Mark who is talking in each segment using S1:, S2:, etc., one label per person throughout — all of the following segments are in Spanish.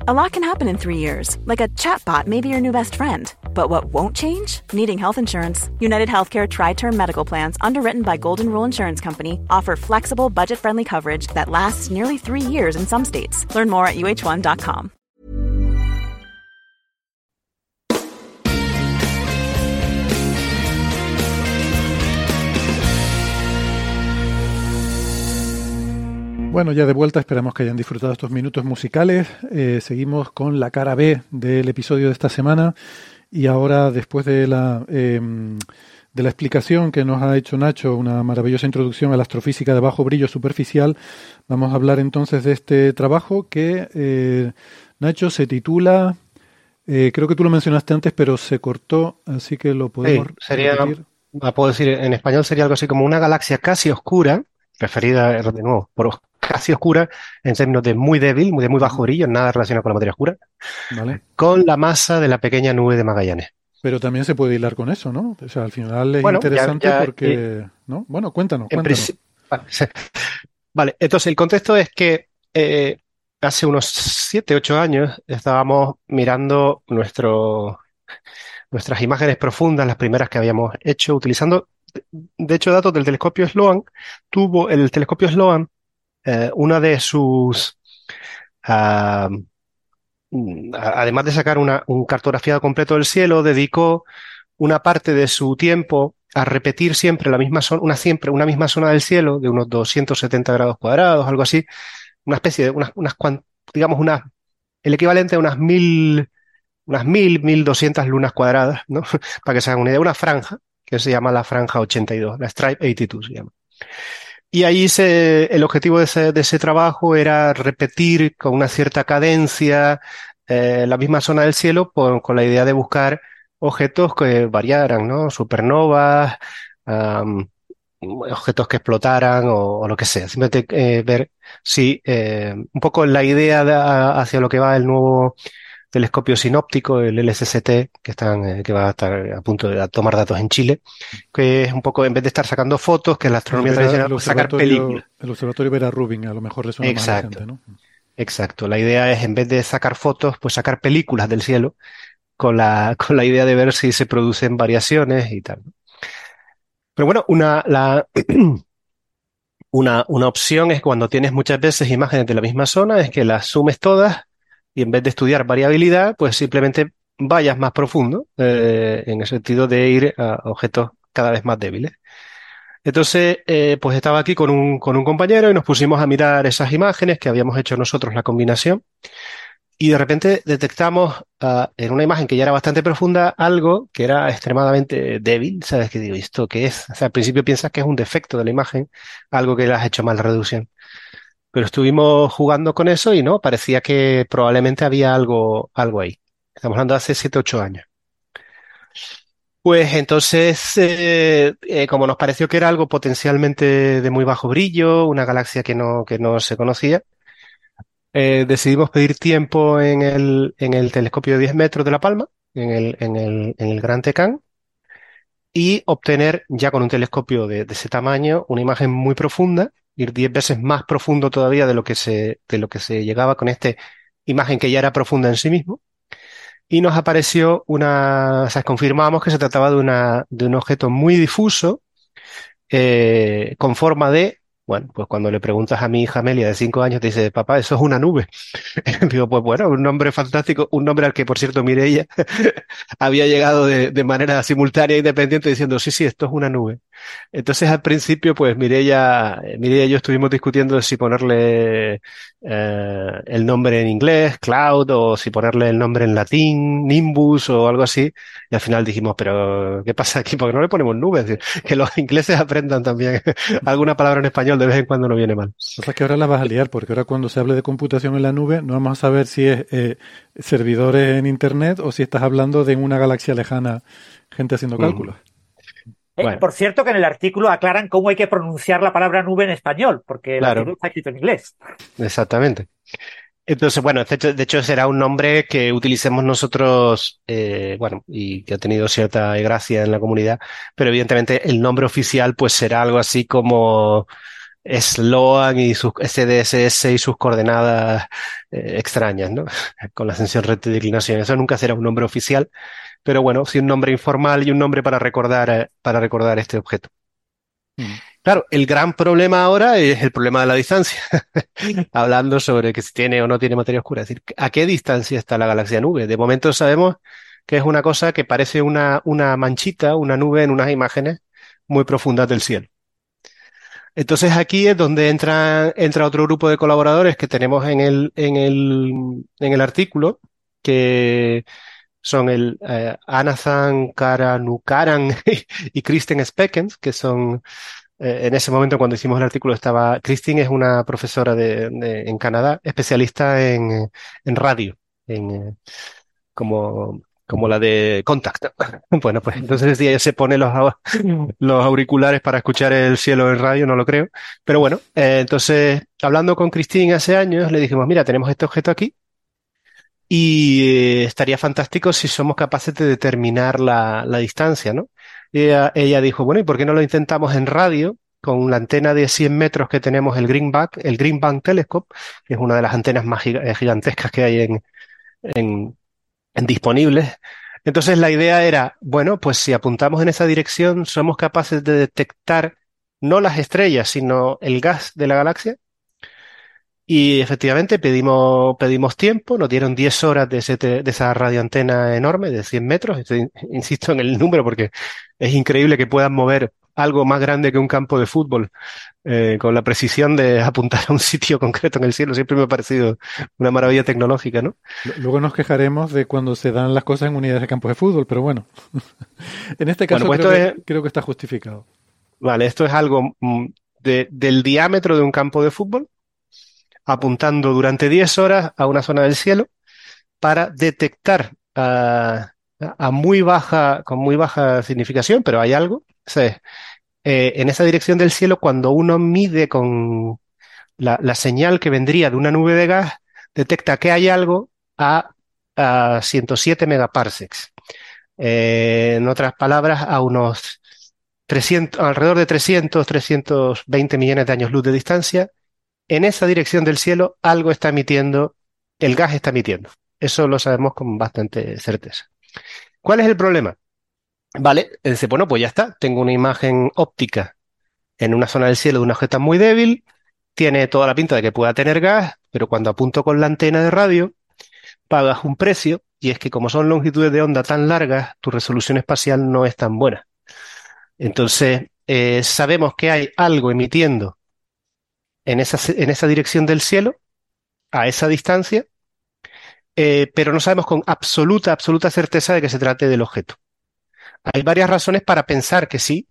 S1: A lot can happen in 3 years, like a chatbot may be your new best friend. But what won't change? Needing health insurance. United Healthcare Tri-Term Medical Plans, underwritten by Golden Rule Insurance Company, offer flexible, budget-friendly coverage that lasts nearly 3 years in some states. Learn more at uh1.com.
S2: Bueno, ya de vuelta, esperamos que hayan disfrutado estos minutos musicales. Seguimos con la cara B del episodio de esta semana y ahora, después de la explicación que nos ha hecho Nacho, una maravillosa introducción a la astrofísica de bajo brillo superficial, vamos a hablar entonces de este trabajo que, Nacho, se titula, creo que tú lo mencionaste antes, pero se cortó, así que lo podemos repetir.
S3: Puedo decir, en español sería algo así como una galaxia casi oscura, referida de nuevo por casi oscura en términos de muy débil, de muy bajo brillo, nada relacionado con la materia oscura,
S2: ¿vale?
S3: Con la masa de la pequeña nube de Magallanes.
S2: Pero también se puede hilar con eso, ¿no? O sea, al final es interesante porque... ¿no? Bueno, cuéntanos.
S3: Vale, entonces el contexto es que hace unos 7, 8 años estábamos mirando nuestras imágenes profundas, las primeras que habíamos hecho, utilizando, de hecho, datos del telescopio Sloan. Tuvo el telescopio Sloan una de sus... además de sacar un cartografiado completo del cielo, dedicó una parte de su tiempo a repetir siempre la misma zona, una misma zona del cielo de unos 270 grados cuadrados, algo así, una especie de el equivalente a unas 1200 lunas cuadradas, ¿no? Para que se hagan una idea, una franja que se llama la franja 82, la Stripe 82 se llama. Y ahí el objetivo de ese trabajo era repetir con una cierta cadencia la misma zona del cielo con la idea de buscar objetos que variaran, ¿no? Supernovas, objetos que explotaran o lo que sea. Simplemente ver si un poco la idea hacia lo que va el nuevo telescopio sinóptico, el LSST, que va a estar a punto de tomar datos en Chile, que es un poco, en vez de estar sacando fotos, que es la astronomía tradicional, pues sacar películas.
S2: El observatorio Vera Rubin, a lo mejor le suena más a la gente, ¿no?
S3: Exacto. La idea es, en vez de sacar fotos, pues sacar películas del cielo con la idea de ver si se producen variaciones y tal. Pero bueno, una opción es, cuando tienes muchas veces imágenes de la misma zona, es que las sumes todas y, en vez de estudiar variabilidad, pues simplemente vayas más profundo, en el sentido de ir a objetos cada vez más débiles. Entonces, pues estaba aquí con un compañero y nos pusimos a mirar esas imágenes que habíamos hecho nosotros, la combinación, y de repente detectamos en una imagen que ya era bastante profunda algo que era extremadamente débil. ¿Sabes qué digo? ¿Esto qué es? O sea, al principio piensas que es un defecto de la imagen, algo que le has hecho mal la reducción. Pero estuvimos jugando con eso y no, parecía que probablemente había algo ahí. Estamos hablando de hace 7, 8 años. Pues entonces, como nos pareció que era algo potencialmente de muy bajo brillo, una galaxia que no se conocía, decidimos pedir tiempo en el telescopio de 10 metros de La Palma, en el Gran Tecán, y obtener ya con un telescopio de ese tamaño una imagen muy profunda, ir 10 veces más profundo todavía de lo que se llegaba con esta imagen que ya era profunda en sí mismo. Y nos apareció o sea, confirmamos que se trataba de un objeto muy difuso, con forma de, bueno, pues cuando le preguntas a mi hija Amelia de 5 años, te dice: papá, eso es una nube. Digo, pues bueno, un nombre fantástico, un nombre al que, por cierto, Mireia había llegado de manera simultánea e independiente, diciendo: sí, esto es una nube. Entonces, al principio, pues Mireia y yo estuvimos discutiendo si ponerle el nombre en inglés, Cloud, o si ponerle el nombre en latín, Nimbus, o algo así. Y al final dijimos: pero ¿qué pasa aquí? ¿Por qué no le ponemos nubes? Que los ingleses aprendan también alguna palabra en español, de vez en cuando no viene mal.
S2: O sea que ahora la vas a liar, porque ahora, cuando se hable de computación en la nube, no vamos a saber si es servidores en Internet o si estás hablando de una galaxia lejana, gente haciendo cálculos.
S4: Bueno. Por cierto, que en el artículo aclaran cómo hay que pronunciar la palabra nube en español, porque el artículo está escrito en inglés.
S3: Exactamente. Entonces, bueno, de hecho será un nombre que utilicemos nosotros, y que ha tenido cierta gracia en la comunidad, pero evidentemente el nombre oficial pues será algo así como Sloan y sus SDSS y sus coordenadas extrañas, ¿no? Con la ascensión, recta y declinación. Eso nunca será un nombre oficial, pero bueno, sí un nombre informal y un nombre para recordar este objeto. Claro, el gran problema ahora es el problema de la distancia. Hablando sobre que si tiene o no tiene materia oscura. Es decir, ¿a qué distancia está la galaxia nube? De momento sabemos que es una cosa que parece una manchita, una nube en unas imágenes muy profundas del cielo. Entonces aquí es donde entra otro grupo de colaboradores que tenemos en el artículo, que son el Anathan Karanukaran y Kristen Speckens, que son, en ese momento cuando hicimos el artículo estaba, Kristen es una profesora en Canadá, especialista en radio, como la de Contact. Bueno, pues entonces si ella se pone los auriculares para escuchar el cielo en radio, no lo creo. Pero bueno, entonces hablando con Christine hace años, le dijimos, mira, tenemos este objeto aquí y estaría fantástico si somos capaces de determinar la distancia, ¿no? Y ella dijo, bueno, ¿y por qué no lo intentamos en radio? Con la antena de 100 metros que tenemos, el Green Bank Telescope, que es una de las antenas más gigantescas que hay en disponibles. Entonces la idea era, bueno, pues si apuntamos en esa dirección, somos capaces de detectar no las estrellas, sino el gas de la galaxia. Y efectivamente pedimos tiempo, nos dieron 10 horas de esa radioantena enorme de 100 metros. Insisto en el número porque es increíble que puedan mover algo más grande que un campo de fútbol con la precisión de apuntar a un sitio concreto en el cielo. Siempre me ha parecido una maravilla tecnológica, ¿no?
S2: Luego nos quejaremos de cuando se dan las cosas en unidades de campos de fútbol, pero bueno, en este caso
S3: Bueno, pues
S2: creo que está justificado.
S3: vale, esto es algo del diámetro de un campo de fútbol, apuntando durante 10 horas a una zona del cielo para detectar con muy baja significación, pero hay algo. O sea, en esa dirección del cielo, cuando uno mide con la señal que vendría de una nube de gas, detecta que hay algo a 107 megaparsecs. En otras palabras, a unos 300, alrededor de 320 millones de años luz de distancia. En esa dirección del cielo, algo está emitiendo, el gas está emitiendo. Eso lo sabemos con bastante certeza. ¿Cuál es el problema? Vale, dice, bueno, pues ya está, tengo una imagen óptica en una zona del cielo de un objeto muy débil, tiene toda la pinta de que pueda tener gas, pero cuando apunto con la antena de radio, pagas un precio, y es que como son longitudes de onda tan largas, tu resolución espacial no es tan buena. Entonces, sabemos que hay algo emitiendo en esa dirección del cielo, a esa distancia, pero no sabemos con absoluta certeza de que se trate del objeto. Hay varias razones para pensar que sí,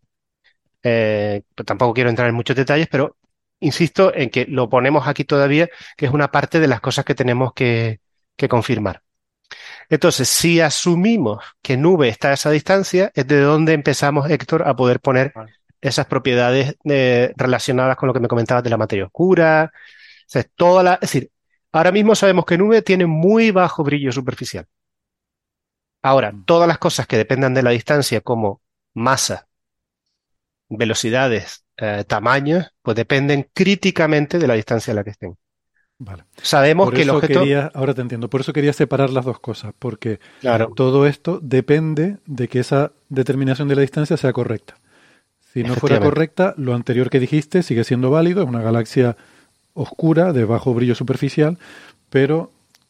S3: pero tampoco quiero entrar en muchos detalles, pero insisto en que lo ponemos aquí todavía, que es una parte de las cosas que tenemos que confirmar. Entonces, si asumimos que nube está a esa distancia, es de donde empezamos, Héctor, a poder poner esas propiedades relacionadas con lo que me comentabas de la materia oscura. O sea, es decir, ahora mismo sabemos que nube tiene muy bajo brillo superficial. Ahora, todas las cosas que dependan de la distancia, como masa, velocidades, tamaños, pues dependen críticamente de la distancia a la que estén.
S2: Vale.
S3: Sabemos
S2: Por
S3: que el
S2: eso
S3: objeto...
S2: ahora te entiendo, por eso quería separar las dos cosas, porque
S3: Claro,
S2: todo esto depende de que esa determinación de la distancia sea correcta. Si no fuera correcta, lo anterior que dijiste sigue siendo válido, es una galaxia oscura de bajo brillo superficial, pero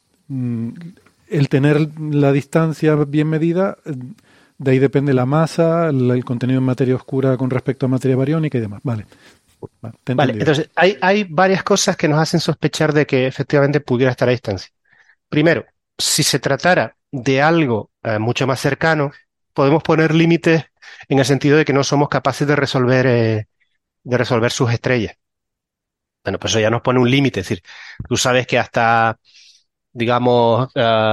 S2: el tener la distancia bien medida, de ahí depende la masa, el contenido en materia oscura con respecto a materia bariónica y demás. Vale.
S3: Vale, entonces hay varias cosas que nos hacen sospechar de que efectivamente pudiera estar a distancia. Primero, si se tratara de algo mucho más cercano, podemos poner límites en el sentido de que no somos capaces de resolver sus estrellas. Bueno, pues eso ya nos pone un límite. Es decir, tú sabes que hasta, digamos,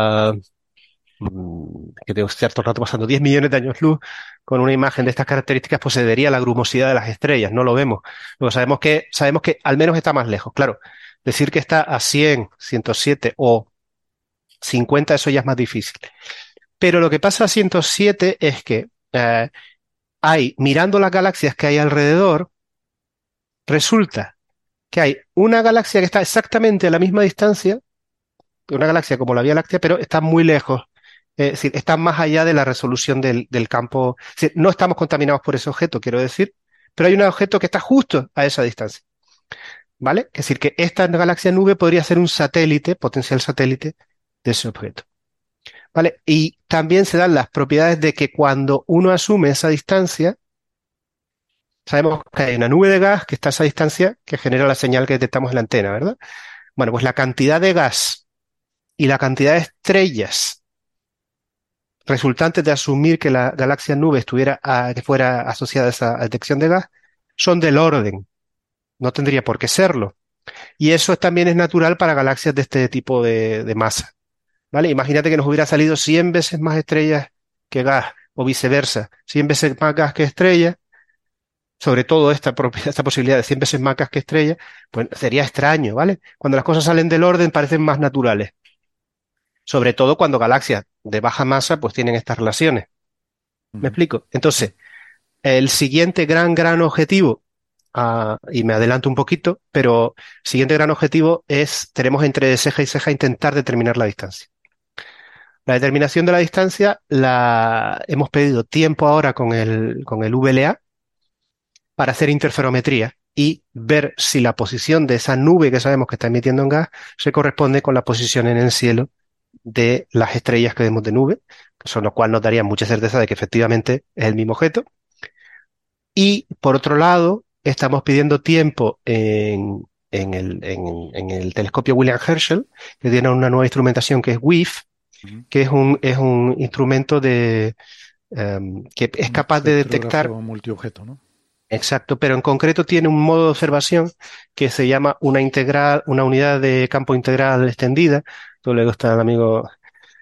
S3: que tengo cierto rato pasando 10 millones de años luz, con una imagen de estas características, pues se vería la grumosidad de las estrellas, no lo vemos. Luego sabemos que al menos está más lejos. Claro, decir que está a 100, 107 o 50, eso ya es más difícil. Pero lo que pasa a 107 es que mirando las galaxias que hay alrededor, resulta que hay una galaxia que está exactamente a la misma distancia, una galaxia como la Vía Láctea, pero está muy lejos. Es decir, está más allá de la resolución del campo. Es decir, no estamos contaminados por ese objeto, quiero decir, pero hay un objeto que está justo a esa distancia. ¿Vale? Es decir, que esta galaxia nube podría ser un satélite, potencial satélite de ese objeto. ¿Vale? Y también se dan las propiedades de que cuando uno asume esa distancia, sabemos que hay una nube de gas que está a esa distancia que genera la señal que detectamos en la antena, ¿verdad? Bueno, pues la cantidad de gas y la cantidad de estrellas resultantes de asumir que la galaxia nube que fuera asociada a esa detección de gas son del orden. No tendría por qué serlo. Y eso también es natural para galaxias de este tipo de masa. ¿Vale? Imagínate que nos hubiera salido 100 veces más estrellas que gas, o viceversa, 100 veces más gas que estrellas, sobre todo esta posibilidad de 100 veces más gas que estrellas, pues sería extraño, ¿vale? Cuando las cosas salen del orden parecen más naturales, sobre todo cuando galaxias de baja masa pues tienen estas relaciones. ¿Me explico? Entonces, el siguiente gran objetivo, y me adelanto un poquito, pero el siguiente gran objetivo tenemos entre ceja y ceja intentar determinar la distancia. La determinación de la distancia la hemos pedido tiempo ahora con el VLA para hacer interferometría y ver si la posición de esa nube que sabemos que está emitiendo en gas se corresponde con la posición en el cielo de las estrellas que vemos de nube, con lo cual nos daría mucha certeza de que efectivamente es el mismo objeto. Y por otro lado, estamos pidiendo tiempo en el telescopio William Herschel, que tiene una nueva instrumentación que es WIF, que es un instrumento que es capaz de detectar
S2: multiobjeto, ¿no?
S3: Exacto, pero en concreto tiene un modo de observación que se llama una unidad de campo integral extendida. Todo le gusta al amigo,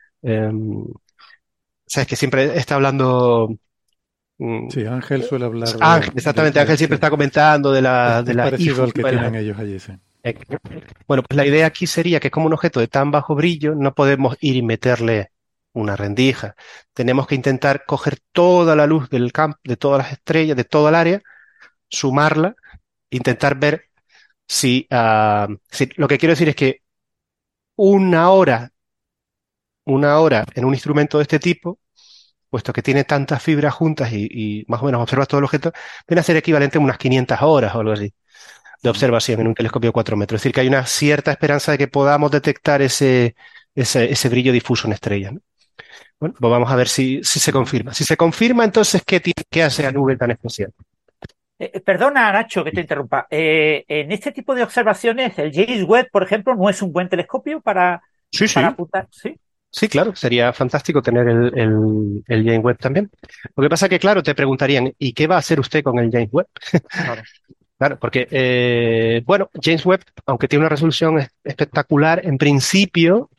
S3: sabes que siempre está hablando.
S2: Sí, Ángel suele hablar
S3: Ángel, exactamente, Ángel siempre está comentando de la
S2: parecido
S3: IFU,
S2: al que tienen ellos allí, sí.
S3: Bueno, pues la idea aquí sería que como un objeto de tan bajo brillo no podemos ir y meterle una rendija. Tenemos que intentar coger toda la luz del campo, de todas las estrellas, de toda el área, sumarla, intentar ver si lo que quiero decir es que una hora, una hora en un instrumento de este tipo, puesto que tiene tantas fibras juntas y más o menos observas todo el objeto, viene a ser equivalente a unas 500 horas o algo así de observación en un telescopio de 4 metros. Es decir, que hay una cierta esperanza de que podamos detectar ese brillo difuso en estrellas, ¿no? Bueno, pues vamos a ver si se confirma. Si se confirma, entonces, ¿qué hace la nube tan especial?
S4: Perdona, Nacho, que te interrumpa. En este tipo de observaciones, el James Webb, por ejemplo, no es un buen telescopio para apuntar. ¿Sí?
S3: Sí, claro, sería fantástico tener el James Webb también. Lo que pasa que, claro, te preguntarían, ¿y qué va a hacer usted con el James Webb?
S4: Claro.
S3: Claro, porque, bueno, James Webb, aunque tiene una resolución espectacular, en principio,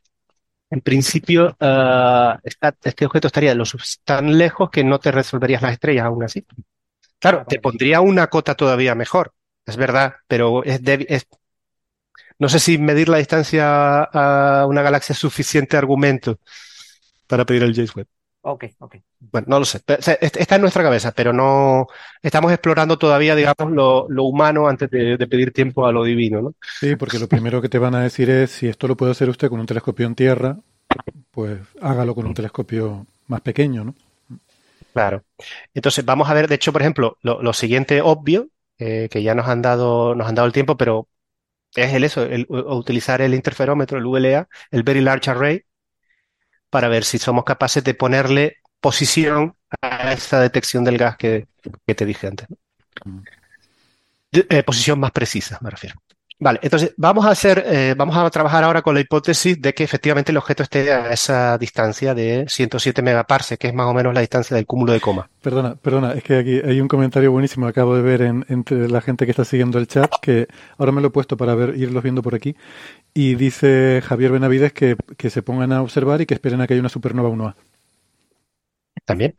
S3: este objeto estaría tan lejos que no te resolverías las estrellas aún así. Claro, te pondría una cota todavía mejor, es verdad, pero no sé si medir la distancia a una galaxia es suficiente argumento para pedir el James Webb.
S4: Ok.
S3: Bueno, no lo sé. Está en nuestra cabeza, pero no estamos explorando todavía, digamos, lo humano antes de pedir tiempo a lo divino, ¿no?
S2: Sí, porque lo primero que te van a decir es, si esto lo puede hacer usted con un telescopio en tierra, pues hágalo con un telescopio más pequeño, ¿no?
S3: Claro. Entonces, vamos a ver, de hecho, por ejemplo, lo siguiente obvio, que ya nos han dado el tiempo, pero es utilizar el interferómetro, el VLA, el Very Large Array, para ver si somos capaces de ponerle posición a esa detección del gas que te dije antes, ¿no? Posición más precisa, me refiero. Vale, entonces vamos a trabajar ahora con la hipótesis de que efectivamente el objeto esté a esa distancia de 107 megaparsecs, que es más o menos la distancia del cúmulo de coma.
S2: Perdona, es que aquí hay un comentario buenísimo que acabo de ver entre la gente que está siguiendo el chat, que ahora me lo he puesto para irlos viendo por aquí, y dice Javier Benavides que se pongan a observar y que esperen a que haya una supernova 1A.
S3: También.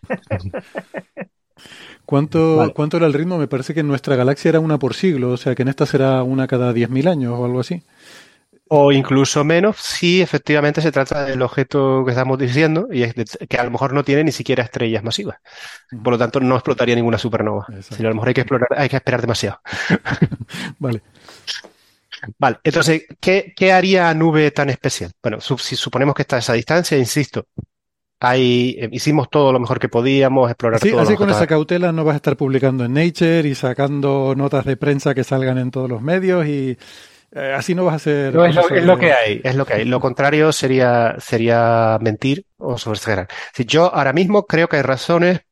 S2: ¿Cuánto era el ritmo? Me parece que en nuestra galaxia era una por siglo, o sea que en esta será una cada 10.000 años o algo así.
S3: O incluso menos si efectivamente se trata del objeto que estamos diciendo y es que a lo mejor no tiene ni siquiera estrellas masivas. Por lo tanto, no explotaría ninguna supernova. Si a lo mejor hay que esperar demasiado.
S2: Vale.
S3: Vale, entonces, ¿qué haría Nube tan especial? Bueno, si suponemos que está a esa distancia, insisto, hicimos todo lo mejor que podíamos, explorar
S2: Así,
S3: todos
S2: así
S3: los
S2: con esa
S3: objetos.
S2: cautela no vas a estar publicando en Nature y sacando notas de prensa que salgan en todos los medios y así no vas a hacer
S3: No,
S2: cosas
S3: es lo
S2: sobre...
S3: que hay, es lo que hay. Lo contrario sería mentir o sobreexagerar. Si yo ahora mismo creo que hay razones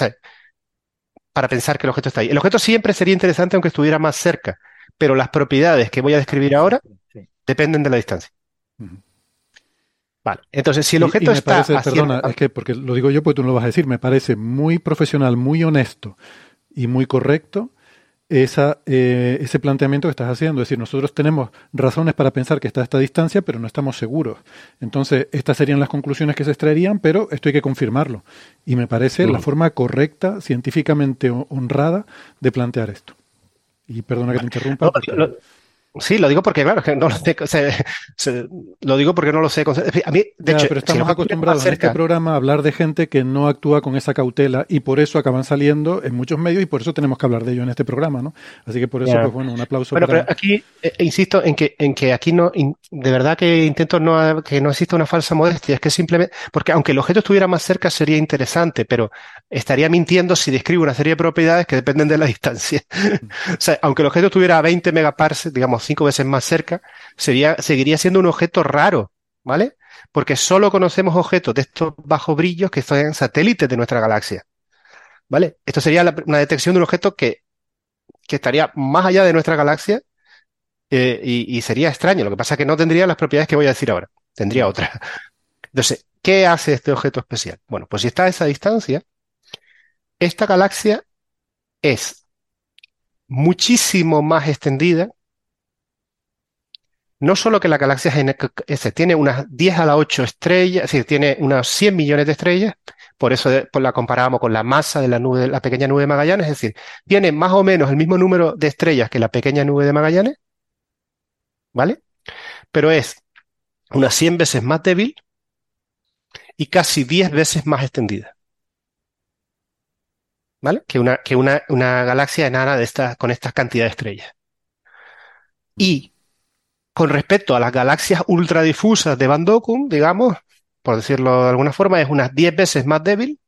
S3: para pensar que el objeto está ahí. El objeto siempre sería interesante aunque estuviera más cerca, pero las propiedades que voy a describir ahora
S4: Sí.
S3: dependen de la distancia.
S2: Ujú.
S3: Vale, entonces si el
S2: Y
S3: objeto
S2: me
S3: está
S2: parece,
S3: haciendo...
S2: perdona, es que porque lo digo yo, pues tú no lo vas a decir, me parece muy profesional, muy honesto y muy correcto ese planteamiento que estás haciendo. Es decir, nosotros tenemos razones para pensar que está a esta distancia, pero no estamos seguros. Entonces, estas serían las conclusiones que se extraerían, pero esto hay que confirmarlo. Y me parece la forma correcta, científicamente honrada, de plantear esto. Y perdona que te interrumpa.
S3: No,
S2: Porque...
S3: sí, lo digo porque, claro, que no lo sé, lo digo porque no lo sé. A mí, de
S2: Ya,
S3: hecho,
S2: pero
S3: si el
S2: estamos
S3: objeto estuviera más
S2: acostumbrados en este
S3: cerca,
S2: programa a hablar de gente que no actúa con esa cautela y por eso acaban saliendo en muchos medios y por eso tenemos que hablar de ello en este programa, ¿no? Así que por eso,
S3: ya.
S2: pues bueno, un aplauso
S3: Bueno, pero
S2: para...
S3: aquí insisto en que aquí no, de verdad que intento que no exista una falsa modestia, es que simplemente, porque aunque el objeto estuviera más cerca sería interesante, pero estaría mintiendo si describo una serie de propiedades que dependen de la distancia. O sea, aunque el objeto estuviera a 20 megaparsecs, digamos 5 veces más cerca, seguiría siendo un objeto raro, ¿vale? Porque solo conocemos objetos de estos bajos brillos que son satélites de nuestra galaxia, ¿vale? Esto sería una detección de un objeto que estaría más allá de nuestra galaxia y sería extraño. Lo que pasa es que no tendría las propiedades que voy a decir ahora. Tendría otras. Entonces, ¿qué hace este objeto especial? Bueno, pues si está a esa distancia, esta galaxia es muchísimo más extendida. No solo que la galaxia tiene unas 10 a la 8 estrellas, es decir, tiene unos 100 millones de estrellas, por eso pues la comparamos con la masa de la nube, la pequeña nube de Magallanes, es decir, tiene más o menos el mismo número de estrellas que la pequeña nube de Magallanes, ¿vale? Pero es unas 100 veces más débil y casi 10 veces más extendida, ¿vale? Que una galaxia enana con estas cantidades de estrellas. Y con respecto a las galaxias ultradifusas de Van Dokum, digamos, por decirlo de alguna forma, es unas 10 veces más débil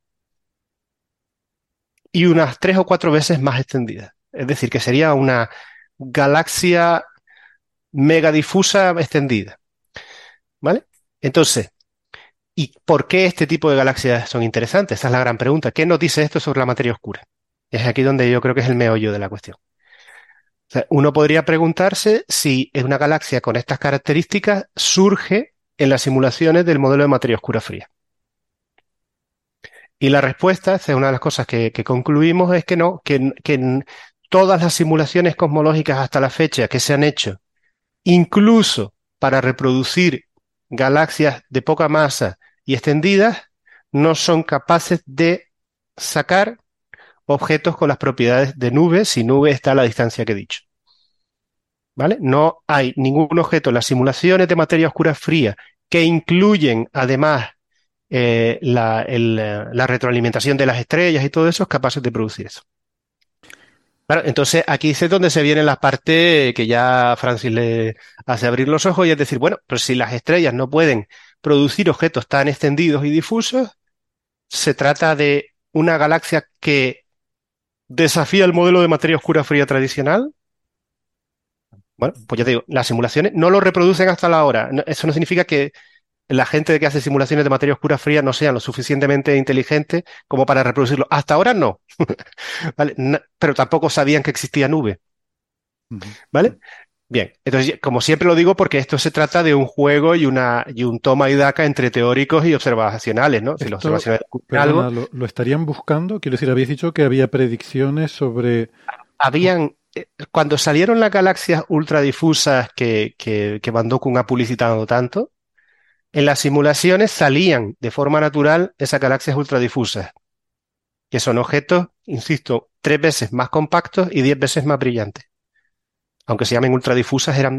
S3: y unas 3 o 4 veces más extendida. Es decir, que sería una galaxia megadifusa extendida, ¿vale? Entonces, ¿y por qué este tipo de galaxias son interesantes? Esa es la gran pregunta. ¿Qué nos dice esto sobre la materia oscura? Es aquí donde yo creo que es el meollo de la cuestión. O sea, uno podría preguntarse si una galaxia con estas características surge en las simulaciones del modelo de materia oscura fría. Y la respuesta, esta es una de las cosas que concluimos, es que no, que en todas las simulaciones cosmológicas hasta la fecha que se han hecho, incluso para reproducir galaxias de poca masa y extendidas, no son capaces de sacar objetos con las propiedades de nube si nube está a la distancia que he dicho. ¿Vale? No hay ningún objeto en las simulaciones de materia oscura fría que incluyen además la retroalimentación de las estrellas y todo eso es capaces de producir eso. Claro, entonces aquí es donde se viene la parte que ya Francis le hace abrir los ojos y es decir, bueno, pues si las estrellas no pueden producir objetos tan extendidos y difusos, se trata de una galaxia que desafía el modelo de materia oscura fría tradicional. Bueno, pues ya te digo, las simulaciones no lo reproducen hasta la hora. Eso no significa que la gente que hace simulaciones de materia oscura fría no sean lo suficientemente inteligentes como para reproducirlo. Hasta ahora no. ¿Vale? Pero tampoco sabían que existía nube. ¿Vale? Bien, entonces, como siempre lo digo, porque esto se trata de un juego y un toma y daca entre teóricos y observacionales, ¿no? Si los
S2: Esto,
S3: observacionales
S2: perdona,
S3: algo,
S2: lo estarían buscando? Quiero decir, habéis dicho que había predicciones sobre...
S3: cuando salieron las galaxias ultradifusas que Van Dokum ha publicitado tanto, en las simulaciones salían de forma natural esas galaxias ultradifusas, que son objetos, insisto, 3 veces más compactos y 10 veces más brillantes. Aunque se llamen ultradifusas, eran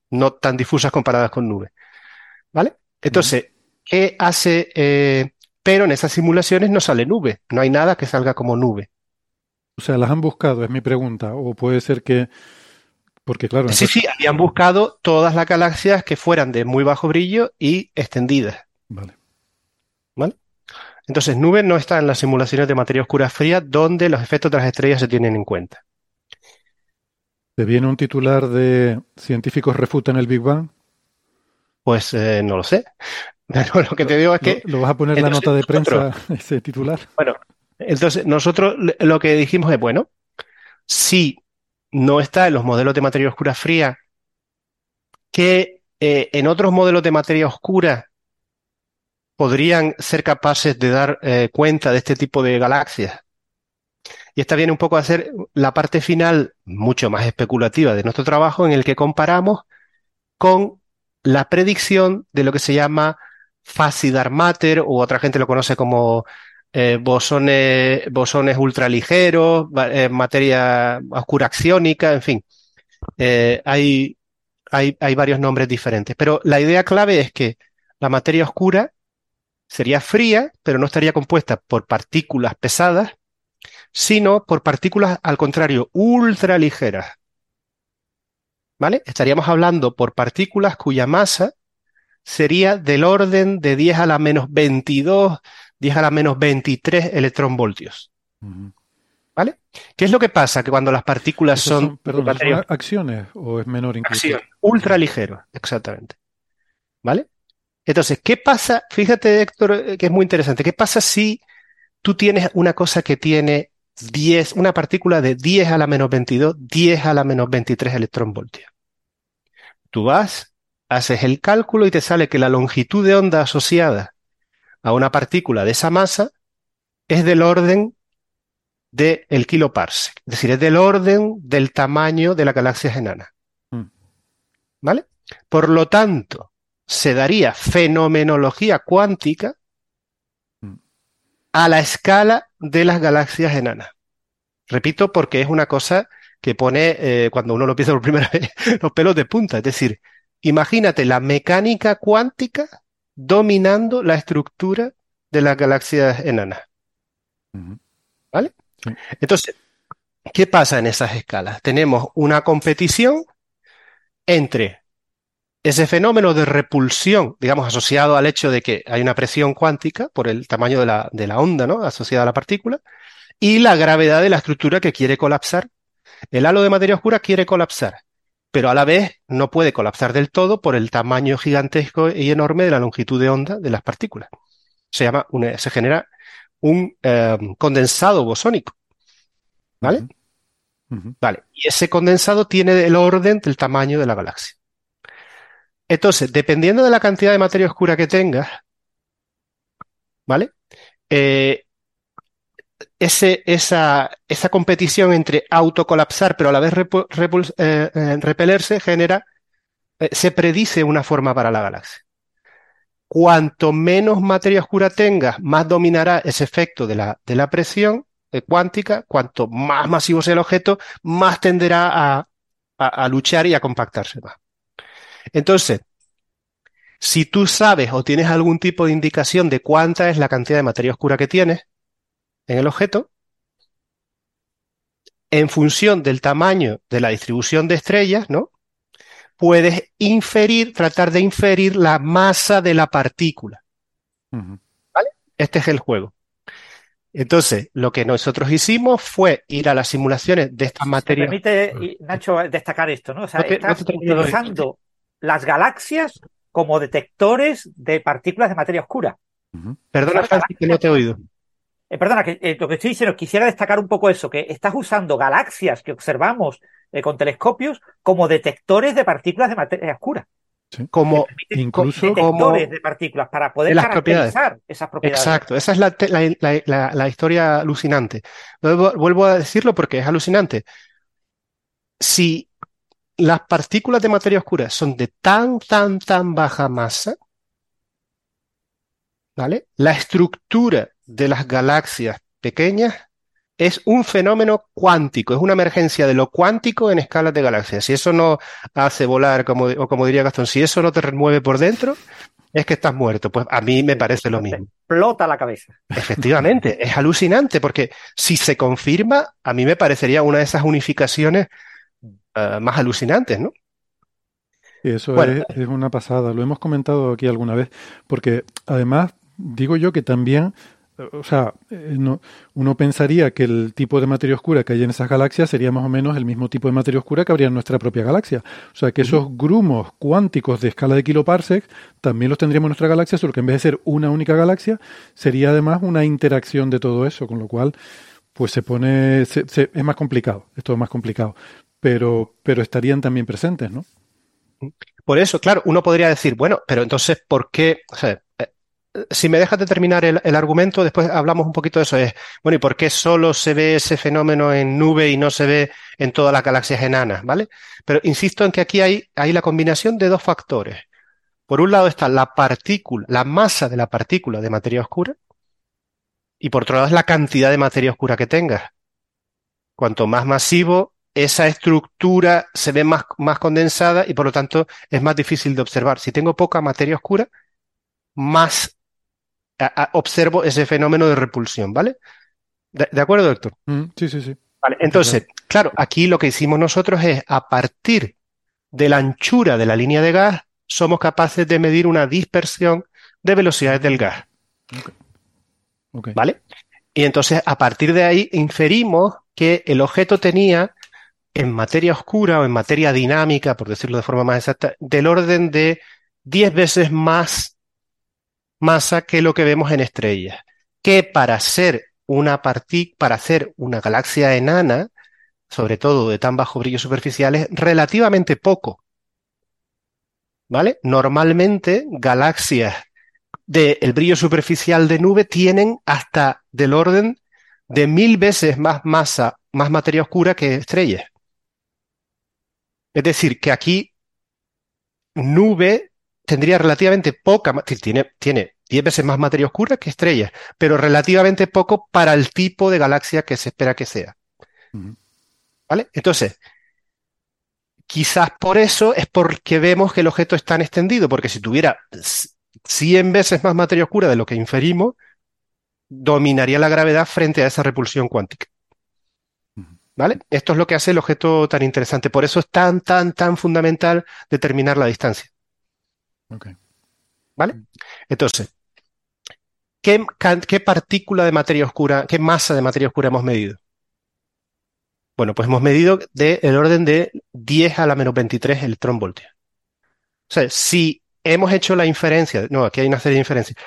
S3: no tan difusas comparadas con nubes, ¿vale? Entonces, ¿qué hace? Pero en esas simulaciones no sale nube, no hay nada que salga como nube.
S2: O sea, las han buscado, es mi pregunta. O puede ser que, porque claro,
S3: Sí,
S2: entonces,
S3: sí, habían buscado todas las galaxias que fueran de muy bajo brillo y extendidas,
S2: vale.
S3: ¿vale? Entonces, nube no está en las simulaciones de materia oscura fría donde los efectos de las estrellas se tienen en cuenta.
S2: ¿Te viene un titular de científicos refutan el Big Bang?
S3: Pues no lo sé. Pero lo que te digo es que,
S2: Lo vas a poner en la
S3: entonces
S2: nota de
S3: nosotros,
S2: prensa, ese titular?
S3: bueno, entonces nosotros lo que dijimos es, bueno, si no está en los modelos de materia oscura fría, que en otros modelos de materia oscura podrían ser capaces de dar cuenta de este tipo de galaxias. Y esta viene un poco a ser la parte final, mucho más especulativa de nuestro trabajo, en el que comparamos con la predicción de lo que se llama fuzzy dark matter, o otra gente lo conoce como bosones ultraligeros, materia oscura axiónica, en fin. Hay varios nombres diferentes. Pero la idea clave es que la materia oscura sería fría, pero no estaría compuesta por partículas pesadas, sino por partículas, al contrario, ultraligeras. ¿Vale? Estaríamos hablando por partículas cuya masa sería del orden de 10 a la menos 22, 10 a la menos 23 electronvoltios.
S2: Ujú.
S3: ¿Vale? ¿Qué es lo que pasa? Que cuando las partículas
S2: ¿Esos
S3: son
S2: son,
S3: de
S2: perdón, esos son
S3: materia
S2: acciones o es menor incluso?
S3: acción, ultraligeros, exactamente. ¿Vale? Entonces, ¿qué pasa? Fíjate, Héctor, que es muy interesante. ¿Qué pasa si tú tienes una cosa que tiene 10, una partícula de 10 a la menos 22, 10 a la menos 23 electronvoltios? Tú vas, haces el cálculo y te sale que la longitud de onda asociada a una partícula de esa masa es del orden del kiloparsec, es decir, es del orden del tamaño de las galaxias enanas,
S2: Mm,
S3: ¿vale? Por lo tanto, se daría fenomenología cuántica
S2: mm.
S3: a la escala de las galaxias enanas. Repito, porque es una cosa que pone, cuando uno lo piensa por primera vez, los pelos de punta. Es decir, imagínate la mecánica cuántica dominando la estructura de las galaxias enanas,
S2: Ujú.
S3: ¿vale?
S2: Sí.
S3: Entonces, ¿qué pasa en esas escalas? Tenemos una competición entre ese fenómeno de repulsión, digamos, asociado al hecho de que hay una presión cuántica por el tamaño de la onda, ¿no? Asociada a la partícula, y la gravedad de la estructura que quiere colapsar. El halo de materia oscura quiere colapsar, pero a la vez no puede colapsar del todo por el tamaño gigantesco y enorme de la longitud de onda de las partículas. Se genera un condensado bosónico, ¿vale?
S2: Ujú. Ujú.
S3: Vale. Y ese condensado tiene el orden del tamaño de la galaxia. Entonces, dependiendo de la cantidad de materia oscura que tengas, ¿vale? Eh, esa competición entre autocolapsar, pero a la vez repelerse, se predice una forma para la galaxia. Cuanto menos materia oscura tengas, más dominará ese efecto de la presión cuántica. Cuanto más masivo sea el objeto, más tenderá a luchar y a compactarse más. Entonces, si tú sabes o tienes algún tipo de indicación de cuánta es la cantidad de materia oscura que tienes en el objeto, en función del tamaño de la distribución de estrellas, ¿no? Puedes tratar de inferir la masa de la partícula.
S2: Ujú.
S3: ¿Vale? Este es el juego. Entonces, lo que nosotros hicimos fue ir a las simulaciones de estas
S4: Si me
S3: materias.
S4: permite, Nacho, destacar esto, ¿no? O sea,
S3: No
S4: estás
S3: te termino de oír.
S4: utilizando las galaxias como detectores de partículas de materia oscura.
S2: Ujú.
S3: Perdona,
S4: Usar
S3: Francis, que no
S4: galaxias
S3: te he oído.
S4: Perdona, que lo que estoy diciendo, quisiera destacar un poco eso, que estás usando galaxias que observamos con telescopios como detectores de partículas de materia oscura.
S2: Sí.
S4: Que
S3: Como,
S4: permiten
S2: Incluso,
S4: detectores
S3: como
S4: de partículas para
S3: de
S4: poder
S3: las propiedades.
S4: caracterizar esas propiedades.
S3: Exacto, esa es la historia alucinante. Vuelvo a decirlo porque es alucinante. Si las partículas de materia oscura son de tan baja masa, ¿vale? La estructura de las galaxias pequeñas es un fenómeno cuántico, es una emergencia de lo cuántico en escalas de galaxias. Si eso no hace volar, o como diría Gastón, si eso no te remueve por dentro, es que estás muerto. Pues a mí me parece lo mismo.
S4: Explota la cabeza.
S3: Efectivamente, es alucinante, porque si se confirma, a mí me parecería una de esas unificaciones más alucinantes, ¿no?
S2: Y eso
S3: Bueno,
S2: es una pasada. Lo hemos comentado aquí alguna vez, porque además digo yo que también, o sea, uno pensaría que el tipo de materia oscura que hay en esas galaxias sería más o menos el mismo tipo de materia oscura que habría en nuestra propia galaxia. O sea, que esos grumos cuánticos de escala de kiloparsecs también los tendríamos en nuestra galaxia, solo que en vez de ser una única galaxia, sería además una interacción de todo eso, con lo cual, pues es más complicado, es todo más complicado. Pero estarían también presentes, ¿no?
S3: por eso, claro, uno podría decir, bueno, pero entonces, ¿por qué? O sea, si me dejas de terminar el argumento, después hablamos un poquito de eso. Bueno, ¿y por qué solo se ve ese fenómeno en nube y no se ve en todas las galaxias enanas? ¿Vale? Pero insisto en que aquí hay la combinación de dos factores. Por un lado está la partícula, la masa de la partícula de materia oscura, y por otro lado es la cantidad de materia oscura que tengas. Cuanto más masivo, esa estructura se ve más condensada y por lo tanto es más difícil de observar. Si tengo poca materia oscura, más observo ese fenómeno de repulsión, ¿vale? ¿De acuerdo, Héctor?
S2: Sí, sí, sí.
S3: Vale,
S2: Está claro.
S3: entonces, claro, aquí lo que hicimos nosotros es, a partir de la anchura de la línea de gas, somos capaces de medir una dispersión de velocidades del gas,
S2: Ok. Ok.
S3: ¿vale? Y entonces, a partir de ahí, inferimos que el objeto tenía, en materia oscura o en materia dinámica, por decirlo de forma más exacta, del orden de 10 veces más masa que lo que vemos en estrellas, que para hacer una galaxia enana, sobre todo de tan bajo brillo superficial, es relativamente poco, ¿vale? Normalmente galaxias del brillo superficial de nube tienen hasta del orden de 1000 veces más masa, más materia oscura que estrellas. Es decir, que aquí nube tendría relativamente poca, tiene 10 veces más materia oscura que estrellas, pero relativamente poco para el tipo de galaxia que se espera que sea,
S2: Ujú.
S3: ¿vale? Entonces, quizás por eso es porque vemos que el objeto es tan extendido, porque si tuviera 100 veces más materia oscura de lo que inferimos, dominaría la gravedad frente a esa repulsión cuántica,
S2: Ujú.
S3: ¿vale? Esto es lo que hace el objeto tan interesante. Por eso es tan fundamental determinar la distancia,
S2: Ok.
S3: ¿vale? Entonces, ¿qué partícula de materia oscura, qué masa de materia oscura hemos medido? Bueno, pues hemos medido del orden de 10 a la menos 23 electronvoltios. O sea, si hemos hecho la inferencia, no, aquí hay una serie de inferencias,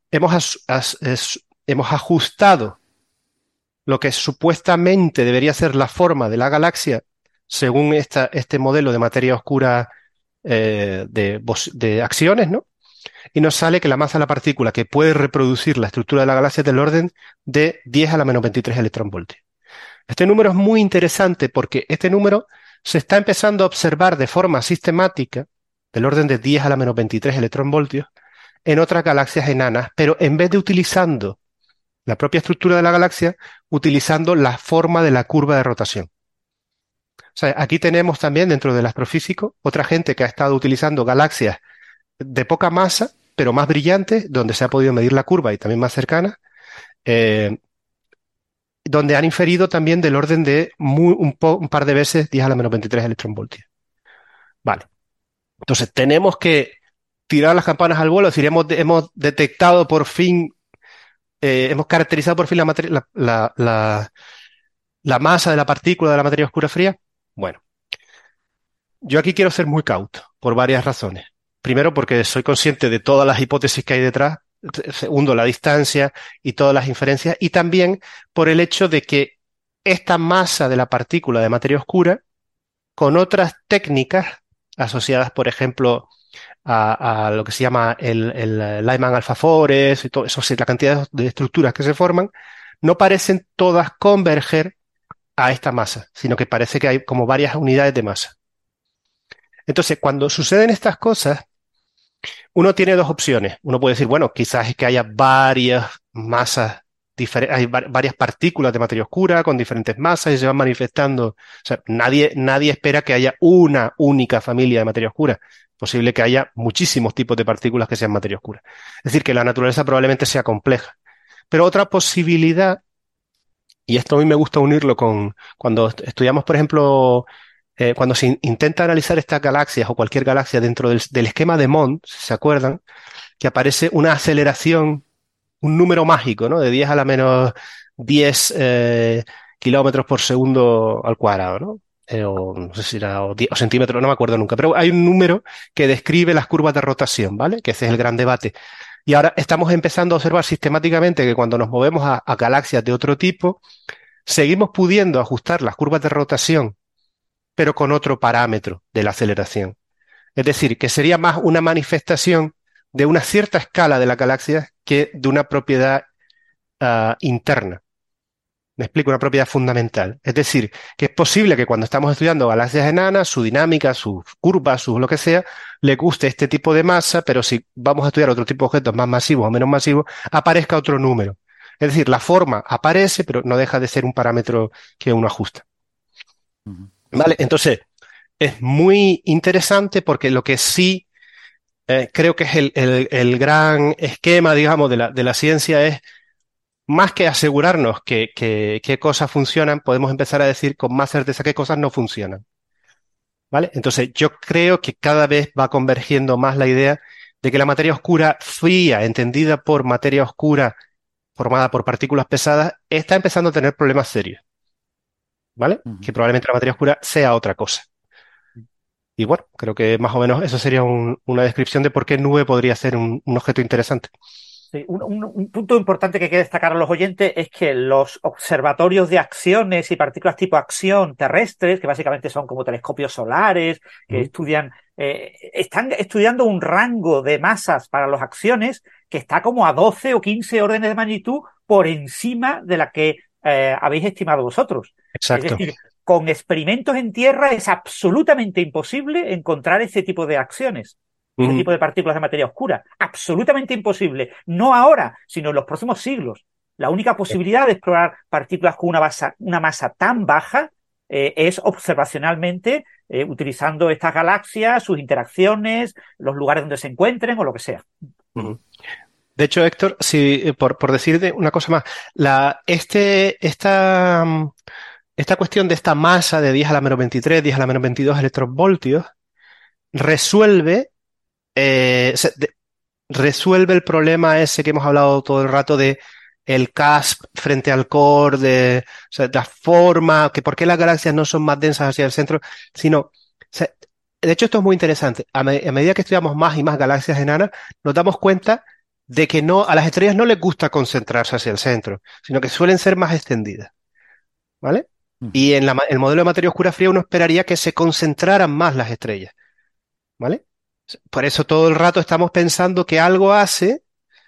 S3: hemos ajustado lo que supuestamente debería ser la forma de la galaxia según este modelo de materia oscura de acciones, ¿no? Y nos sale que la masa de la partícula que puede reproducir la estructura de la galaxia es del orden de 10 a la menos 23 electronvoltios. Este número es muy interesante porque este número se está empezando a observar de forma sistemática, del orden de 10 a la menos 23 electronvoltios, en otras galaxias enanas, pero en vez de utilizando la propia estructura de la galaxia, utilizando la forma de la curva de rotación. O sea, aquí tenemos también dentro del astrofísico otra gente que ha estado utilizando galaxias de poca masa, pero más brillantes, donde se ha podido medir la curva y también más cercana, eh, donde han inferido también del orden de un par de veces 10 a la menos 23 electronvoltios. Vale. Entonces, tenemos que tirar las campanas al vuelo, es decir, hemos detectado por fin, hemos caracterizado por fin la masa de la partícula de la materia oscura fría. Bueno, yo aquí quiero ser muy cauto por varias razones. Primero, porque soy consciente de todas las hipótesis que hay detrás. Segundo, la distancia y todas las inferencias. Y también por el hecho de que esta masa de la partícula de materia oscura, con otras técnicas asociadas, por ejemplo, a lo que se llama el Lyman alfafores y todo eso, la cantidad de estructuras que se forman, no parecen todas converger a esta masa, sino que parece que hay como varias unidades de masa. Entonces, cuando suceden estas cosas, uno tiene dos opciones. Uno puede decir, bueno, quizás es que haya varias masas varias partículas de materia oscura con diferentes masas y se van manifestando. O sea, nadie espera que haya una única familia de materia oscura. Es posible que haya muchísimos tipos de partículas que sean materia oscura. Es decir, que la naturaleza probablemente sea compleja. Pero otra posibilidad, y esto a mí me gusta unirlo con cuando estudiamos, por ejemplo, cuando se intenta analizar estas galaxias o cualquier galaxia dentro del esquema de Mond, si se acuerdan, que aparece una aceleración, un número mágico, ¿no? De 10 a la menos 10 kilómetros por segundo al cuadrado, ¿no? O no sé si era o centímetros, no me acuerdo nunca, pero hay un número que describe las curvas de rotación, ¿vale? Que ese es el gran debate. Y ahora estamos empezando a observar sistemáticamente que cuando nos movemos a galaxias de otro tipo, seguimos pudiendo ajustar las curvas de rotación, pero con otro parámetro de la aceleración. Es decir, que sería más una manifestación de una cierta escala de la galaxia que de una propiedad interna. Me explico, una propiedad fundamental. Es decir, que es posible que cuando estamos estudiando galaxias enanas, su dinámica, sus curvas, su lo que sea, le guste este tipo de masa, pero si vamos a estudiar otro tipo de objetos más masivos o menos masivos, aparezca otro número. Es decir, la forma aparece, pero no deja de ser un parámetro que uno ajusta. ¿Vale? Entonces, es muy interesante porque lo que sí creo que es el gran esquema, digamos, de la ciencia es más que asegurarnos qué cosas funcionan, podemos empezar a decir con más certeza qué cosas no funcionan. ¿Vale? Entonces, yo creo que cada vez va convergiendo más la idea de que la materia oscura fría, entendida por materia oscura formada por partículas pesadas, está empezando a tener problemas serios. ¿Vale? Que probablemente la materia oscura sea otra cosa. Y bueno, creo que más o menos eso sería una descripción de por qué nube podría ser un objeto interesante.
S4: Sí, un punto importante que hay que destacar a los oyentes es que los observatorios de acciones y partículas tipo acción terrestres, que básicamente son como telescopios solares, que están estudiando un rango de masas para las acciones que está como a 12 o 15 órdenes de magnitud por encima de la que habéis estimado vosotros.
S3: Exacto.
S4: Es decir, con experimentos en tierra es absolutamente imposible encontrar ese tipo de acciones. Ese tipo de partículas de materia oscura. Absolutamente imposible. No ahora, sino en los próximos siglos. La única posibilidad de explorar partículas con una masa tan baja es observacionalmente utilizando estas galaxias, sus interacciones, los lugares donde se encuentren o lo que sea.
S3: De hecho, Héctor, si, por decir una cosa más, esta cuestión de esta masa de 10 a la menos 23, 10 a la menos 22 electronvoltios resuelve el problema ese que hemos hablado todo el rato de el CASP frente al core, o sea, la forma, que por qué las galaxias no son más densas hacia el centro, sino, o sea, de hecho esto es muy interesante. A medida que estudiamos más y más galaxias enanas, nos damos cuenta de que a las estrellas no les gusta concentrarse hacia el centro, sino que suelen ser más extendidas. ¿Vale? Y en el modelo de materia oscura fría uno esperaría que se concentraran más las estrellas. ¿Vale? Por eso todo el rato estamos pensando que algo hace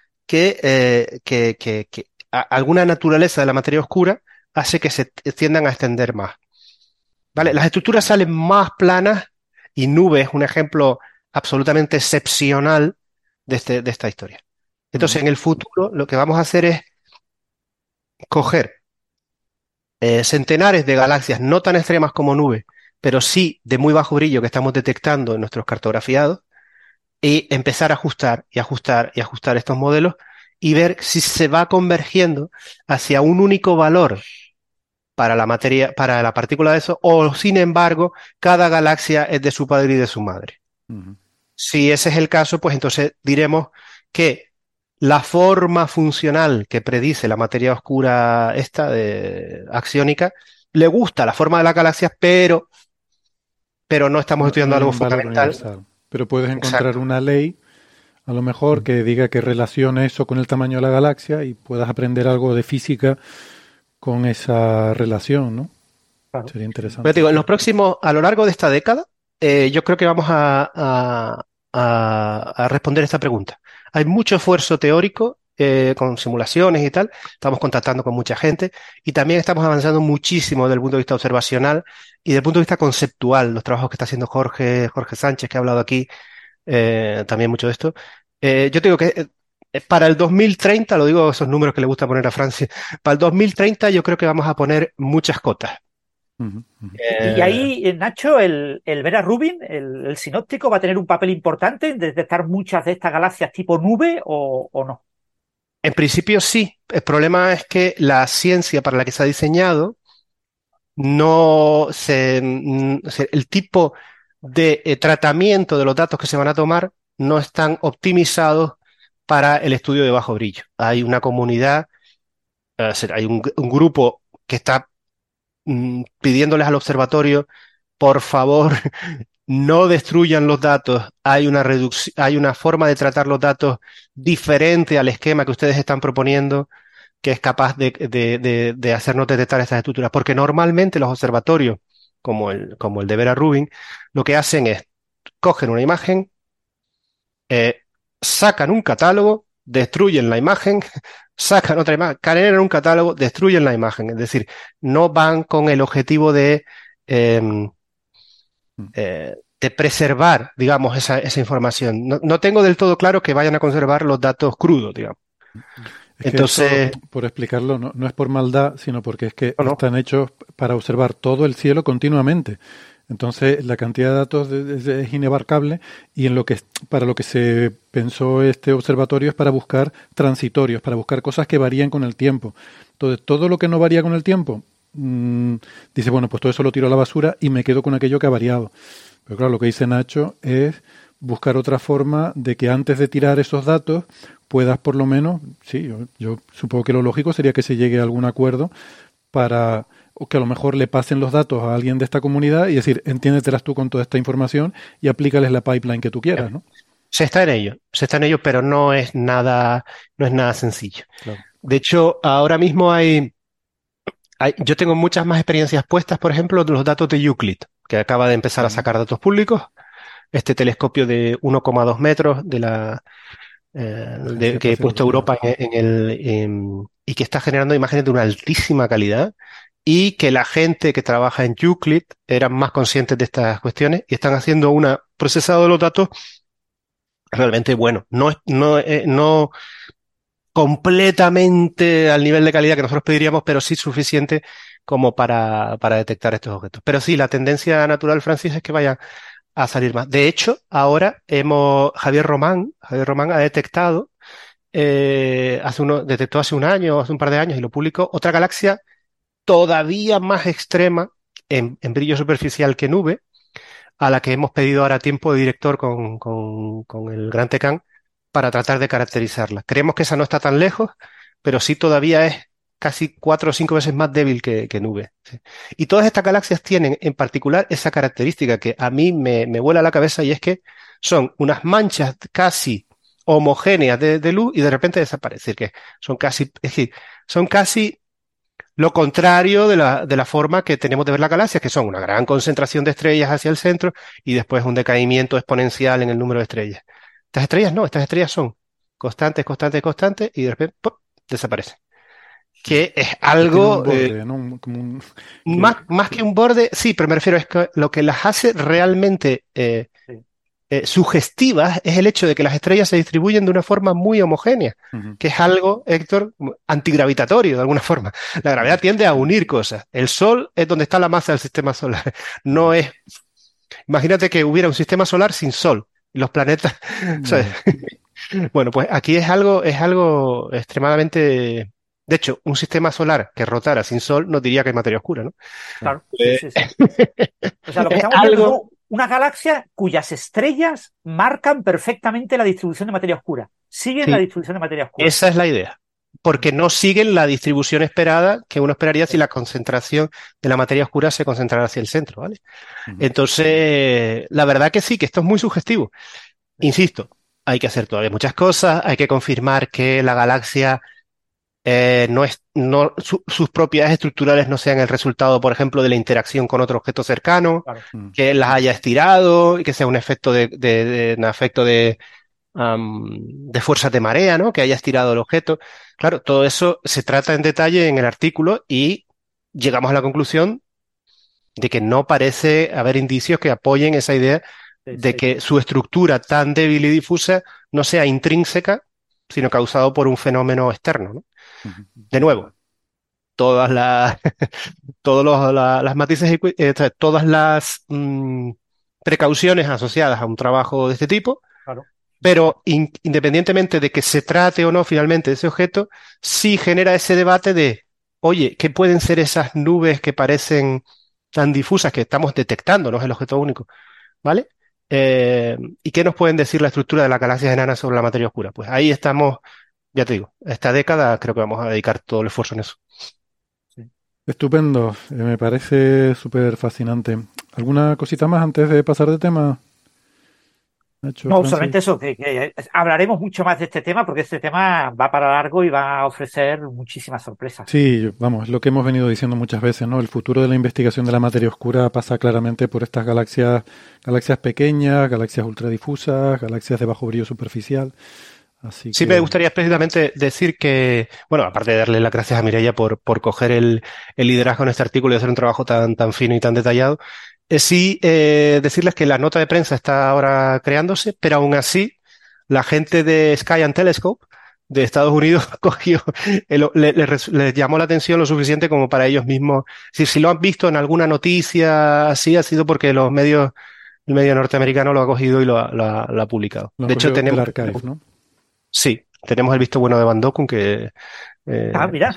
S3: que alguna naturaleza de la materia oscura hace que se tiendan a extender más. ¿Vale? Las estructuras salen más planas y Nube es un ejemplo absolutamente excepcional de esta historia. Entonces, en el futuro lo que vamos a hacer es coger centenares de galaxias no tan extremas como Nube, pero sí de muy bajo brillo que estamos detectando en nuestros cartografiados, y empezar a ajustar y ajustar y ajustar estos modelos y ver si se va convergiendo hacia un único valor para la materia, para la partícula de eso, o sin embargo, cada galaxia es de su padre y de su madre. Si ese es el caso, pues entonces diremos que la forma funcional que predice la materia oscura esta de axiónica le gusta la forma de las galaxias, pero no estamos estudiando algo fundamental.
S2: Universal. Pero puedes encontrar una ley, a lo mejor, que diga que relacione eso con el tamaño de la galaxia y puedas aprender algo de física con esa relación, ¿no? Claro. Sería interesante.
S3: Pero digo, en los próximos, a lo largo de esta década, yo creo que vamos a responder esta pregunta. Hay mucho esfuerzo teórico con simulaciones y tal. Estamos contactando con mucha gente y también estamos avanzando muchísimo desde el punto de vista observacional y desde el punto de vista conceptual. Los trabajos que está haciendo Jorge Sánchez, que ha hablado aquí, también mucho de esto. Yo te digo que Para el 2030, lo digo esos números que le gusta poner a Francia, para el 2030 yo creo que vamos a poner muchas cotas.
S2: Ujú, ujú.
S4: Y ahí, Nacho, el Vera Rubin, el sinóptico, va a tener un papel importante en detectar muchas de estas galaxias tipo nube o no.
S3: En principio sí. El problema es que la ciencia para la que se ha diseñado no el tipo de tratamiento de los datos que se van a tomar no están optimizados para el estudio de bajo brillo. Hay una comunidad, hay un grupo que está pidiéndoles al observatorio, por favor, no destruyan los datos. Hay una forma de tratar los datos diferente al esquema que ustedes están proponiendo, que es capaz de hacernos detectar estas estructuras. Porque normalmente los observatorios, como el de Vera Rubin, lo que hacen es cogen una imagen, eh, sacan un catálogo, destruyen la imagen, sacan otra imagen, generan un catálogo, destruyen la imagen. Es decir, no van con el objetivo em, de preservar, digamos, esa información. No tengo del todo claro que vayan a conservar los datos crudos, digamos.
S2: Es que esto,
S3: Entonces,
S2: por explicarlo, no es por maldad, sino porque es que
S3: no, no.
S2: están hechos para observar todo el cielo continuamente. Entonces, la cantidad de datos es inabarcable y para lo que se pensó este observatorio es para buscar transitorios, para buscar cosas que varían con el tiempo. Entonces, todo lo que no varía con el tiempo, dice, bueno, pues todo eso lo tiro a la basura y me quedo con aquello que ha variado. Pero claro, lo que dice Nacho es buscar otra forma de que antes de tirar esos datos puedas por lo menos, sí, yo supongo que lo lógico sería que se llegue a algún acuerdo para o que a lo mejor le pasen los datos a alguien de esta comunidad y decir, entiéndetelas tú con toda esta información y aplícales la pipeline que tú quieras, ¿no?
S3: Se está en ello, pero no es nada sencillo.
S2: Claro.
S3: De hecho, ahora mismo yo tengo muchas más experiencias puestas, por ejemplo, de los datos de Euclid, que acaba de empezar a
S2: Ujú.
S3: sacar datos públicos. Este telescopio de 1,2 metros
S2: Agencia
S3: que he
S2: Espacial
S3: puesto
S2: Europea.
S3: Europa y que está generando imágenes de una altísima calidad y que la gente que trabaja en Euclid eran más conscientes de estas cuestiones y están haciendo un procesado de los datos realmente bueno. No completamente al nivel de calidad que nosotros pediríamos, pero sí suficiente como para detectar estos objetos. Pero sí, la tendencia natural, Francis, es que vayan a salir más. De hecho, ahora Javier Román ha detectado, detectó hace un año, hace un par de años y lo publicó, otra galaxia todavía más extrema en brillo superficial que nube, a la que hemos pedido ahora tiempo de director con el Gran Tecan para tratar de caracterizarla. Creemos que esa no está tan lejos, pero sí todavía es casi 4 o 5 veces más débil que nube. ¿Sí? Y todas estas galaxias tienen en particular esa característica que a mí me vuela la cabeza y es que son unas manchas casi homogéneas de luz y de repente desaparecen, que es decir, son casi lo contrario de la forma que tenemos de ver las galaxias, que son una gran concentración de estrellas hacia el centro y después un decaimiento exponencial en el número de estrellas. Estas estrellas no, estas estrellas son constantes, constantes, constantes y de repente ¡pop! Desaparecen. Que es
S2: Que tienen un
S3: algo
S2: borde, ¿no? Que,
S3: más que un borde, sí, pero me refiero a que lo que las hace realmente
S4: Sí.
S3: sugestivas es el hecho de que las estrellas se distribuyen de una forma muy homogénea,
S2: ujú,
S3: que es algo, Héctor, antigravitatorio de alguna forma. La
S2: ujú,
S3: gravedad tiende a unir cosas. El Sol es donde está la masa del sistema solar. No es. Imagínate que hubiera un sistema solar sin Sol. Y los planetas. ¿Sabes?
S2: ya,
S3: Bueno, pues aquí es algo extremadamente. De hecho, un sistema solar que rotara sin Sol nos diría que es materia oscura, ¿no?
S2: claro.
S4: Claro, sí, sí, sí. O sea, lo que
S3: Es
S4: estamos viendo
S3: algo.
S4: son una galaxia cuyas estrellas marcan perfectamente la distribución de materia oscura. Siguen la
S3: Sí,
S4: distribución de materia oscura.
S3: esa es la idea. Porque no siguen la distribución esperada que uno esperaría si la concentración de la materia oscura se concentrara hacia el centro, ¿vale?
S2: Ujú,
S3: Entonces, la verdad que sí, que esto es muy sugestivo. Insisto, hay que hacer todavía muchas cosas, hay que confirmar que la galaxia sus propiedades estructurales no sean el resultado, por ejemplo, de la interacción con otro objeto cercano,
S4: Claro.
S2: ujú,
S3: que las haya estirado y que sea un efecto un efecto de fuerzas de marea, ¿no? Que haya estirado el objeto. Claro, todo eso se trata en detalle en el artículo y llegamos a la conclusión de que no parece haber indicios que apoyen esa idea
S4: Sí,
S3: de
S4: sí.
S3: que su estructura tan débil y difusa no sea intrínseca sino causado por un fenómeno externo, ¿no?
S2: Ujú.
S3: De nuevo, todas las las matices todas las precauciones asociadas a un trabajo de este tipo,
S4: Claro.
S3: pero independientemente de que se trate o no finalmente de ese objeto, sí genera ese debate de, oye, ¿qué pueden ser esas nubes que parecen tan difusas que estamos detectando? No es el objeto único, ¿vale? ¿Y qué nos pueden decir la estructura de las galaxias enanas sobre la materia oscura? Pues ahí estamos, ya te digo, esta década creo que vamos a dedicar todo el esfuerzo en eso.
S2: Estupendo, me parece súper fascinante. ¿Alguna cosita más antes de pasar de tema, Nacho,
S4: No,
S2: Francis?
S4: solamente eso, que hablaremos mucho más de este tema porque este tema va para largo y va a ofrecer muchísimas sorpresas.
S2: Sí, vamos, es lo que hemos venido diciendo muchas veces, ¿no? El futuro de la investigación de la materia oscura pasa claramente por estas galaxias pequeñas, galaxias ultradifusas, galaxias de bajo brillo superficial. Así
S3: Sí,
S2: que
S3: me gustaría precisamente decir que, bueno, aparte de darle las gracias a Mireia por coger el liderazgo en este artículo y hacer un trabajo tan fino y tan detallado, sí decirles que la nota de prensa está ahora creándose, pero aún así la gente de Sky and Telescope de Estados Unidos cogió, les llamó la atención lo suficiente como para ellos mismos. Si lo han visto en alguna noticia así, ha sido porque el medio norteamericano lo ha cogido y lo ha publicado.
S2: lo han
S3: De hecho,
S2: cogido del
S3: tenemos...
S2: archive, ¿no?
S3: Sí, tenemos el visto bueno de Van Dokkum que
S4: Mira.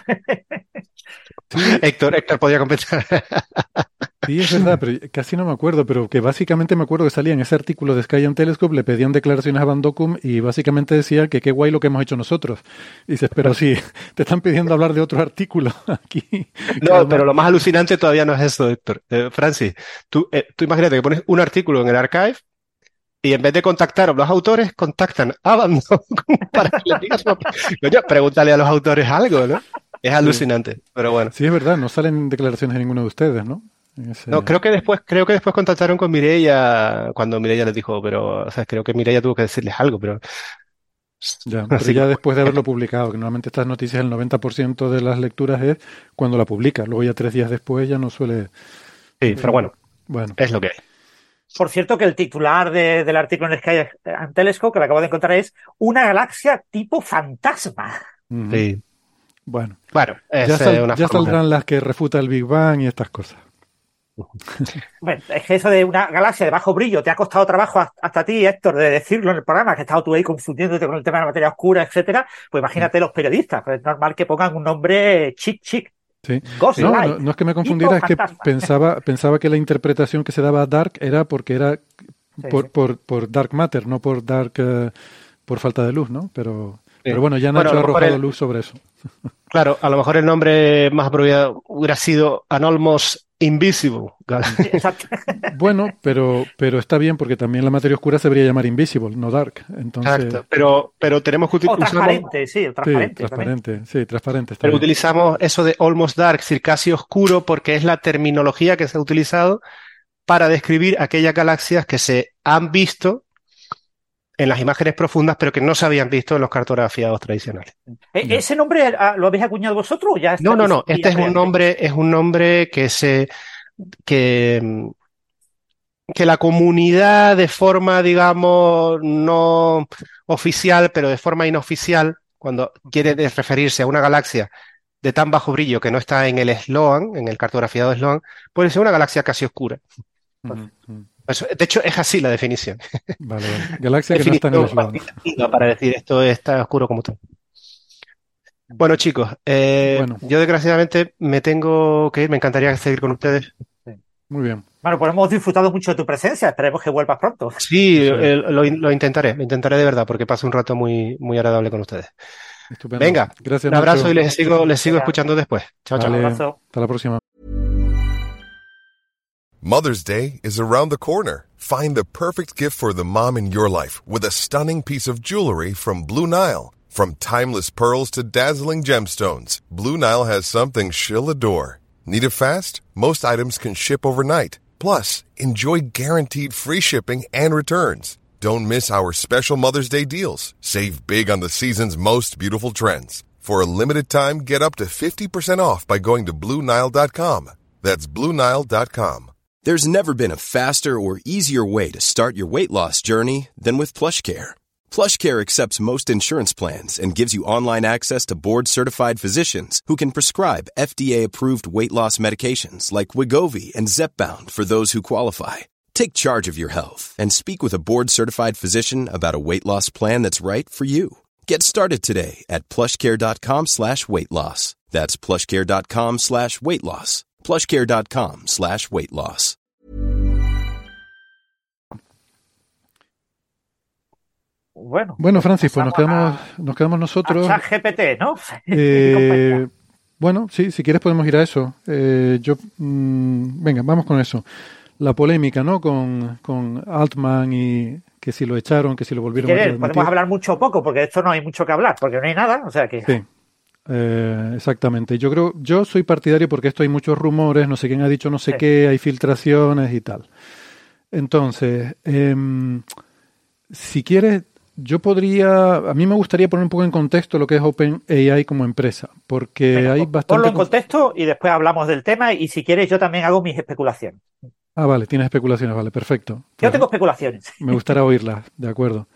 S2: Sí,
S3: Héctor podría completar.
S2: sí, es verdad, pero casi no me acuerdo, pero que básicamente me acuerdo que salía en ese artículo de Sky and Telescope, le pedían declaraciones a Van Dokkum y básicamente decía que qué guay lo que hemos hecho nosotros. Y dices, pero sí, te están pidiendo hablar de otro artículo aquí.
S3: No, pero lo más alucinante todavía no es eso, Héctor. Francis, tú imagínate que pones un artículo en el archive y en vez de contactar a los autores, contactan a Van Dokkum para que le digas, coño, pregúntale a los autores algo, ¿no? Es alucinante, pero bueno.
S2: Sí, es verdad, no salen declaraciones de ninguno de ustedes, ¿no?
S3: No, creo que después contactaron con Mireia cuando Mireia les dijo, pero, o sea, creo que Mireia tuvo que decirles algo, pero
S2: Ya, pero
S3: así
S2: ya
S3: que,
S2: después de haberlo publicado, que normalmente estas noticias el 90% de las lecturas es cuando la publica, luego ya 3 días después ya no suele...
S3: sí, pero bueno,
S2: Bueno,
S3: es lo que hay.
S4: Por cierto, que el titular del artículo en Sky and Telescope, que lo acabo de encontrar, es una galaxia tipo fantasma.
S2: ujú.
S3: Sí.
S2: Bueno,
S3: Bueno, es
S2: ya,
S3: una
S2: ya
S3: forma
S2: saldrán las que refuta el Big Bang y estas cosas.
S4: Bueno, es que eso de una galaxia de bajo brillo te ha costado trabajo hasta a ti, Héctor, de decirlo en el programa, que has estado tú ahí confundiéndote con el tema de la materia oscura, etcétera. Pues imagínate los periodistas, pues es normal que pongan un nombre chic.
S2: Sí.
S4: Ghost
S2: No,
S4: Light,
S2: no es que me
S4: tipo
S2: confundiera, es que
S4: fantasma.
S2: pensaba que la interpretación que se daba a Dark era porque era
S4: Sí,
S2: por Dark Matter, no por Dark por falta de luz, ¿no? Pero
S3: Sí.
S2: bueno, ya
S3: Bueno,
S2: Nacho
S3: a
S2: ha
S3: lo mejor
S2: arrojado luz sobre eso.
S3: claro, a lo mejor el nombre más apropiado hubiera sido An Almost Invisible.
S4: sí, exacto.
S2: Bueno, pero está bien porque también la materia oscura se debería llamar Invisible, no Dark. Entonces,
S3: Exacto, pero tenemos que
S4: O
S3: utilizar
S4: transparente, sí,
S2: sí,
S4: transparente también.
S2: transparente está
S3: pero
S2: bien.
S3: utilizamos eso de Almost Dark, es decir, casi oscuro, porque es la terminología que se ha utilizado para describir aquellas galaxias que se han visto en las imágenes profundas, pero que no se habían visto en los cartografiados tradicionales.
S2: Ya.
S4: ¿Ese nombre lo habéis acuñado vosotros o ya está?
S3: No. Este es un nombre que la comunidad de forma, digamos, no oficial, pero de forma inooficial, cuando quiere referirse a una galaxia de tan bajo brillo que no está en el Sloan, en el cartografiado Sloan, puede ser una galaxia casi oscura.
S2: Ujú, ujú.
S3: De hecho, es así la definición.
S2: Vale. Galaxia que no está en el
S3: Definición
S2: Sloan.
S3: cuantitativa para decir esto está oscuro como tal. Bueno, chicos,
S2: Bueno,
S3: yo desgraciadamente me tengo que ir. Me encantaría seguir con ustedes.
S2: muy bien.
S4: Bueno, pues hemos disfrutado mucho de tu presencia. Esperemos que vuelvas pronto.
S3: Sí,
S2: Eso es.
S3: lo intentaré de verdad, porque paso un rato muy, muy agradable con ustedes.
S2: Estupendo.
S3: Venga,
S2: Gracias,
S3: un abrazo
S2: Nacho.
S3: y les sigo escuchando después. Chao, chao.
S2: Vale,
S4: abrazo.
S2: hasta la próxima.
S5: Mother's Day is around the corner. Find the perfect gift for the mom in your life with a stunning piece of jewelry from Blue Nile. From timeless pearls to dazzling gemstones, Blue Nile has something she'll adore. Need it fast? Most items can ship overnight. Plus, enjoy guaranteed free shipping and returns. Don't miss our special Mother's Day deals. Save big on the season's most beautiful trends. For a limited time, get up to 50% off by going to BlueNile.com. That's BlueNile.com.
S6: There's never been a faster or easier way to start your weight loss journey than with PlushCare. PlushCare accepts most insurance plans and gives you online access to board-certified physicians who can prescribe FDA-approved weight loss medications like Wegovy and Zepbound for those who qualify. Take charge of your health and speak with a board-certified physician about a weight loss plan that's right for you. Get started today at plushcare.com/weight loss. That's plushcare.com/weight loss. plushcare.com/weight loss.
S2: Bueno, Francis, pues nos quedamos nosotros.
S4: A ChatGPT, ¿no?
S2: Bueno, sí, si quieres podemos ir a eso. Venga, vamos con eso. La polémica, ¿no? Con Altman y que si lo echaron, que si lo volvieron a admitir.
S4: Podemos hablar mucho o poco, porque de esto no hay mucho que hablar, porque no hay nada, o sea que...
S2: Sí, exactamente. Yo soy partidario porque esto hay muchos rumores, no sé quién ha dicho no sé qué, hay filtraciones y tal. Entonces, si quieres, a mí me gustaría poner un poco en contexto lo que es OpenAI como empresa, porque
S4: Venga,
S2: hay bastante...
S4: Ponlo en contexto y después hablamos del tema y si quieres yo también hago mis especulaciones.
S2: Ah, vale, tienes especulaciones, vale, perfecto.
S4: Yo tengo especulaciones.
S2: Me gustaría oírlas, de acuerdo.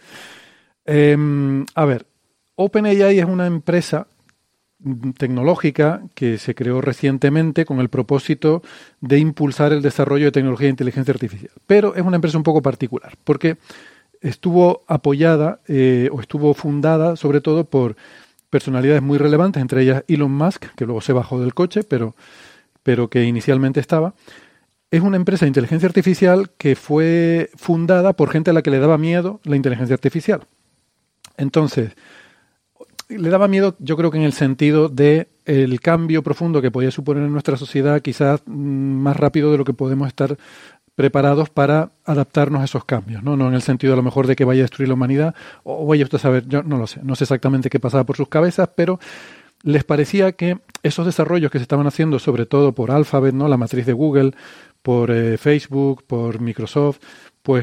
S2: A ver, OpenAI es una empresa tecnológica que se creó recientemente con el propósito de impulsar el desarrollo de tecnología de inteligencia artificial. Pero es una empresa un poco particular, porque estuvo apoyada o estuvo fundada sobre todo por personalidades muy relevantes, entre ellas Elon Musk, que luego se bajó del coche, pero que inicialmente estaba. Es una empresa de inteligencia artificial que fue fundada por gente a la que le daba miedo la inteligencia artificial. Entonces, le daba miedo, yo creo que en el sentido de el cambio profundo que podía suponer en nuestra sociedad, quizás más rápido de lo que podemos estar preparados para adaptarnos a esos cambios, ¿no? No en el sentido a lo mejor de que vaya a destruir la humanidad, o vaya usted a saber, yo no lo sé, no sé exactamente qué pasaba por sus cabezas, pero les parecía que esos desarrollos que se estaban haciendo, sobre todo por Alphabet, ¿no? La matriz de Google, por Facebook, por Microsoft, pues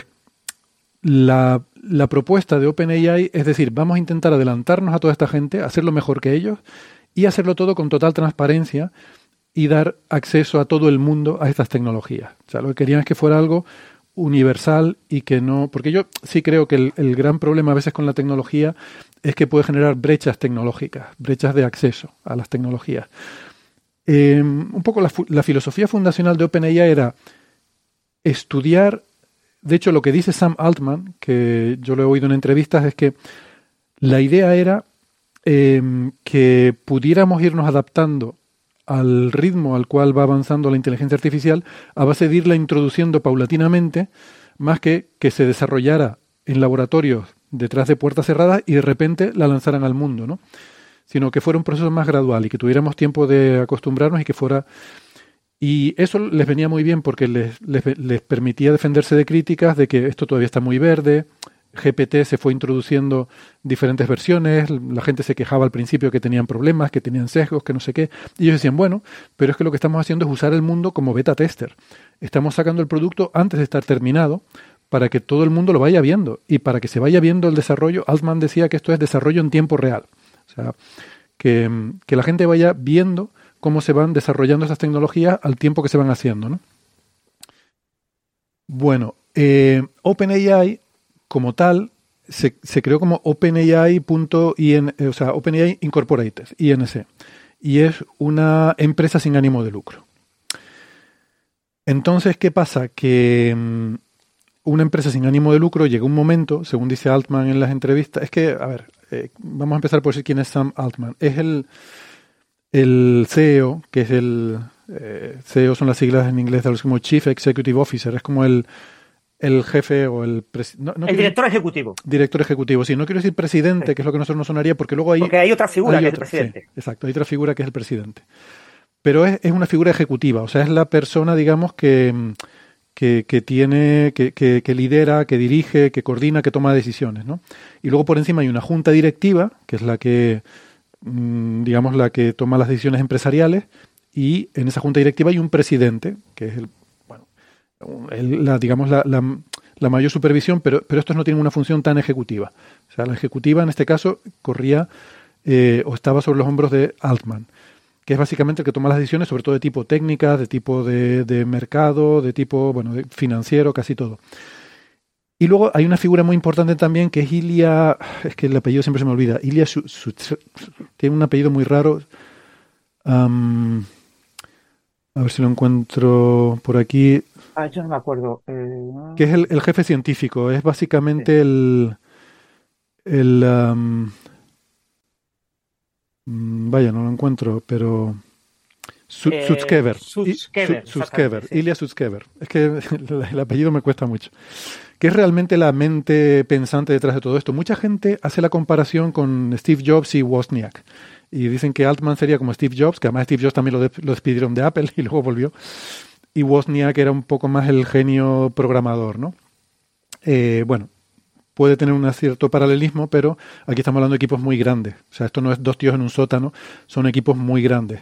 S2: la propuesta de OpenAI es decir, vamos a intentar adelantarnos a toda esta gente, hacerlo mejor que ellos y hacerlo todo con total transparencia y dar acceso a todo el mundo a estas tecnologías. O sea, lo que querían es que fuera algo universal y que no... Porque yo sí creo que el gran problema a veces con la tecnología es que puede generar brechas tecnológicas, brechas de acceso a las tecnologías. Un poco la filosofía fundacional de OpenAI era estudiar, de hecho lo que dice Sam Altman, que yo lo he oído en entrevistas, es que la idea era que pudiéramos irnos adaptando al ritmo al cual va avanzando la inteligencia artificial a base de irla introduciendo paulatinamente, más que se desarrollara en laboratorios detrás de puertas cerradas y de repente la lanzaran al mundo, ¿no? Sino que fuera un proceso más gradual y que tuviéramos tiempo de acostumbrarnos y que fuera... Y eso les venía muy bien porque les permitía defenderse de críticas de que esto todavía está muy verde, GPT se fue introduciendo diferentes versiones, la gente se quejaba al principio que tenían problemas, que tenían sesgos, que no sé qué, y ellos decían, bueno, pero es que lo que estamos haciendo es usar el mundo como beta tester. Estamos sacando el producto antes de estar terminado para que todo el mundo lo vaya viendo y para que se vaya viendo el desarrollo. Altman decía que esto es desarrollo en tiempo real. O sea, que la gente vaya viendo cómo se van desarrollando esas tecnologías al tiempo que se van haciendo, ¿no? Bueno, OpenAI como tal se creó como OpenAI.in, o sea, OpenAI Incorporated, INC, y es una empresa sin ánimo de lucro. Entonces, ¿qué pasa? Que una empresa sin ánimo de lucro llega un momento, según dice Altman en las entrevistas, es que, a ver, vamos a empezar por decir quién es Sam Altman. Es el CEO, que es el CEO son las siglas en inglés de algo como Chief Executive Officer, es como el jefe o el presidente.
S4: El director ejecutivo.
S2: Director ejecutivo, sí, no quiero decir presidente, sí, que es lo que a nosotros nos sonaría, porque luego
S4: porque hay otra figura que es el presidente. Sí,
S2: exacto, hay otra figura que es el presidente. Pero es una figura ejecutiva, o sea, es la persona, digamos, que tiene, que lidera, que dirige, que coordina, que toma decisiones, ¿no? Y luego por encima hay una junta directiva, que es la que, digamos, la que toma las decisiones empresariales, y en esa junta directiva hay un presidente, que es la mayor supervisión, pero estos no tienen una función tan ejecutiva. O sea, la ejecutiva en este caso corría o estaba sobre los hombros de Altman, que es básicamente el que toma las decisiones, sobre todo de tipo técnica, de tipo de mercado, de tipo, bueno, de financiero, casi todo. Y luego hay una figura muy importante también que es Ilya, es que el apellido siempre se me olvida, Ilya tiene un apellido muy raro, a ver si lo encuentro por aquí.
S4: Yo no me acuerdo.
S2: Que es el jefe científico, es básicamente
S4: Sí.
S2: vaya, no lo encuentro, pero Sutskever.
S4: Sutskever, exactamente, sí.
S2: Ilya Sutskever. Es que el apellido me cuesta mucho. Que es realmente la mente pensante detrás de todo esto. Mucha gente hace la comparación con Steve Jobs y Wozniak. Y dicen que Altman sería como Steve Jobs, que además Steve Jobs también lo despidieron de Apple y luego volvió. Y Wozniak era un poco más el genio programador, ¿no? Bueno, puede tener un cierto paralelismo, pero aquí estamos hablando de equipos muy grandes. O sea, esto no es dos tíos en un sótano, son equipos muy grandes.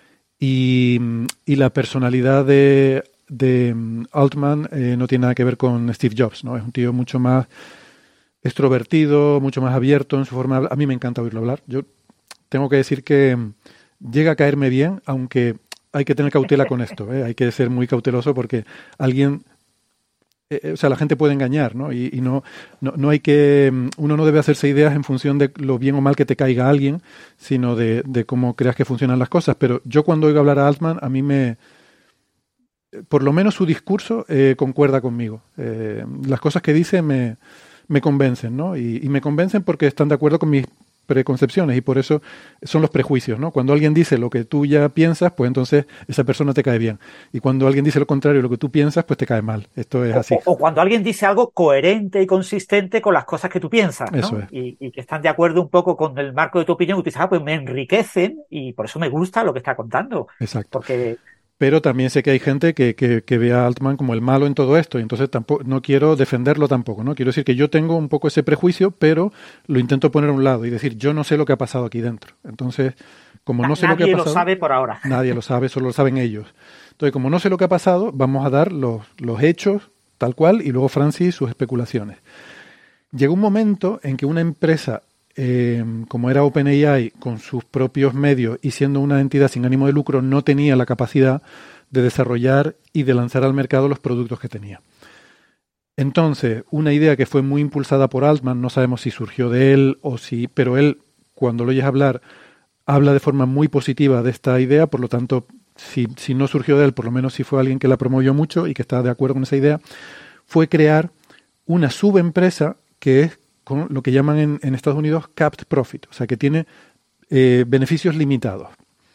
S2: Y la personalidad de Altman no tiene nada que ver con Steve Jobs, ¿no? Es un tío mucho más extrovertido, mucho más abierto en su forma de hablar. A mí me encanta oírlo hablar. Yo tengo que decir que llega a caerme bien, aunque hay que tener cautela con esto, ¿eh? Hay que ser muy cauteloso porque alguien... o sea, la gente puede engañar, ¿no? Y no hay que... Uno no debe hacerse ideas en función de lo bien o mal que te caiga alguien, sino de cómo creas que funcionan las cosas. Pero yo cuando oigo hablar a Altman, a mí por lo menos su discurso concuerda conmigo. Las cosas que dice me convencen, ¿no? Y me convencen porque están de acuerdo con mis preconcepciones y por eso son los prejuicios, ¿no? Cuando alguien dice lo que tú ya piensas, pues entonces esa persona te cae bien. Y cuando alguien dice lo contrario de lo que tú piensas, pues te cae mal. Esto es así.
S4: O cuando alguien dice algo coherente y consistente con las cosas que tú piensas, ¿no?
S2: Eso es.
S4: Y que están de acuerdo un poco con el marco de tu opinión, y tú dices, pues me enriquecen y por eso me gusta lo que está contando.
S2: Exacto.
S4: Porque...
S2: Pero también sé que hay gente que ve a Altman como el malo en todo esto, y entonces tampoco, no quiero defenderlo tampoco, ¿no? Quiero decir que yo tengo un poco ese prejuicio, pero lo intento poner a un lado y decir, yo no sé lo que ha pasado aquí dentro. Entonces, como no sé lo que ha pasado...
S4: Nadie lo sabe por ahora.
S2: Nadie lo sabe, solo lo saben ellos. Entonces, como no sé lo que ha pasado, vamos a dar los hechos tal cual y luego Francis sus especulaciones. Llegó un momento en que una empresa... como era OpenAI, con sus propios medios y siendo una entidad sin ánimo de lucro, no tenía la capacidad de desarrollar y de lanzar al mercado los productos que tenía. Entonces, una idea que fue muy impulsada por Altman, no sabemos si surgió de él o si, pero él, cuando lo oyes hablar, habla de forma muy positiva de esta idea, por lo tanto, si no surgió de él, por lo menos si fue alguien que la promovió mucho y que está de acuerdo con esa idea, fue crear una subempresa que es con lo que llaman en Estados Unidos capped profit, o sea, que tiene beneficios limitados.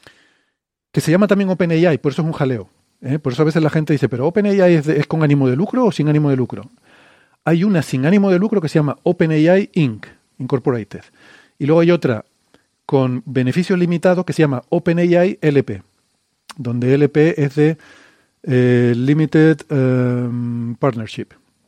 S2: Que se llama también OpenAI, por eso es un jaleo. Por eso a veces la gente dice, ¿pero OpenAI es con ánimo de lucro o sin ánimo de lucro? Hay una sin ánimo de lucro que se llama OpenAI Inc., Incorporated. Y luego hay otra con beneficios limitados que se llama OpenAI LP, donde LP es de Limited Partnership.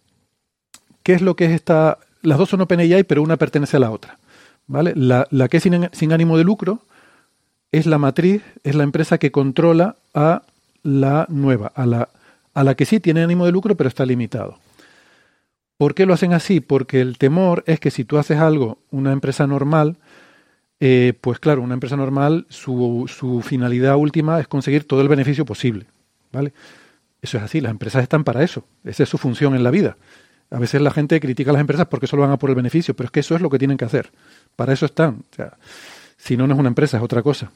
S2: ¿Qué es lo que es esta...? Las dos son OpenAI, pero una pertenece a la otra, ¿vale? La que es sin ánimo de lucro es la matriz, es la empresa que controla a la nueva, a la que sí tiene ánimo de lucro, pero está limitado. ¿Por qué lo hacen así? Porque el temor es que si tú haces algo, una empresa normal, pues claro, una empresa normal, su finalidad última es conseguir todo el beneficio posible, ¿vale? Eso es así, las empresas están para eso, esa es su función en la vida. A veces la gente critica a las empresas porque solo van a por el beneficio, pero es que eso es lo que tienen que hacer. Para eso están. O sea, si no, no es una empresa, es otra cosa.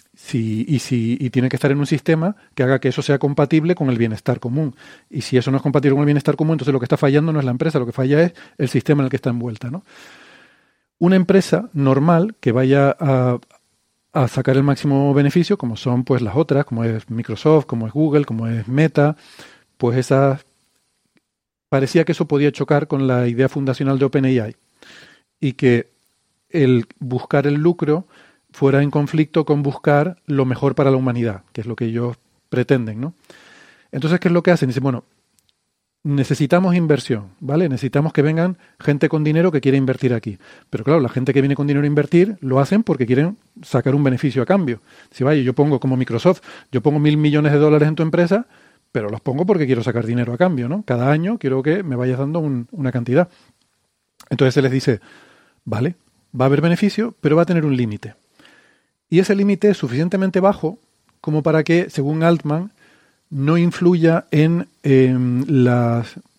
S2: Y tiene que estar en un sistema que haga que eso sea compatible con el bienestar común. Y si eso no es compatible con el bienestar común, entonces lo que está fallando no es la empresa, lo que falla es el sistema en el que está envuelta, ¿no? Una empresa normal que vaya a sacar el máximo beneficio, como son pues las otras, como es Microsoft, como es Google, como es Meta, pues esas... Parecía que eso podía chocar con la idea fundacional de OpenAI y que el buscar el lucro fuera en conflicto con buscar lo mejor para la humanidad, que es lo que ellos pretenden, ¿no? Entonces, ¿qué es lo que hacen? Dicen, bueno, necesitamos inversión, ¿vale? Necesitamos que vengan gente con dinero que quiera invertir aquí. Pero claro, la gente que viene con dinero a invertir lo hacen porque quieren sacar un beneficio a cambio. Si vaya, yo pongo como Microsoft, yo pongo $1.000 millones en tu empresa, pero los pongo porque quiero sacar dinero a cambio, ¿no? Cada año quiero que me vayas dando una cantidad. Entonces se les dice, vale, va a haber beneficio, pero va a tener un límite. Y ese límite es suficientemente bajo como para que, según Altman, no influya en las...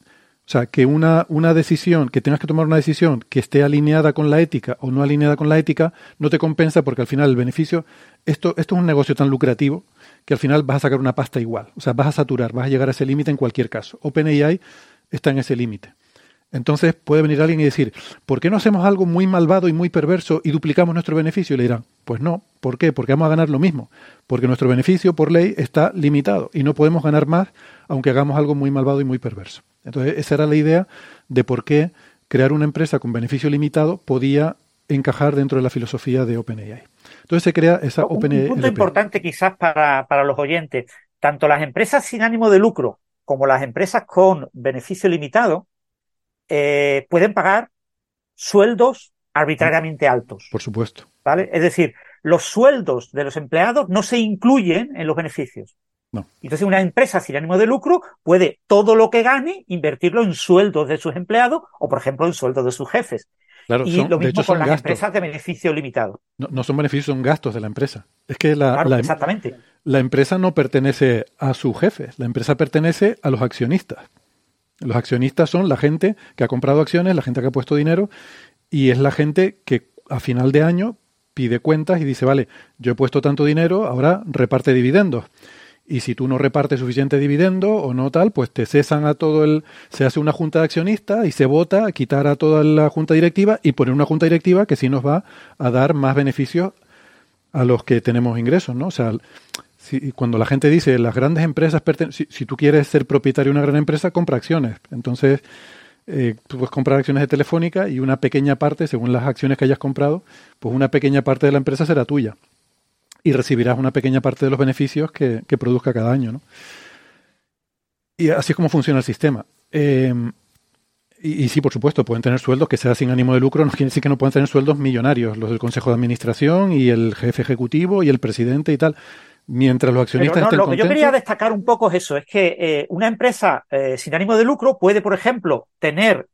S2: O sea, que una decisión, que tengas que tomar una decisión que esté alineada con la ética o no alineada con la ética, no te compensa porque al final el beneficio, esto es un negocio tan lucrativo que al final vas a sacar una pasta igual. O sea, vas a saturar, vas a llegar a ese límite en cualquier caso. OpenAI está en ese límite. Entonces puede venir alguien y decir, ¿por qué no hacemos algo muy malvado y muy perverso y duplicamos nuestro beneficio? Y le dirán, pues no. ¿Por qué? Porque vamos a ganar lo mismo. Porque nuestro beneficio por ley está limitado y no podemos ganar más aunque hagamos algo muy malvado y muy perverso. Entonces esa era la idea de por qué crear una empresa con beneficio limitado podía encajar dentro de la filosofía de OpenAI. Entonces se crea esa OpenAI.
S4: Un punto importante quizás para los oyentes. Tanto las empresas sin ánimo de lucro como las empresas con beneficio limitado pueden pagar sueldos arbitrariamente altos.
S2: Por supuesto.
S4: ¿Vale? Es decir, los sueldos de los empleados no se incluyen en los beneficios.
S2: No.
S4: Entonces, una empresa sin ánimo de lucro puede todo lo que gane invertirlo en sueldos de sus empleados o, por ejemplo, en sueldos de sus jefes.
S2: Claro,
S4: y lo mismo con las
S2: gastos.
S4: empresas de beneficio limitado.
S2: No son beneficios, son gastos de la empresa. Es que
S4: Exactamente.
S2: La empresa no pertenece a sus jefes, la empresa pertenece a los accionistas. Los accionistas son la gente que ha comprado acciones, la gente que ha puesto dinero, y es la gente que a final de año pide cuentas y dice, vale, yo he puesto tanto dinero, ahora reparte dividendos. Y si tú no repartes suficiente dividendo o no tal, pues te cesan a se hace una junta de accionistas y se vota a quitar a toda la junta directiva y poner una junta directiva que sí nos va a dar más beneficios a los que tenemos ingresos, ¿no? O sea, cuando la gente dice las grandes empresas si tú quieres ser propietario de una gran empresa, compra acciones. Entonces, tú puedes comprar acciones de Telefónica y una pequeña parte, según las acciones que hayas comprado, pues una pequeña parte de la empresa será tuya. Y recibirás una pequeña parte de los beneficios que produzca cada año, ¿no? Y así es como funciona el sistema. Y sí, por supuesto, pueden tener sueldos que sea sin ánimo de lucro, no quiere decir que no puedan tener sueldos millonarios, los del Consejo de Administración y el jefe ejecutivo y el presidente y tal, mientras los accionistas estén contentos.
S4: Lo que yo quería destacar un poco es eso, es que una empresa sin ánimo de lucro puede, por ejemplo, tener,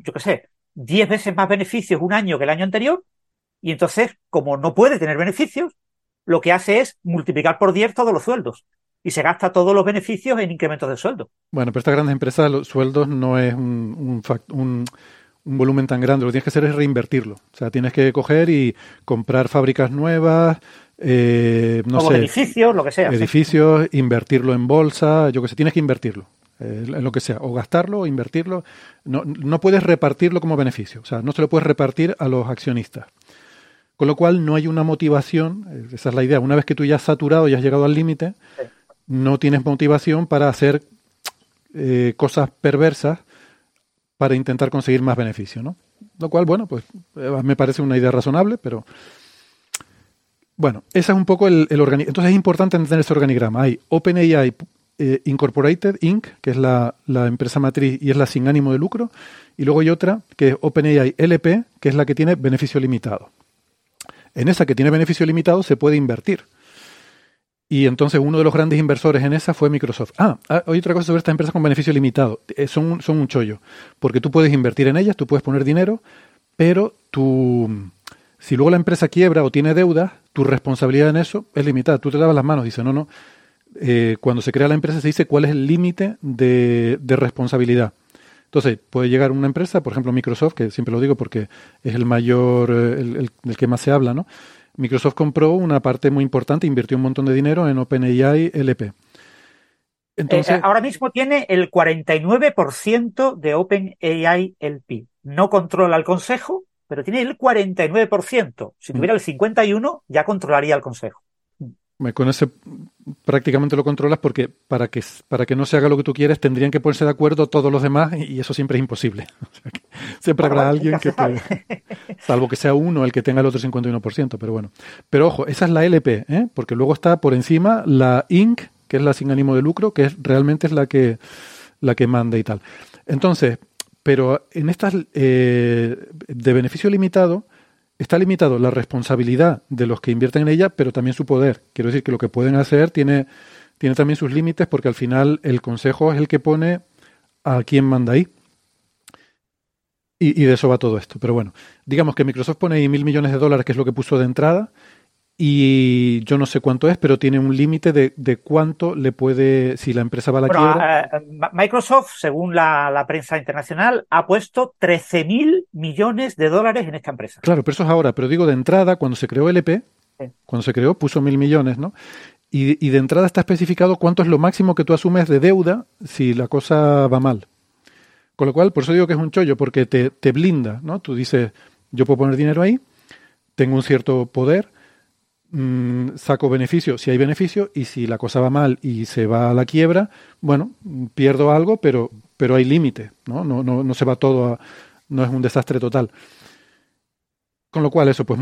S4: 10 veces más beneficios un año que el año anterior, y entonces, como no puede tener beneficios, lo que hace es multiplicar por 10 todos los sueldos y se gasta todos los beneficios en incrementos de sueldo.
S2: Bueno, pero estas grandes empresas, los sueldos no es un volumen tan grande. Lo que tienes que hacer es reinvertirlo. O sea, tienes que coger y comprar fábricas nuevas,
S4: edificios, lo que sea.
S2: Edificios, invertirlo en bolsa, yo que sé, tienes que invertirlo. En lo que sea, o gastarlo o invertirlo. No puedes repartirlo como beneficio. O sea, no se lo puedes repartir a los accionistas. Con lo cual no hay una motivación, esa es la idea, una vez que tú ya has saturado y has llegado al límite, no tienes motivación para hacer cosas perversas para intentar conseguir más beneficio, ¿no? Lo cual, bueno, pues me parece una idea razonable, pero bueno, ese es un poco el organigrama. Entonces es importante entender ese organigrama. Hay OpenAI Incorporated, Inc., que es la empresa matriz y es la sin ánimo de lucro, y luego hay otra que es OpenAI LP, que es la que tiene beneficio limitado. En esa que tiene beneficio limitado se puede invertir. Y entonces uno de los grandes inversores en esa fue Microsoft. Hay otra cosa sobre estas empresas con beneficio limitado. Son un chollo. Porque tú puedes invertir en ellas, tú puedes poner dinero, pero si luego la empresa quiebra o tiene deudas, tu responsabilidad en eso es limitada. Tú te lavas las manos. Dice, no. Cuando se crea la empresa se dice cuál es el límite de responsabilidad. Entonces, puede llegar una empresa, por ejemplo Microsoft, que siempre lo digo porque es el mayor, el que más se habla, ¿no? Microsoft compró una parte muy importante, invirtió un montón de dinero en OpenAI LP. Entonces,
S4: ahora mismo tiene el 49% de OpenAI LP. No controla el consejo, pero tiene el 49%. Si tuviera el 51%, ya controlaría el consejo.
S2: Con ese prácticamente lo controlas porque para que no se haga lo que tú quieres tendrían que ponerse de acuerdo todos los demás y eso siempre es imposible. O sea, siempre habrá alguien que puede, salvo que sea uno el que tenga el otro 51%, pero bueno. Pero ojo, esa es la LP, porque luego está por encima la Inc., que es la sin ánimo de lucro, que realmente es la que manda y tal. Entonces, pero en estas de beneficio limitado está limitado la responsabilidad de los que invierten en ella, pero también su poder. Quiero decir que lo que pueden hacer tiene también sus límites porque al final el consejo es el que pone a quién manda ahí. Y de eso va todo esto. Pero bueno, digamos que Microsoft pone ahí $1.000 millones, que es lo que puso de entrada, y yo no sé cuánto es, pero tiene un límite de cuánto le puede, si la empresa va a la quiebra.
S4: Microsoft, según la prensa internacional, ha puesto 13.000 millones de dólares en esta empresa.
S2: Claro, pero eso es ahora, pero digo de entrada, cuando se creó LP, cuando se creó, puso 1.000 millones, ¿no? Y de entrada está especificado cuánto es lo máximo que tú asumes de deuda si la cosa va mal. Con lo cual, por eso digo que es un chollo, porque te blinda, ¿no? Tú dices, yo puedo poner dinero ahí, tengo un cierto poder, saco beneficio si hay beneficio, y si la cosa va mal y se va a la quiebra, bueno, pierdo algo, pero hay límite, ¿no? No se va todo no es un desastre total. Con lo cual, eso, pues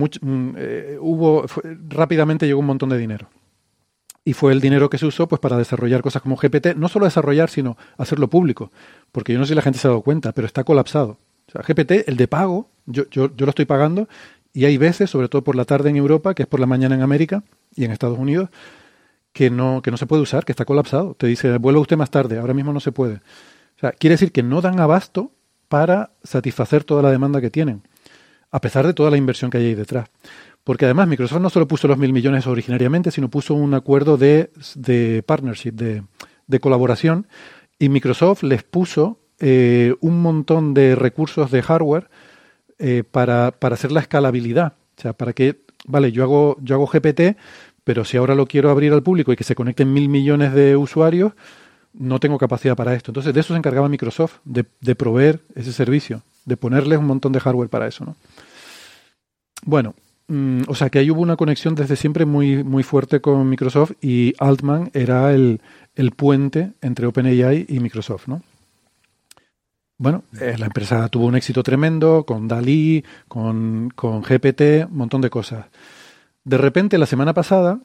S2: rápidamente llegó un montón de dinero. Y fue el dinero que se usó pues para desarrollar cosas como GPT, no solo desarrollar, sino hacerlo público. Porque yo no sé si la gente se ha dado cuenta, pero está colapsado. O sea, GPT, el de pago, yo lo estoy pagando, y hay veces, sobre todo por la tarde en Europa, que es por la mañana en América y en Estados Unidos, que no se puede usar, que está colapsado. Te dice, vuelva usted más tarde, ahora mismo no se puede. O sea, quiere decir que no dan abasto para satisfacer toda la demanda que tienen, a pesar de toda la inversión que hay ahí detrás. Porque además Microsoft no solo puso los 1.000 millones originariamente, sino puso un acuerdo de partnership, de colaboración, y Microsoft les puso un montón de recursos de hardware para hacer la escalabilidad. O sea, para que, vale, yo hago GPT, pero si ahora lo quiero abrir al público y que se conecten 1.000 millones de usuarios, no tengo capacidad para esto. Entonces, de eso se encargaba Microsoft, de proveer ese servicio, de ponerles un montón de hardware para eso, ¿no? Bueno, o sea que ahí hubo una conexión desde siempre muy, muy fuerte con Microsoft, y Altman era el puente entre OpenAI y Microsoft, ¿no? Bueno, la empresa tuvo un éxito tremendo con DALL-E, con GPT, un montón de cosas. De repente, la semana pasada,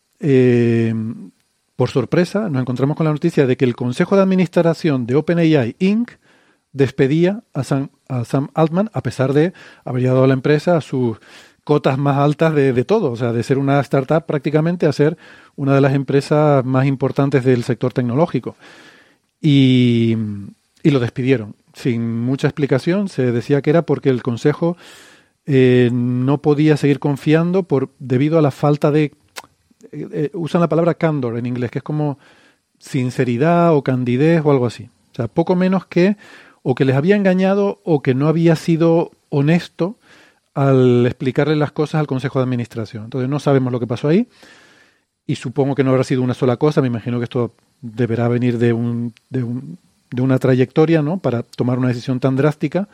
S2: por sorpresa, nos encontramos con la noticia de que el Consejo de Administración de OpenAI Inc. despedía a Sam Altman, a pesar de haber llegado a la empresa a sus cotas más altas de todo, o sea, de ser una startup prácticamente a ser una de las empresas más importantes del sector tecnológico. Y lo despidieron, sin mucha explicación. Se decía que era porque el Consejo no podía seguir confiando debido a la falta de... usan la palabra candor en inglés, que es como sinceridad o candidez o algo así. O sea, poco menos que o que les había engañado o que no había sido honesto al explicarle las cosas al Consejo de Administración. Entonces no sabemos lo que pasó ahí, y supongo que no habrá sido una sola cosa. Me imagino que esto deberá venir de una trayectoria, ¿no?, para tomar una decisión tan drástica.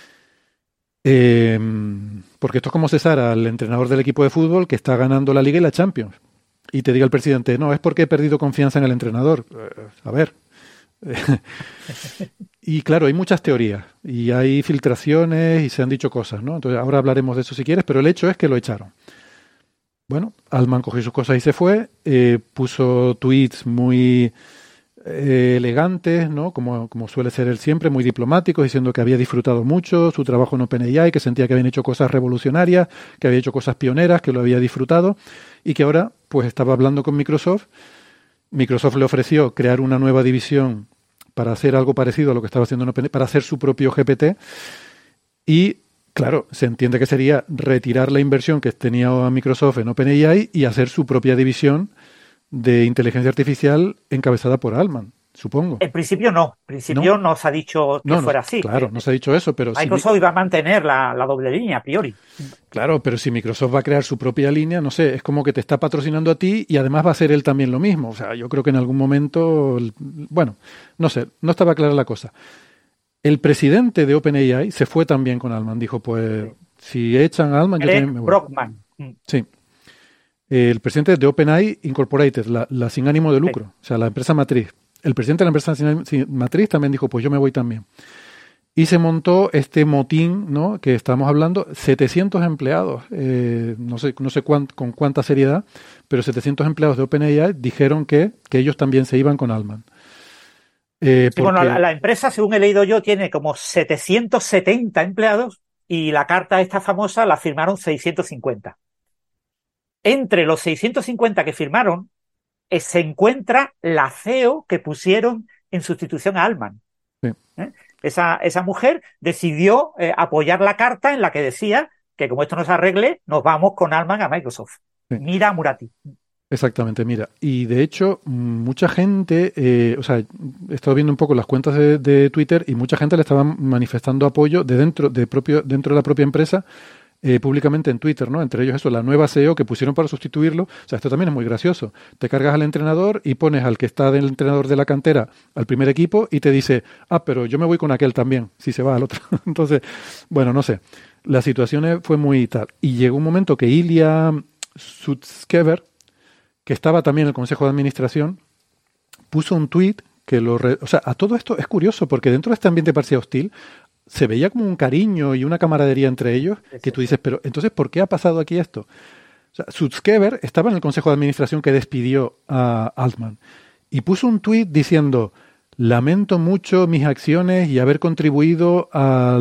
S2: Porque esto es como cesar al entrenador del equipo de fútbol que está ganando la Liga y la Champions, y te diga el presidente, no, es porque he perdido confianza en el entrenador. A ver... Y claro, hay muchas teorías y hay filtraciones y se han dicho cosas, ¿no? Entonces ahora hablaremos de eso si quieres, pero el hecho es que lo echaron. Bueno, Altman cogió sus cosas y se fue, puso tweets muy elegantes, ¿no? Como suele ser él siempre, muy diplomáticos, diciendo que había disfrutado mucho su trabajo en OpenAI, que sentía que habían hecho cosas revolucionarias, que había hecho cosas pioneras, que lo había disfrutado, y que ahora pues estaba hablando con Microsoft. Microsoft le ofreció crear una nueva división para hacer algo parecido a lo que estaba haciendo en OpenAI, para hacer su propio GPT, y claro, se entiende que sería retirar la inversión que tenía Microsoft en OpenAI y hacer su propia división de inteligencia artificial encabezada por Altman, supongo.
S4: En principio no. En principio no se ha dicho que fuera así.
S2: Claro, no se ha dicho eso, pero...
S4: Microsoft iba a mantener la doble línea a priori.
S2: Claro, pero si Microsoft va a crear su propia línea, no sé, es como que te está patrocinando a ti y además va a hacer él también lo mismo. O sea, yo creo que en algún momento... Bueno, no sé, no estaba clara la cosa. El presidente de OpenAI se fue también con Altman. Dijo, pues, si echan a Altman, yo también me voy.
S4: Brockman.
S2: Sí. El presidente de OpenAI Incorporated, la sin ánimo de lucro, o sea, la empresa matriz. El presidente de la empresa sin matriz también dijo, pues yo me voy también. Y se montó este motín, ¿no?, que estamos hablando, 700 empleados, no sé con cuánta seriedad, pero 700 empleados de OpenAI dijeron que ellos también se iban con Altman.
S4: Sí, bueno, la empresa, según he leído yo, tiene como 770 empleados y la carta esta famosa la firmaron 650. Entre los 650 que firmaron se encuentra la CEO que pusieron en sustitución a Altman.
S2: Sí.
S4: Esa mujer decidió apoyar la carta en la que decía que como esto no se arregle, nos vamos con Altman a Microsoft.
S2: Sí.
S4: Mira a Murati.
S2: Exactamente, mira. Y de hecho, mucha gente, o sea, he estado viendo un poco las cuentas de Twitter y mucha gente le estaba manifestando apoyo dentro de la propia empresa, públicamente en Twitter, ¿no? Entre ellos eso, la nueva CEO que pusieron para sustituirlo. O sea, esto también es muy gracioso. Te cargas al entrenador y pones al que está del entrenador de la cantera al primer equipo y te dice, pero yo me voy con aquel también, si se va al otro. Entonces, bueno, no sé. La situación fue muy tal. Y llegó un momento que Ilya Sutskever, que estaba también en el Consejo de Administración, puso un tuit que o sea, a todo esto es curioso, porque dentro de este ambiente parecía hostil, se veía como un cariño y una camaradería entre ellos, que tú dices, pero entonces, ¿por qué ha pasado aquí esto? O sea, Sutskever estaba en el Consejo de Administración que despidió a Altman, y puso un tuit diciendo, lamento mucho mis acciones y haber contribuido a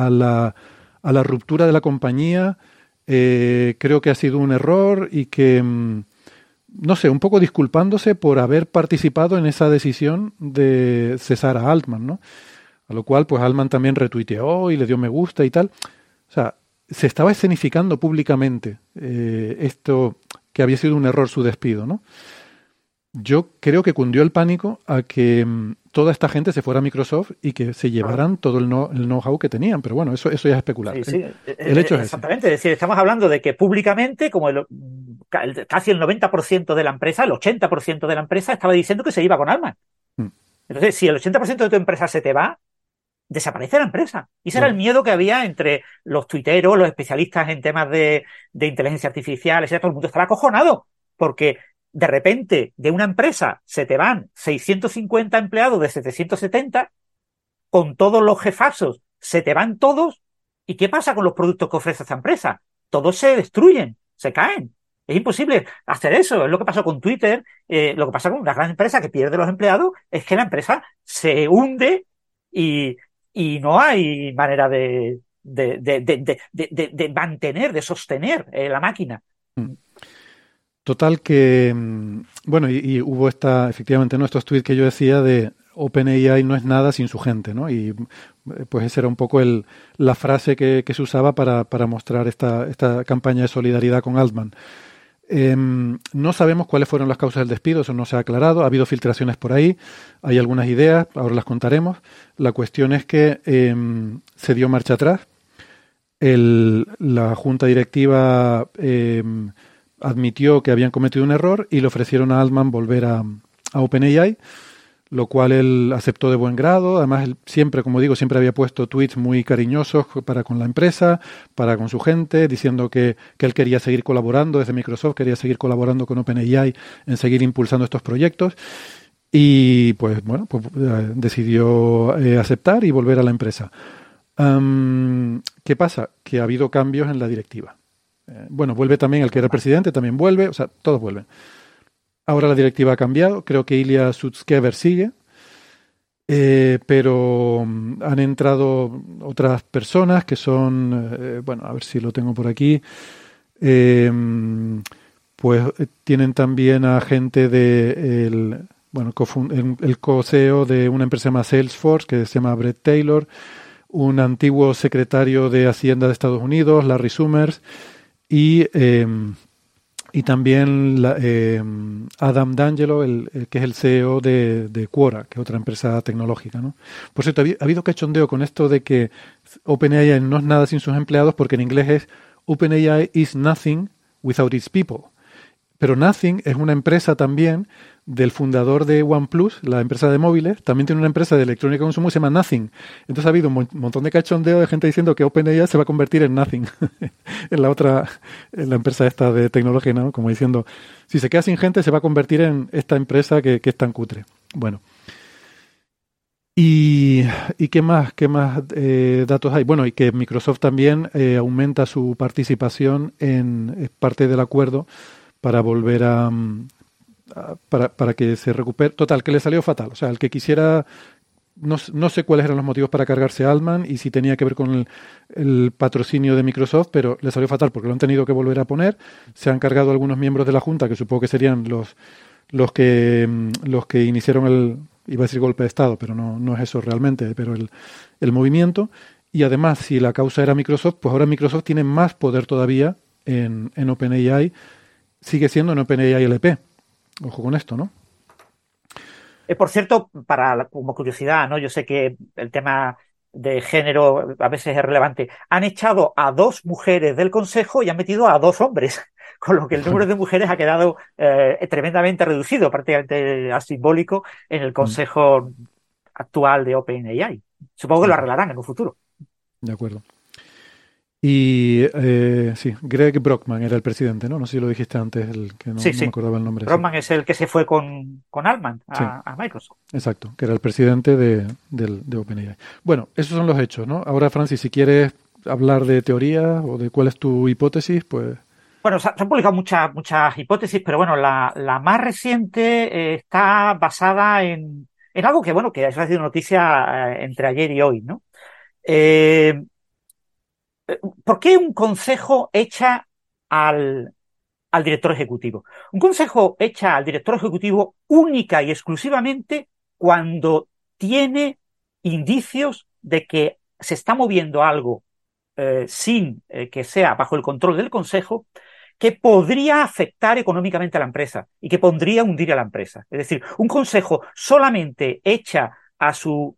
S2: la ruptura de la compañía, creo que ha sido un error y que... no sé, un poco disculpándose por haber participado en esa decisión de cesar a Altman, ¿no? A lo cual, pues Altman también retuiteó y le dio me gusta y tal. O sea, se estaba escenificando públicamente esto que había sido un error su despido, ¿no? Yo creo que cundió el pánico a que toda esta gente se fuera a Microsoft y que se llevaran todo el know-how que tenían. Pero bueno, eso ya es especular.
S4: Sí, sí.
S2: El hecho es
S4: exactamente. Es decir, estamos hablando de que públicamente, como casi el 90% de la empresa, el 80% de la empresa estaba diciendo que se iba con Altman. Entonces, si el 80% de tu empresa se te va, desaparece la empresa. Y ese era el miedo que había entre los tuiteros, los especialistas en temas de inteligencia artificial, etc. Todo el mundo estaba acojonado, porque de repente de una empresa se te van 650 empleados de 770, con todos los jefazos se te van todos. ¿Y qué pasa con los productos que ofrece esta empresa? Todos se destruyen, se caen. Es imposible hacer eso. Es lo que pasó con Twitter. Lo que pasa con una gran empresa que pierde los empleados es que la empresa se hunde y no hay manera de mantener, de sostener la máquina.
S2: Total que, bueno, y hubo efectivamente, ¿no?, estos tweets que yo decía de OpenAI no es nada sin su gente, ¿no? Y pues esa era un poco la frase que se usaba para mostrar esta campaña de solidaridad con Altman. No sabemos cuáles fueron las causas del despido, eso no se ha aclarado, ha habido filtraciones por ahí, hay algunas ideas, ahora las contaremos. La cuestión es que se dio marcha atrás, la junta directiva admitió que habían cometido un error y le ofrecieron a Altman volver a OpenAI, lo cual él aceptó de buen grado. Además, él siempre, como digo, siempre había puesto tweets muy cariñosos para con la empresa, para con su gente, diciendo que él quería seguir colaborando desde Microsoft, quería seguir colaborando con OpenAI en seguir impulsando estos proyectos. Y pues bueno, pues decidió aceptar y volver a la empresa. ¿Qué pasa? Que ha habido cambios en la directiva. Bueno, vuelve también el que era el presidente, también vuelve, o sea, todos vuelven. Ahora la directiva ha cambiado, creo que Ilya Sutskever sigue, pero han entrado otras personas que son, bueno, a ver si lo tengo por aquí, pues tienen también a gente el co-CEO de una empresa llamada Salesforce, que se llama Brett Taylor, un antiguo secretario de Hacienda de Estados Unidos, Larry Summers, y también Adam D'Angelo, que es el CEO de Quora, que es otra empresa tecnológica, ¿no? Por cierto, ha habido cachondeo con esto de que OpenAI no es nada sin sus empleados, porque en inglés es OpenAI is nothing without its people. Pero Nothing es una empresa también del fundador de OnePlus, la empresa de móviles, también tiene una empresa de electrónica de consumo que se llama Nothing. Entonces ha habido un montón de cachondeo de gente diciendo que OpenAI se va a convertir en Nothing, en la empresa esta de tecnología, ¿no? Como diciendo, si se queda sin gente se va a convertir en esta empresa que es tan cutre. Bueno. ¿Y qué más datos hay? Bueno, y que Microsoft también aumenta su participación es parte del acuerdo para volver para que se recupere. Total, que le salió fatal. O sea, el que quisiera, no sé cuáles eran los motivos para cargarse a Altman y si tenía que ver con el patrocinio de Microsoft, pero le salió fatal porque lo han tenido que volver a poner. Se han cargado algunos miembros de la Junta, que supongo que serían los que iniciaron iba a decir golpe de Estado, pero no es eso realmente, pero el movimiento. Y además, si la causa era Microsoft, pues ahora Microsoft tiene más poder todavía en OpenAI, sigue siendo en OpenAI LP. Ojo con esto, ¿no?
S4: Por cierto, como curiosidad, ¿no? Yo sé que el tema de género a veces es relevante. Han echado a 2 mujeres del Consejo y han metido a 2 hombres, con lo que el número de mujeres ha quedado tremendamente reducido, prácticamente simbólico, en el Consejo actual de OpenAI. Supongo que lo arreglarán en un futuro.
S2: De acuerdo. Y sí, Greg Brockman era el presidente, ¿no? No sé si lo dijiste antes, el que no me acordaba el nombre.
S4: Brockman es el que se fue con Altman a Microsoft.
S2: Exacto, que era el presidente de OpenAI. Bueno, esos son los hechos, ¿no? Ahora, Francis, si quieres hablar de teoría o de cuál es tu hipótesis, pues...
S4: Bueno, se han publicado muchas hipótesis, pero bueno, la más reciente está basada en algo que, bueno, que ha sido noticia entre ayer y hoy, ¿no? ¿Por qué un consejo echa al director ejecutivo? Un consejo echa al director ejecutivo única y exclusivamente cuando tiene indicios de que se está moviendo algo sin que sea bajo el control del consejo, que podría afectar económicamente a la empresa y que podría hundir a la empresa. Es decir, un consejo solamente echa a su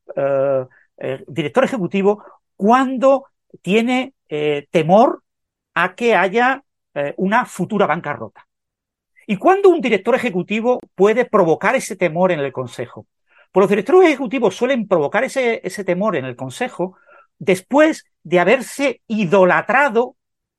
S4: director ejecutivo cuando tiene temor a que haya una futura bancarrota. ¿Y cuándo un director ejecutivo puede provocar ese temor en el consejo? Pues los directores ejecutivos suelen provocar ese temor en el consejo después de haberse idolatrado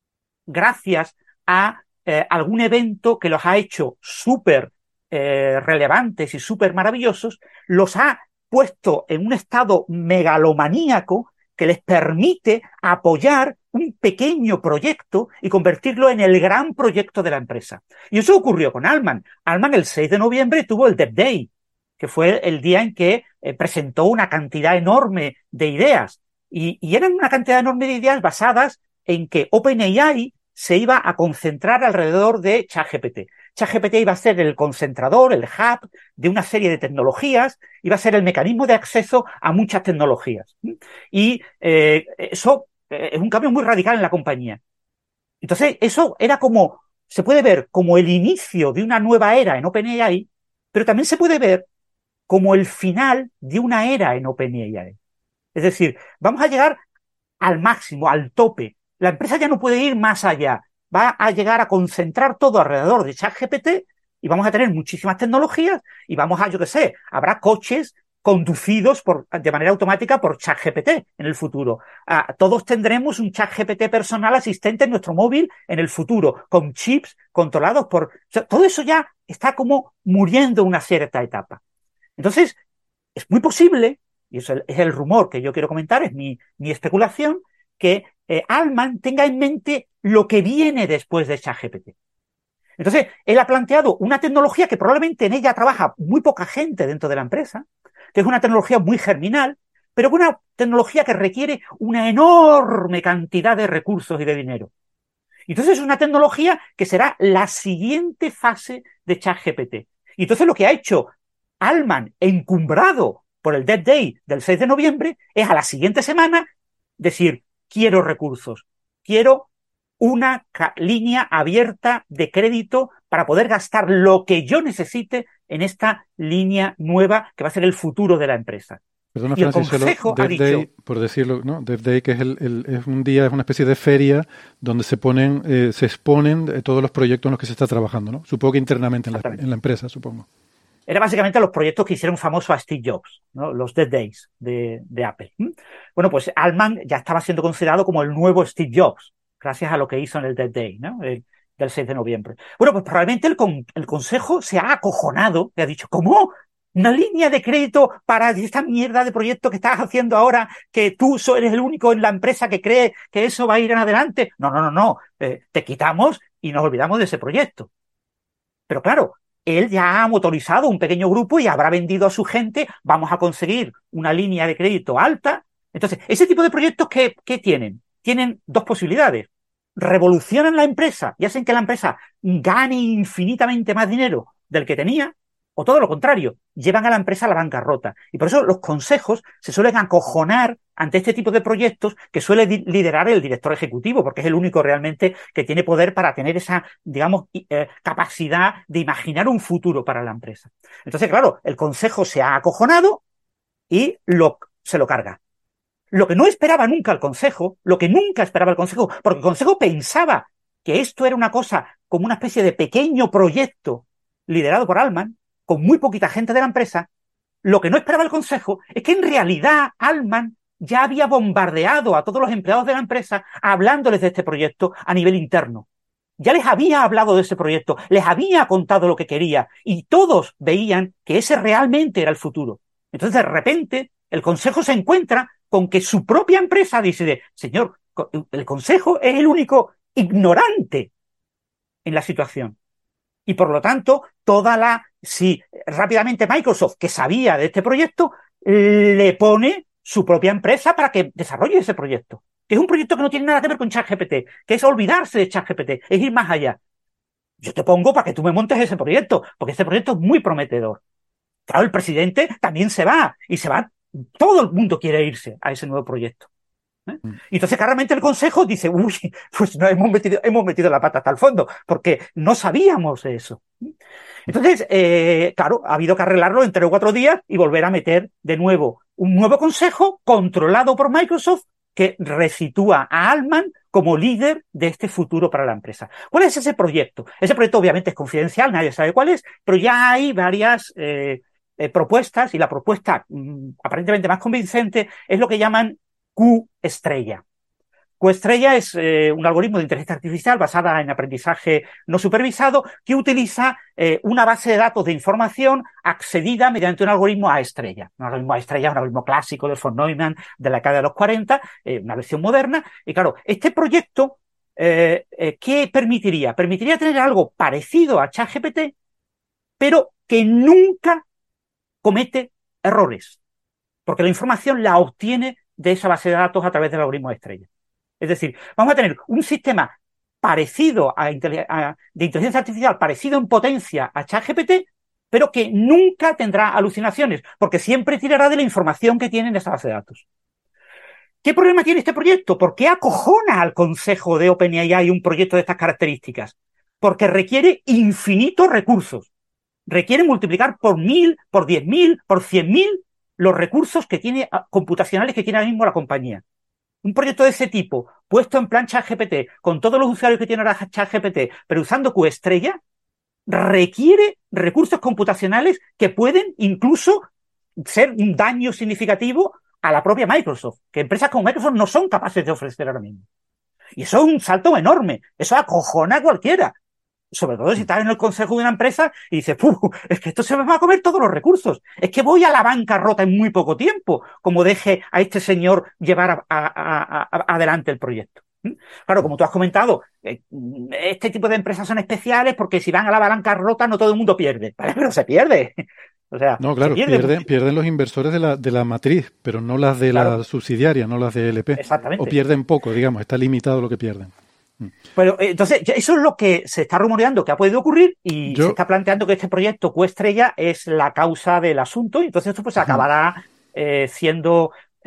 S4: gracias a algún evento que los ha hecho súper relevantes y súper maravillosos, los ha puesto en un estado megalomaníaco que les permite apoyar un pequeño proyecto y convertirlo en el gran proyecto de la empresa. Y eso ocurrió con Altman. Altman el 6 de noviembre tuvo el Dev Day, que fue el día en que presentó una cantidad enorme de ideas. Y eran una cantidad enorme de ideas basadas en que OpenAI se iba a concentrar alrededor de ChatGPT. ChatGPT iba a ser el concentrador, el hub de una serie de tecnologías, iba a ser el mecanismo de acceso a muchas tecnologías. Y eso es un cambio muy radical en la compañía. Entonces, eso era como, se puede ver como el inicio de una nueva era en OpenAI, pero también se puede ver como el final de una era en OpenAI. Es decir, vamos a llegar al máximo, al tope. La empresa ya no puede ir más allá. Va a llegar a concentrar todo alrededor de ChatGPT y vamos a tener muchísimas tecnologías y vamos a, yo qué sé, habrá coches conducidos de manera automática por ChatGPT en el futuro. Todos tendremos un ChatGPT personal asistente en nuestro móvil en el futuro, con chips controlados por... O sea, todo eso ya está como muriendo una cierta etapa. Entonces, es muy posible, y eso es el rumor que yo quiero comentar, es mi especulación, que Altman tenga en mente lo que viene después de ChatGPT. Entonces, él ha planteado una tecnología que probablemente en ella trabaja muy poca gente dentro de la empresa, que es una tecnología muy germinal, pero una tecnología que requiere una enorme cantidad de recursos y de dinero. Entonces, es una tecnología que será la siguiente fase de ChatGPT. Y entonces lo que ha hecho Altman, encumbrado por el Dev Day del 6 de noviembre, es a la siguiente semana decir, quiero recursos, quiero una línea abierta de crédito para poder gastar lo que yo necesite en esta línea nueva que va a ser el futuro de la empresa.
S2: Perdona,
S4: y el
S2: Francis,
S4: Consejo ha dicho...
S2: Day, por decirlo, ¿no? Dev Day, que es es un día, es una especie de feria donde se exponen todos los proyectos en los que se está trabajando, ¿no? Supongo que internamente en la empresa, supongo.
S4: Era básicamente los proyectos que hicieron famoso a Steve Jobs, ¿no? Los Dev Days de Apple. Bueno, pues Altman ya estaba siendo considerado como el nuevo Steve Jobs, gracias a lo que hizo en el Dev Day, ¿no? Del 6 de noviembre. Bueno, pues probablemente el Consejo se ha acojonado y ha dicho, ¿cómo? ¿Una línea de crédito para esta mierda de proyecto que estás haciendo ahora, que tú eres el único en la empresa que cree que eso va a ir en adelante? No. Te quitamos y nos olvidamos de ese proyecto. Pero claro, él ya ha motorizado un pequeño grupo y habrá vendido a su gente, vamos a conseguir una línea de crédito alta. Entonces, ese tipo de proyectos, ¿qué tienen? Tienen dos posibilidades. Revolucionan la empresa y hacen que la empresa gane infinitamente más dinero del que tenía, o todo lo contrario, llevan a la empresa a la bancarrota. Y por eso los consejos se suelen acojonar ante este tipo de proyectos que suele liderar el director ejecutivo, porque es el único realmente que tiene poder para tener esa, digamos, capacidad de imaginar un futuro para la empresa. Entonces, claro, el consejo se ha acojonado y se lo carga. Lo que no esperaba nunca el consejo, porque el consejo pensaba que esto era una cosa como una especie de pequeño proyecto liderado por Altman, con muy poquita gente de la empresa, lo que no esperaba el consejo es que en realidad Altman ya había bombardeado a todos los empleados de la empresa hablándoles de este proyecto a nivel interno. Ya les había hablado de ese proyecto, les había contado lo que quería y todos veían que ese realmente era el futuro. Entonces, de repente, el consejo se encuentra con que su propia empresa dice, señor, el consejo es el único ignorante en la situación. Y por lo tanto, rápidamente Microsoft, que sabía de este proyecto, le pone su propia empresa para que desarrolle ese proyecto. Que es un proyecto que no tiene nada que ver con ChatGPT, que es olvidarse de ChatGPT, es ir más allá. Yo te pongo para que tú me montes ese proyecto, porque ese proyecto es muy prometedor. Claro, el presidente también se va, todo el mundo quiere irse a ese nuevo proyecto. Y entonces claramente el consejo dice, uy, pues no hemos metido la pata hasta el fondo, porque no sabíamos eso. Entonces, claro, ha habido que arreglarlo en 3 o 4 días y volver a meter de nuevo un nuevo consejo controlado por Microsoft que resitúa a Altman como líder de este futuro para la empresa. ¿Cuál es ese proyecto? Ese proyecto obviamente es confidencial, nadie sabe cuál es, pero ya hay varias propuestas y la propuesta aparentemente más convincente es lo que llaman Q-estrella. Q-estrella es un algoritmo de inteligencia artificial basada en aprendizaje no supervisado que utiliza una base de datos de información accedida mediante un algoritmo A-estrella. Un algoritmo A-estrella es un algoritmo clásico de von Neumann de la década de los 40, una versión moderna. Y claro, este proyecto, ¿qué permitiría? Permitiría tener algo parecido a ChatGPT, pero que nunca comete errores, porque la información la obtiene de esa base de datos a través del algoritmo de estrella. Es decir, vamos a tener un sistema parecido de inteligencia artificial, parecido en potencia a ChatGPT, pero que nunca tendrá alucinaciones, porque siempre tirará de la información que tiene en esa base de datos. ¿Qué problema tiene este proyecto? ¿Por qué acojona al consejo de OpenAI un proyecto de estas características? Porque requiere infinitos recursos. Requiere multiplicar por 1000, por 10.000, por 100.000 los recursos computacionales que tiene ahora mismo la compañía. Un proyecto de ese tipo, puesto en plan ChatGPT, con todos los usuarios que tiene ahora ChatGPT, pero usando Q-estrella, requiere recursos computacionales que pueden incluso ser un daño significativo a la propia Microsoft, que empresas como Microsoft no son capaces de ofrecer ahora mismo. Y eso es un salto enorme, eso acojona a cualquiera. Sobre todo si estás en el consejo de una empresa y dices, es que esto se me va a comer todos los recursos. Es que voy a la bancarrota en muy poco tiempo, como deje a este señor llevar adelante el proyecto. Claro, como tú has comentado, este tipo de empresas son especiales porque si van a la bancarrota no todo el mundo pierde, ¿vale? Pero se pierde. O sea,
S2: no, claro, pierden los inversores de la matriz, pero no las de la subsidiaria, no las de LP.
S4: Exactamente.
S2: O pierden poco, digamos, está limitado lo que pierden.
S4: Pero entonces, eso es lo que se está rumoreando que ha podido ocurrir y se está planteando que este proyecto Q-estrella es la causa del asunto y entonces esto pues acabará siendo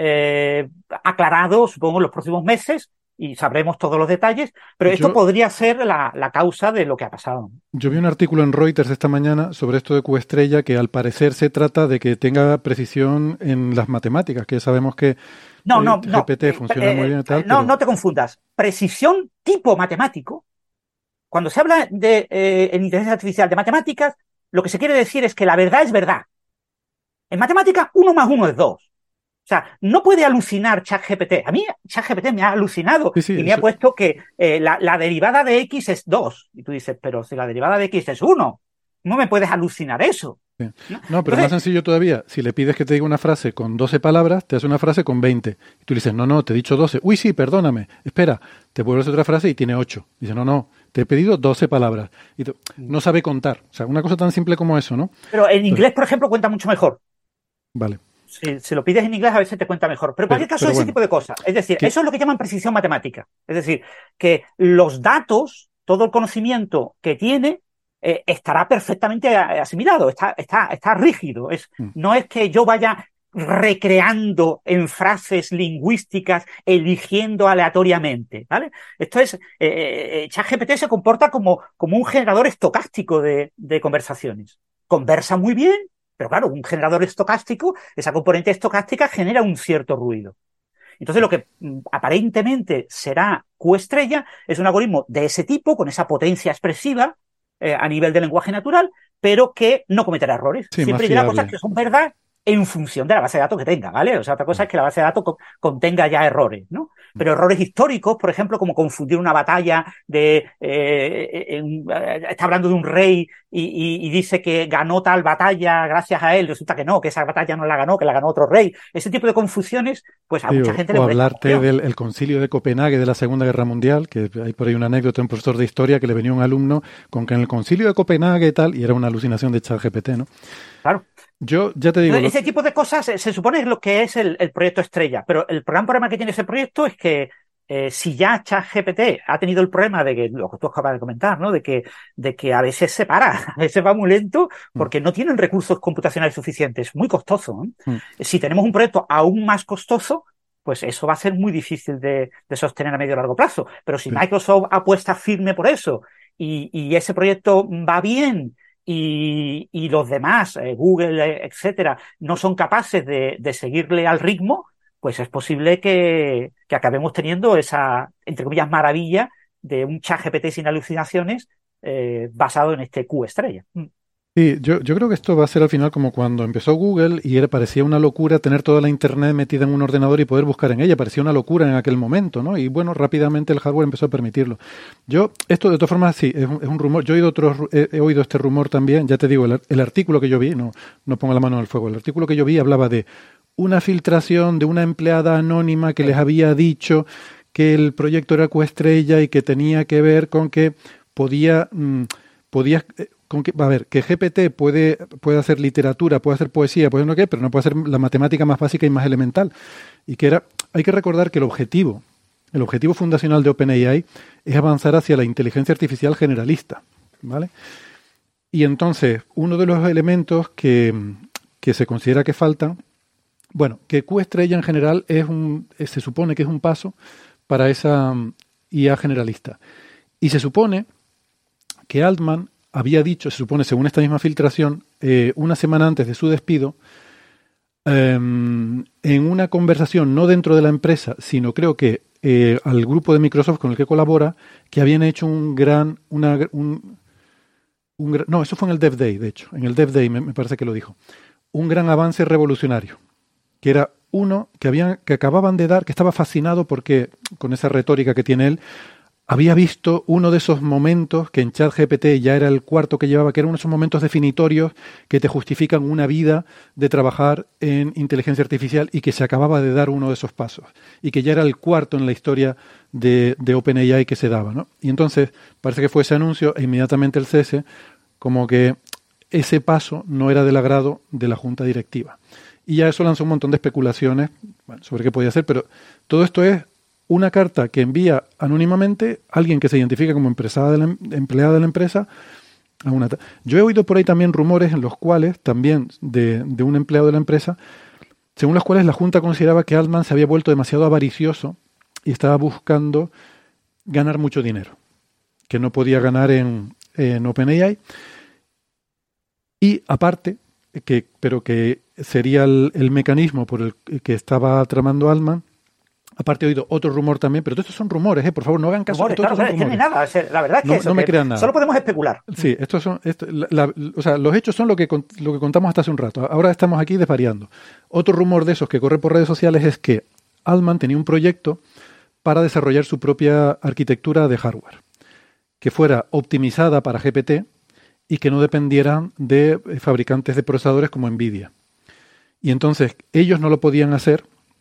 S4: aclarado, supongo, en los próximos meses y sabremos todos los detalles, pero esto podría ser la causa de lo que ha pasado.
S2: Yo vi un artículo en Reuters esta mañana sobre esto de Q-estrella que al parecer se trata de que tenga precisión en las matemáticas, que sabemos que GPT funciona muy bien y tal.
S4: No te confundas. Precisión tipo matemático. Cuando se habla en inteligencia artificial de matemáticas, lo que se quiere decir es que la verdad es verdad. En matemáticas, 1 más 1 es 2. O sea, no puede alucinar ChatGPT. A mí ChatGPT me ha alucinado y me ha puesto que la derivada de X es 2. Y tú dices, pero si la derivada de X es 1, no me puedes alucinar eso.
S2: Sí. No, pero más sencillo todavía. Si le pides que te diga una frase con 12 palabras, te hace una frase con 20. Y tú le dices, no, te he dicho 12. Uy, sí, perdóname. Espera, te vuelves a otra frase y tiene 8. Dice, no, te he pedido 12 palabras. Y no sabe contar. O sea, una cosa tan simple como eso, ¿no?
S4: Pero en inglés, por ejemplo, cuenta mucho mejor.
S2: Vale.
S4: Si lo pides en inglés, a veces te cuenta mejor. Pero en cualquier caso, ese tipo de cosas. Es decir, eso es lo que llaman precisión matemática. Es decir, que los datos, todo el conocimiento que tiene, estará perfectamente asimilado, está rígido. No es que yo vaya recreando en frases lingüísticas, eligiendo aleatoriamente, ¿vale? Esto es, ChatGPT se comporta como un generador estocástico de conversaciones. Conversa muy bien, pero claro, un generador estocástico, esa componente estocástica genera un cierto ruido. Entonces lo que aparentemente será Q-estrella es un algoritmo de ese tipo, con esa potencia expresiva a nivel de lenguaje natural, pero que no cometerá errores.
S2: Sí,
S4: siempre dirá cosas que son verdad en función de la base de datos que tenga, ¿vale? O sea, otra cosa es que la base de datos contenga ya errores, ¿no? Pero errores históricos, por ejemplo, como confundir una batalla está hablando de un rey y dice que ganó tal batalla gracias a él, resulta que no, que esa batalla no la ganó, que la ganó otro rey. Ese tipo de confusiones, pues a mucha gente le molesta.
S2: O hablarte del concilio de Copenhague de la Segunda Guerra Mundial, que hay por ahí una anécdota de un profesor de historia que le venía un alumno con que en el concilio de Copenhague y tal, y era una alucinación de ChatGPT, ¿no?
S4: Claro.
S2: Yo ya te digo...
S4: Ese tipo de cosas se supone es lo que es el proyecto estrella, pero el gran problema que tiene ese proyecto es que si ya ChatGPT ha tenido el problema de que, lo que tú acabas de comentar, ¿no? De que a veces se para, a veces va muy lento porque no tienen recursos computacionales suficientes, muy costoso, ¿eh? Si tenemos un proyecto aún más costoso, pues eso va a ser muy difícil de sostener a medio y largo plazo. Pero si Microsoft apuesta firme por eso y ese proyecto va bien, y los demás, Google, etcétera, no son capaces de seguirle al ritmo, pues es posible que acabemos teniendo esa, entre comillas, maravilla de un ChatGPT sin alucinaciones basado en este Q-estrella.
S2: Sí, yo creo que esto va a ser al final como cuando empezó Google y parecía una locura tener toda la Internet metida en un ordenador y poder buscar en ella. Parecía una locura en aquel momento, ¿no? Y bueno, rápidamente el hardware empezó a permitirlo. Esto de todas formas sí, es un rumor. Yo he oído este rumor también. Ya te digo, el artículo que yo vi, no pongo la mano en el fuego, el artículo que yo vi hablaba de una filtración de una empleada anónima que les había dicho que el proyecto era Q-estrella y que tenía que ver con que podía que GPT puede hacer literatura, puede hacer poesía, puede no qué, pero no puede hacer la matemática más básica y más elemental. Y hay que recordar que el objetivo fundacional de OpenAI es avanzar hacia la inteligencia artificial generalista, ¿vale? Y entonces, uno de los elementos que se considera que faltan, bueno, que Q-estrella en general se supone que es un paso para esa IA generalista. Y se supone que Altman había dicho, se supone, según esta misma filtración, una semana antes de su despido, en una conversación no dentro de la empresa, sino creo que al grupo de Microsoft con el que colabora, que habían hecho no, eso fue en el Dev Day, de hecho, en el Dev Day me parece que lo dijo, un gran avance revolucionario, que era uno que acababan de dar, que estaba fascinado porque, con esa retórica que tiene él, había visto uno de esos momentos que en ChatGPT ya era el cuarto que llevaba, que eran esos momentos definitorios que te justifican una vida de trabajar en inteligencia artificial y que se acababa de dar uno de esos pasos y que ya era el cuarto en la historia de OpenAI que se daba, ¿no? Y entonces parece que fue ese anuncio e inmediatamente el cese, como que ese paso no era del agrado de la junta directiva. Y ya eso lanzó un montón de especulaciones sobre qué podía ser, pero todo esto es una carta que envía anónimamente alguien que se identifica como empleada de la empresa a una... Yo he oído por ahí también rumores en los cuales, también de un empleado de la empresa, según los cuales la Junta consideraba que Altman se había vuelto demasiado avaricioso y estaba buscando ganar mucho dinero, que no podía ganar en OpenAI. Y aparte, pero que sería el mecanismo por el que estaba tramando Altman. Aparte he oído otro rumor también, pero todos estos son rumores, por favor, no hagan caso.
S4: Rumores, claro, es que no hay nada, la verdad es que
S2: no me crean nada.
S4: Solo podemos especular.
S2: Sí, los hechos son lo que contamos hasta hace un rato. Ahora estamos aquí desvariando. Otro rumor de esos que corre por redes sociales es que Altman tenía un proyecto para desarrollar su propia arquitectura de hardware, que fuera optimizada para GPT y que no dependieran de fabricantes de procesadores como Nvidia. Y entonces ellos no lo podían hacer,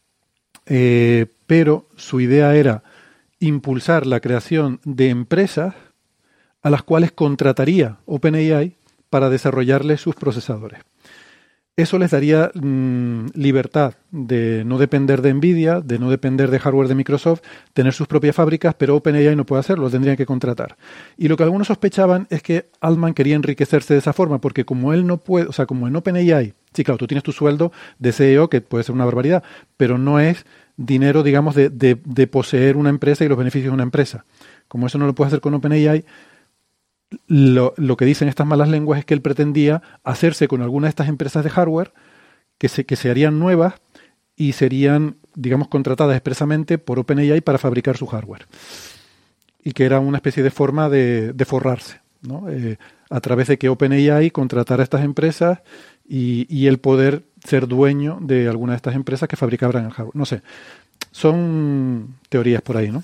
S2: pero su idea era impulsar la creación de empresas a las cuales contrataría OpenAI para desarrollarle sus procesadores. Eso les daría libertad de no depender de Nvidia, de no depender de hardware de Microsoft, tener sus propias fábricas, pero OpenAI no puede hacerlo, lo tendrían que contratar. Y lo que algunos sospechaban es que Altman quería enriquecerse de esa forma, porque como él no puede, o sea, como en OpenAI, sí, claro, tú tienes tu sueldo de CEO, que puede ser una barbaridad, pero no es dinero, digamos, de poseer una empresa y los beneficios de una empresa. Como eso no lo puede hacer con OpenAI, lo que dicen estas malas lenguas es que él pretendía hacerse con alguna de estas empresas de hardware que se harían nuevas y serían, digamos, contratadas expresamente por OpenAI para fabricar su hardware. Y que era una especie de forma de forrarse, ¿no? A través de que OpenAI contratara a estas empresas y el poder ser dueño de alguna de estas empresas que fabricaban el hardware. No sé, son teorías por ahí, ¿no?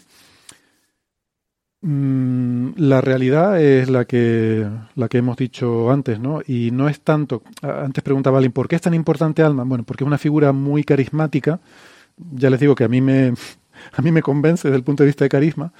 S2: La realidad es la que hemos dicho antes, ¿no? Y no es tanto. Antes preguntaba alguien, ¿por qué es tan importante Altman? Bueno, porque es una figura muy carismática. Ya les digo que a mí me convence desde el punto de vista de carisma.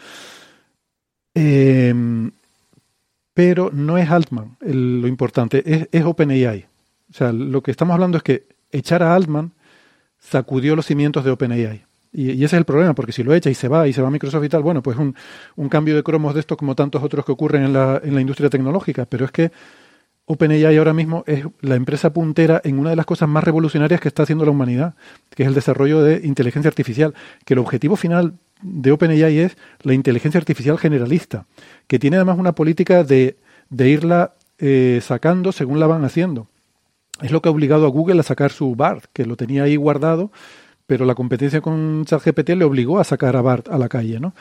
S2: Pero no es Altman lo importante, es OpenAI. O sea, lo que estamos hablando es que echar a Altman sacudió los cimientos de OpenAI. Y ese es el problema, porque si lo echa y se va a Microsoft y tal, bueno, pues un cambio de cromos de estos como tantos otros que ocurren en la industria tecnológica, pero es que OpenAI ahora mismo es la empresa puntera en una de las cosas más revolucionarias que está haciendo la humanidad, que es el desarrollo de inteligencia artificial, que el objetivo final de OpenAI es la inteligencia artificial generalista, que tiene además una política de irla sacando según la van haciendo. Es lo que ha obligado a Google a sacar su BART, que lo tenía ahí guardado, pero la competencia con ChatGPT le obligó a sacar a BART a la calle, ¿no?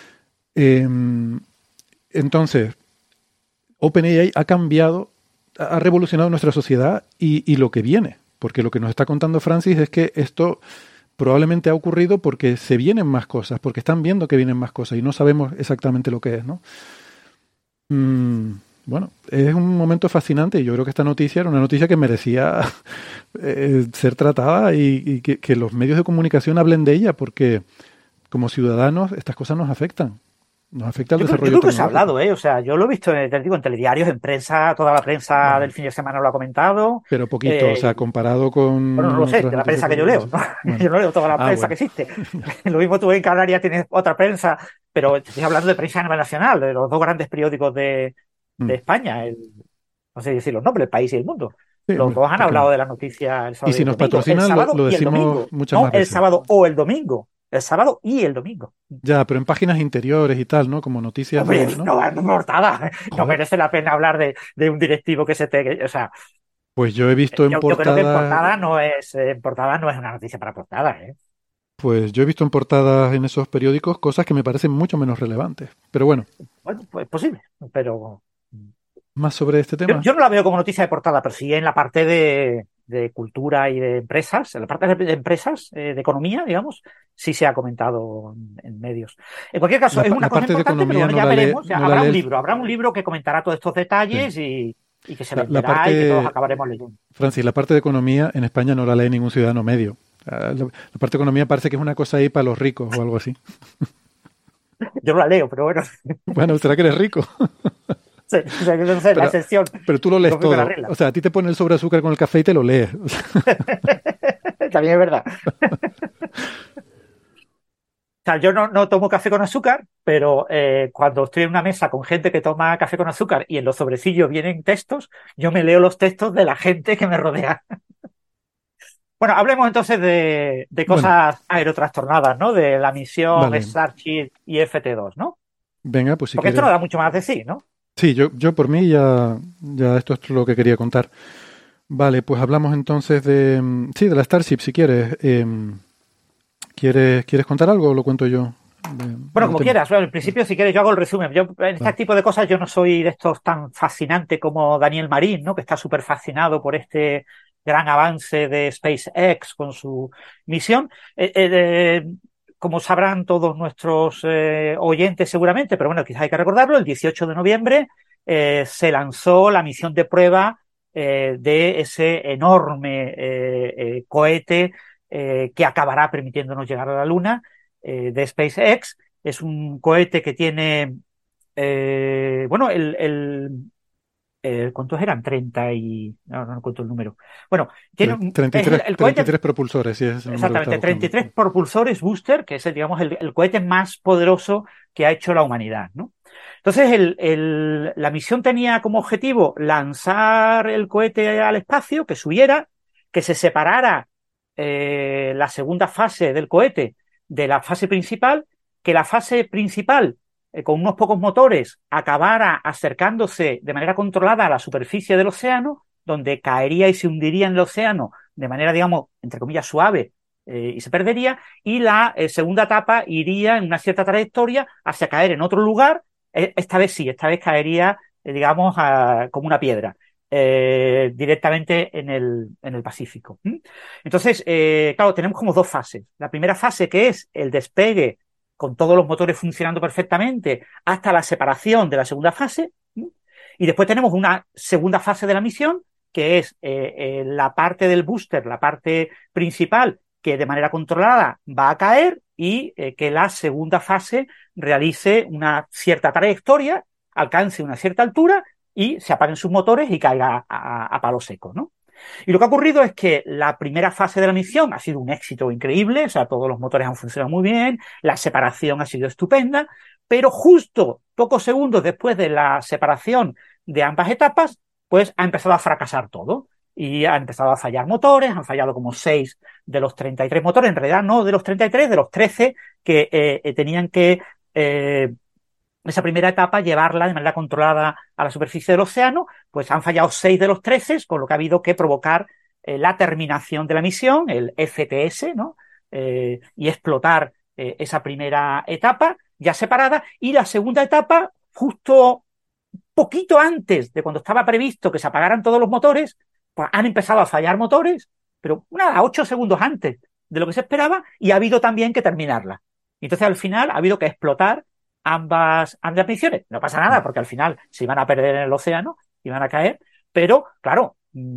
S2: Entonces, OpenAI ha cambiado, ha revolucionado nuestra sociedad y lo que viene, porque lo que nos está contando Francis es que esto probablemente ha ocurrido porque se vienen más cosas, porque están viendo que vienen más cosas y no sabemos exactamente lo que es, ¿no? Bueno, es un momento fascinante y yo creo que esta noticia era una noticia que merecía ser tratada y que los medios de comunicación hablen de ella, porque como ciudadanos estas cosas nos afectan. Nos afecta el desarrollo
S4: yo creo que se ha
S2: tecnológico.
S4: hablado, o sea, yo lo he visto, te digo, en telediarios, en prensa, toda la prensa
S2: Bueno,
S4: del fin de semana lo ha comentado.
S2: pero poquito, o sea, comparado con
S4: Bueno, no lo sé,
S2: otras
S4: de la
S2: noticias
S4: prensa que yo leo,
S2: periódicas.
S4: ¿no?
S2: Bueno.
S4: Yo no leo toda la prensa
S2: Bueno.
S4: que existe. Lo mismo tú en Canarias tienes otra prensa, pero estoy hablando de prensa a nivel nacional, de los dos grandes periódicos de España, no sé decir los nombres, El País y El Mundo.
S2: Sí,
S4: Los
S2: hombre,
S4: dos han
S2: está
S4: hablado
S2: claro.
S4: de la noticia el sábado
S2: Y si
S4: y el
S2: nos
S4: domingo. El
S2: patrocinan,
S4: sábado
S2: lo
S4: y el
S2: decimos
S4: domingo.
S2: muchas
S4: No
S2: más
S4: el
S2: veces.
S4: sábado o el domingo. El sábado y el domingo.
S2: Ya, pero en páginas interiores y tal, ¿no? Como noticias
S4: Hombre,
S2: de, ¿no?
S4: no es portada. No
S2: Joder.
S4: merece la pena hablar de un directivo que se te... O sea,
S2: Pues yo he visto en
S4: yo creo que
S2: portada,
S4: en portada no es una noticia para portada, ¿eh?
S2: pues yo he visto en portadas en esos periódicos cosas que me parecen mucho menos relevantes. Pero bueno,
S4: Bueno, pues es posible, pero
S2: más sobre este tema.
S4: yo no la veo como noticia de portada, pero sí en la parte de cultura y de empresas, en la parte de empresas, de economía, digamos, sí se ha comentado en medios. En cualquier caso, es una
S2: La
S4: cosa
S2: parte de
S4: importante, pero
S2: economía
S4: bueno,
S2: no
S4: ya
S2: la lee,
S4: veremos.
S2: no la lee
S4: Habrá un libro que comentará todos estos detalles
S2: sí.
S4: y que se
S2: La
S4: venderá y que todos
S2: parte,
S4: acabaremos leyendo.
S2: Francis, la parte de economía en España no la lee ningún ciudadano medio. La parte de economía parece que es una cosa ahí para los ricos o algo así.
S4: Yo no la leo, pero bueno,
S2: Bueno, ¿será que eres rico?
S4: no sé, la excepción.
S2: Pero tú lo lees
S4: Confirma la
S2: todo.
S4: regla.
S2: O sea, a ti te ponen el sobre azúcar con el café y te lo lees. O sea,
S4: También es verdad. O sea, yo no tomo café con azúcar, pero cuando estoy en una mesa con gente que toma café con azúcar y en los sobrecillos vienen textos, yo me leo los textos de la gente que me rodea. Bueno, hablemos entonces de
S2: bueno,
S4: cosas aerotrastornadas, ¿no? De la misión
S2: vale.
S4: Starship y FT2, ¿no?
S2: Venga, pues si
S4: Porque esto
S2: quieres.
S4: no da mucho más de sí, ¿no?
S2: Sí, yo por mí ya esto es lo que quería contar. Vale, pues hablamos entonces sí, de la Starship, si quieres. ¿Quieres contar algo o lo cuento yo?
S4: Bueno, como quieras. Bueno, en principio, si quieres, yo hago el resumen. Yo, en este tipo de cosas, yo no soy de estos tan fascinante como Daniel Marín, ¿no? Que está súper fascinado por este gran avance de SpaceX con su misión. Como sabrán todos nuestros oyentes seguramente, pero bueno, quizás hay que recordarlo, el 18 de noviembre se lanzó la misión de prueba de ese enorme cohete que acabará permitiéndonos llegar a la Luna, de SpaceX. Es un cohete que tiene, bueno, ¿Cuántos eran? 30 y... No cuento el número. Bueno, tiene el cohete...
S2: 33 propulsores, sí, ese es el número que
S4: Exactamente,
S2: estaba
S4: 33
S2: buscando.
S4: propulsores booster, que es, digamos, el cohete más poderoso que ha hecho la humanidad, ¿no? Entonces, la misión tenía como objetivo lanzar el cohete al espacio, que subiera, que se separara la segunda fase del cohete de la fase principal, que la fase principal, con unos pocos motores, acabara acercándose de manera controlada a la superficie del océano, donde caería y se hundiría en el océano de manera, digamos, entre comillas, suave, y se perdería, y la segunda etapa iría en una cierta trayectoria hacia caer en otro lugar. Esta vez sí, esta vez caería, digamos, como una piedra. Directamente en el Pacífico. Entonces, claro, tenemos como dos fases. La primera fase, que es el despegue con todos los motores funcionando perfectamente hasta la separación de la segunda fase, y después tenemos una segunda fase de la misión, que es la parte del booster, la parte principal, que de manera controlada va a caer, y que la segunda fase realice una cierta trayectoria, alcance una cierta altura y se apaguen sus motores y caiga a palo seco, ¿no? Y lo que ha ocurrido es que la primera fase de la misión ha sido un éxito increíble, o sea, todos los motores han funcionado muy bien, la separación ha sido estupenda, pero justo pocos segundos después de la separación de ambas etapas, pues ha empezado a fracasar todo. Y ha empezado a fallar motores, han fallado como 6 de los 33 motores, en realidad no de los 33, de los 13 que tenían que... esa primera etapa, llevarla de manera controlada a la superficie del océano, pues han fallado 6 de los 13, con lo que ha habido que provocar la terminación de la misión, el FTS, ¿no? Y explotar esa primera etapa ya separada, y la segunda etapa, justo poquito antes de cuando estaba previsto que se apagaran todos los motores, pues han empezado a fallar motores, pero nada, 8 segundos antes de lo que se esperaba, y ha habido también que terminarla. Y entonces al final ha habido que explotar ambas misiones. No pasa nada, porque al final se iban a perder en el océano, iban a caer, pero claro,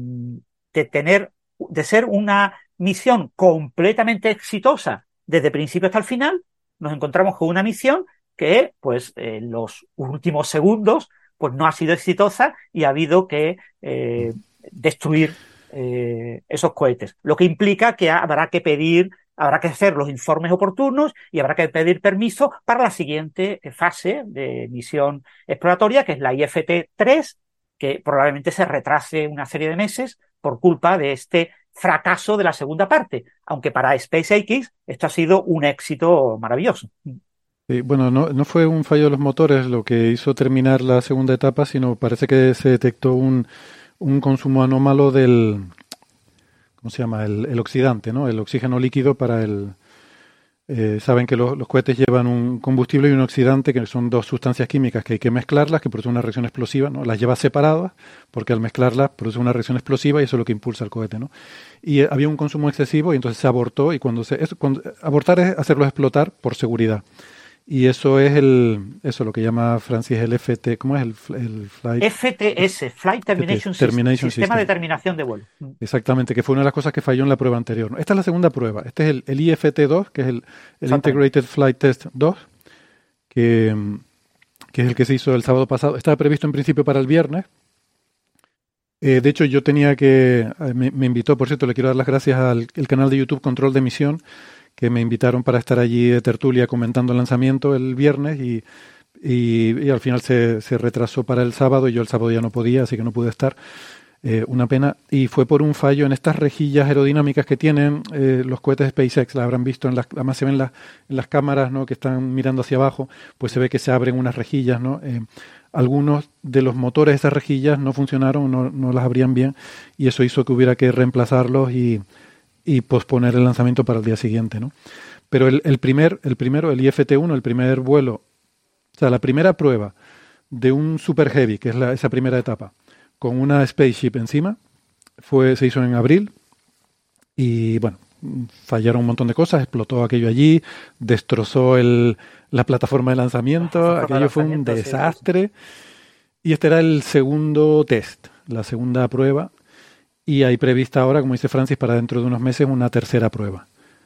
S4: de ser una misión completamente exitosa desde principio hasta el final, nos encontramos con una misión que, pues, en los últimos segundos, pues no ha sido exitosa y ha habido que destruir esos cohetes. Lo que implica que habrá que hacer los informes oportunos y habrá que pedir permiso para la siguiente fase de misión exploratoria, que es la IFT-3, que probablemente se retrase una serie de meses por culpa de este fracaso de la segunda parte, aunque para SpaceX esto ha sido un éxito maravilloso.
S2: Sí, bueno, no fue un fallo de los motores lo que hizo terminar la segunda etapa, sino parece que se detectó un consumo anómalo del, ¿cómo se llama? El oxidante, ¿no? El oxígeno líquido para el... saben que los cohetes llevan un combustible y un oxidante, que son dos sustancias químicas que hay que mezclarlas, que producen una reacción explosiva, ¿no? Las lleva separadas, porque al mezclarlas produce una reacción explosiva y eso es lo que impulsa el cohete, ¿no? Y había un consumo excesivo y entonces se abortó, y abortar es hacerlos explotar por seguridad. Y eso es eso lo que llama Francis el FT, ¿cómo es? El Flight...
S4: FTS, Flight Termination System, Sistema de Terminación de Vuelo.
S2: Exactamente, que fue una de las cosas que falló en la prueba anterior. Esta es la segunda prueba. Este es el IFT2, que es el Integrated Flight Test 2, que es el que se hizo el sábado pasado. Estaba previsto en principio para el viernes. De hecho, yo tenía que... Me invitó, por cierto, le quiero dar las gracias al canal de YouTube Control de Misión, que me invitaron para estar allí de tertulia comentando el lanzamiento el viernes, y al final se retrasó para el sábado, y yo el sábado ya no podía, así que no pude estar. Una pena. Y fue por un fallo en estas rejillas aerodinámicas que tienen los cohetes de SpaceX. Las habrán visto, además se ven en las cámaras, ¿no?, que están mirando hacia abajo, pues se ve que se abren unas rejillas, ¿no? Algunos de los motores de esas rejillas no funcionaron, no las abrían bien, y eso hizo que hubiera que reemplazarlos y posponer el lanzamiento para el día siguiente, ¿no? Pero el primero, el IFT-1, el primer vuelo, o sea, la primera prueba de un Super Heavy, que es esa primera etapa, con una spaceship encima, se hizo en abril, y bueno, fallaron un montón de cosas, explotó aquello allí, destrozó la plataforma de lanzamiento, aquello fue un desastre, y este era el segundo test, la segunda prueba. Y hay prevista ahora, como dice Francis, para dentro de unos meses una tercera prueba.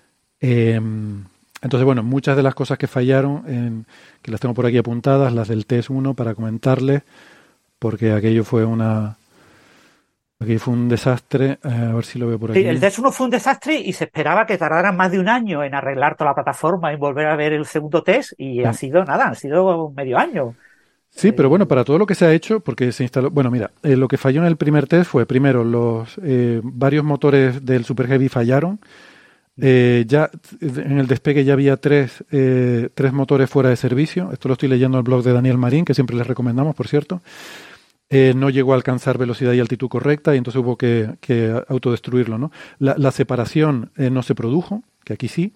S2: Entonces, bueno, muchas de las cosas que fallaron, que las tengo por aquí apuntadas, las del test 1 para comentarles, porque aquello fue un desastre. A ver si lo veo por aquí.
S4: Sí, el test 1 fue un desastre y se esperaba que tardaran más de un año en arreglar toda la plataforma y volver a ver el segundo test, y ha sido medio año.
S2: Sí, pero bueno, para todo lo que se ha hecho, porque se instaló... Bueno, mira, lo que falló en el primer test fue, primero, los varios motores del Super Heavy fallaron. Ya en el despegue ya había tres motores fuera de servicio. Esto lo estoy leyendo en el blog de Daniel Marín, que siempre les recomendamos, por cierto. No llegó a alcanzar velocidad y altitud correcta y entonces hubo que autodestruirlo, ¿no? La separación no se produjo, que aquí sí.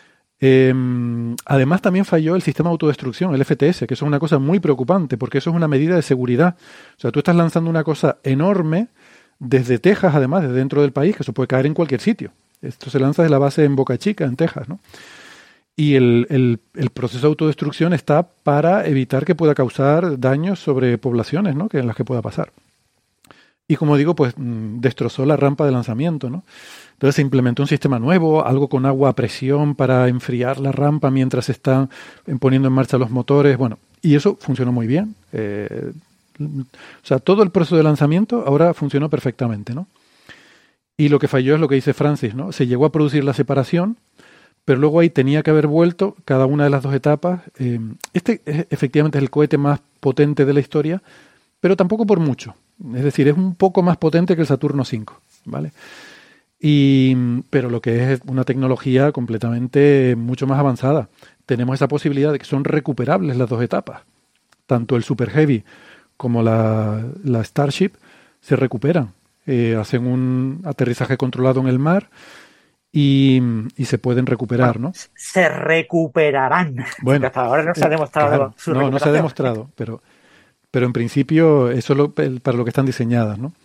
S2: Además también falló el sistema de autodestrucción, el FTS, que eso es una cosa muy preocupante porque eso es una medida de seguridad. O sea, tú estás lanzando una cosa enorme desde Texas, además, desde dentro del país, que eso puede caer en cualquier sitio. Esto se lanza desde la base en Boca Chica, en Texas, ¿no? Y el proceso de autodestrucción está para evitar que pueda causar daños sobre poblaciones, ¿no? En las que pueda pasar. Y como digo, pues destrozó la rampa de lanzamiento, ¿no? Entonces se implementó un sistema nuevo, algo con agua a presión para enfriar la rampa mientras se están poniendo en marcha los motores. Bueno, y eso funcionó muy bien. O sea, todo el proceso de lanzamiento ahora funcionó perfectamente, ¿no? Y lo que falló es lo que dice Francis, ¿no? Se llegó a producir la separación, pero luego ahí tenía que haber vuelto cada una de las dos etapas. Efectivamente es el cohete más potente de la historia, pero tampoco por mucho. Es decir, es un poco más potente que el Saturno V, ¿vale? Pero lo que es una tecnología completamente mucho más avanzada. Tenemos esa posibilidad de que son recuperables las dos etapas. Tanto el Super Heavy como la Starship se recuperan. Hacen un aterrizaje controlado en el mar y se pueden recuperar, ¿no?
S4: Se recuperarán.
S2: Bueno,
S4: hasta ahora no se ha demostrado
S2: claro,
S4: su recuperación.
S2: No se ha demostrado, pero en principio eso es para lo que están diseñadas, ¿no?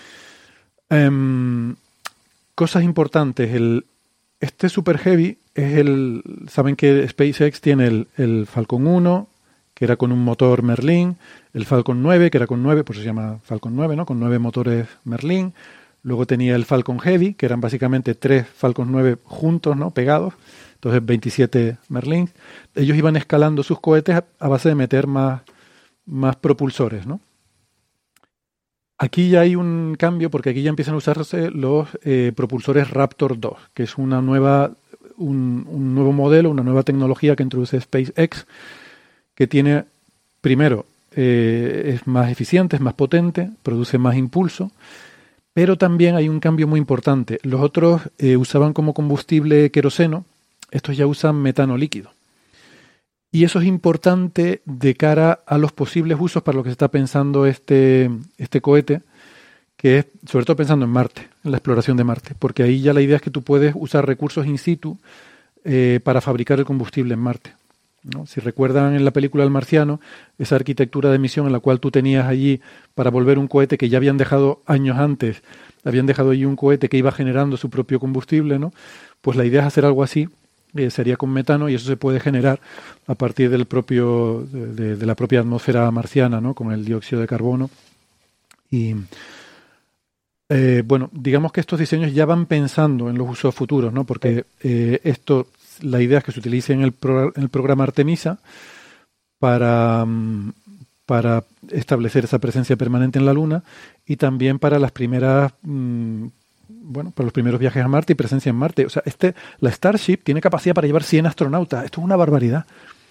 S2: Cosas importantes. Este Super Heavy saben que SpaceX tiene el Falcon 1, que era con un motor Merlin, el Falcon 9, que era con 9, por eso se llama Falcon 9, ¿no? Con 9 motores Merlin. Luego tenía el Falcon Heavy, que eran básicamente 3 Falcon 9 juntos, ¿no? Pegados. Entonces 27 Merlin. Ellos iban escalando sus cohetes a base de meter más propulsores, ¿no? Aquí ya hay un cambio porque aquí ya empiezan a usarse los propulsores Raptor 2, que es un nuevo modelo, una nueva tecnología que introduce SpaceX, que tiene, primero, es más eficiente, es más potente, produce más impulso, pero también hay un cambio muy importante. Los otros usaban como combustible queroseno, estos ya usan metano líquido. Y eso es importante de cara a los posibles usos para lo que se está pensando este cohete, que es sobre todo pensando en Marte, en la exploración de Marte, porque ahí ya la idea es que tú puedes usar recursos in situ para fabricar el combustible en Marte, ¿no? Si recuerdan en la película El Marciano, esa arquitectura de misión en la cual tú tenías allí para volver un cohete que ya habían dejado años antes, habían dejado allí un cohete que iba generando su propio combustible, ¿no? Pues la idea es hacer algo así. Sería con metano y eso se puede generar a partir del de la propia atmósfera marciana, ¿no? Con el dióxido de carbono. Y bueno, digamos que estos diseños ya van pensando en los usos futuros, ¿no? Porque la idea es que se utilice en el programa Artemisa para establecer esa presencia permanente en la Luna y también para las primeras para los primeros viajes a Marte y presencia en Marte. O sea, la Starship tiene capacidad para llevar 100 astronautas. Esto es una barbaridad.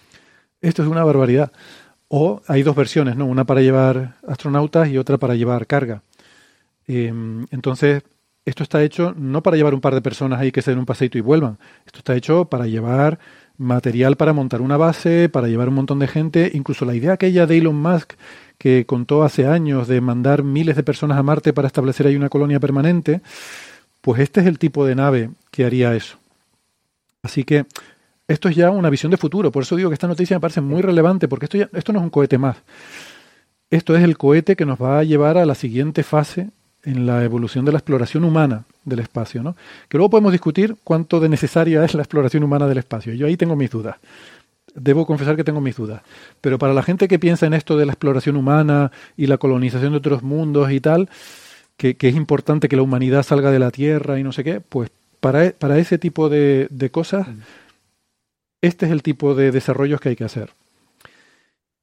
S2: O hay dos versiones, ¿no? Una para llevar astronautas y otra para llevar carga. Entonces, esto está hecho no para llevar un par de personas ahí que se den un paseíto y vuelvan. Esto está hecho para llevar material para montar una base, para llevar un montón de gente. Incluso la idea aquella de Elon Musk que contó hace años de mandar miles de personas a Marte para establecer ahí una colonia permanente, pues este es el tipo de nave que haría eso. Así que esto es ya una visión de futuro. Por eso digo que esta noticia me parece muy relevante, porque esto no es un cohete más. Esto es el cohete que nos va a llevar a la siguiente fase en la evolución de la exploración humana del espacio, ¿no? Que luego podemos discutir cuánto de necesaria es la exploración humana del espacio. Yo ahí tengo mis dudas. Debo confesar que tengo mis dudas. Pero para la gente que piensa en esto de la exploración humana y la colonización de otros mundos y tal, que es importante que la humanidad salga de la Tierra y no sé qué, pues para ese tipo de cosas, este es el tipo de desarrollos que hay que hacer.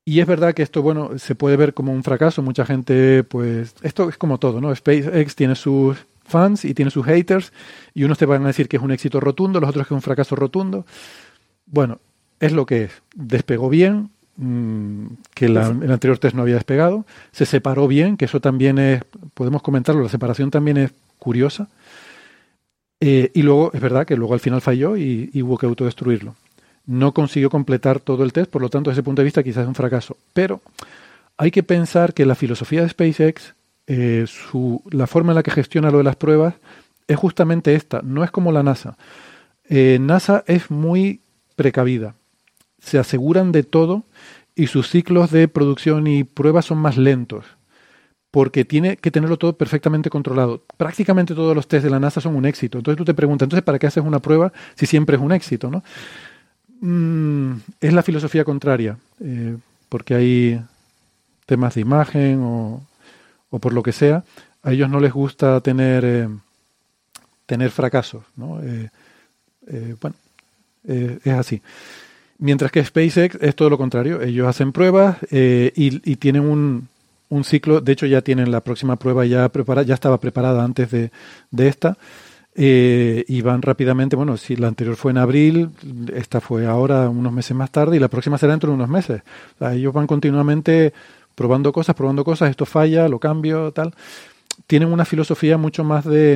S2: Y es verdad que esto, bueno, se puede ver como un fracaso. Mucha gente, pues, esto es como todo, ¿no? SpaceX tiene sus fans y tiene sus haters, y unos te van a decir que es un éxito rotundo, los otros que es un fracaso rotundo. Bueno, es lo que es. Despegó bien, que el anterior test no había despegado. Se separó bien, que eso también es, podemos comentarlo, la separación también es curiosa. Y luego, es verdad que luego al final falló y hubo que autodestruirlo. No consiguió completar todo el test, por lo tanto, desde ese punto de vista quizás es un fracaso. Pero hay que pensar que la filosofía de SpaceX, la forma en la que gestiona lo de las pruebas, es justamente esta. No es como la NASA. NASA es muy precavida. Se aseguran de todo y sus ciclos de producción y pruebas son más lentos, porque tiene que tenerlo todo perfectamente controlado. Prácticamente todos los test de la NASA son un éxito. Entonces tú te preguntas, ¿entonces para qué haces una prueba si siempre es un éxito, ¿no? Es la filosofía contraria, porque hay temas de imagen o por lo que sea. A ellos no les gusta tener fracasos, ¿no? Bueno, es así. Mientras que SpaceX es todo lo contrario. Ellos hacen pruebas y tienen un ciclo. De hecho, ya tienen la próxima prueba ya preparada, ya estaba preparada antes de esta. Y van rápidamente. Bueno, si la anterior fue en abril, esta fue ahora unos meses más tarde y la próxima será dentro de unos meses. O sea, ellos van continuamente probando cosas, esto falla, lo cambio, tal. Tienen una filosofía mucho más de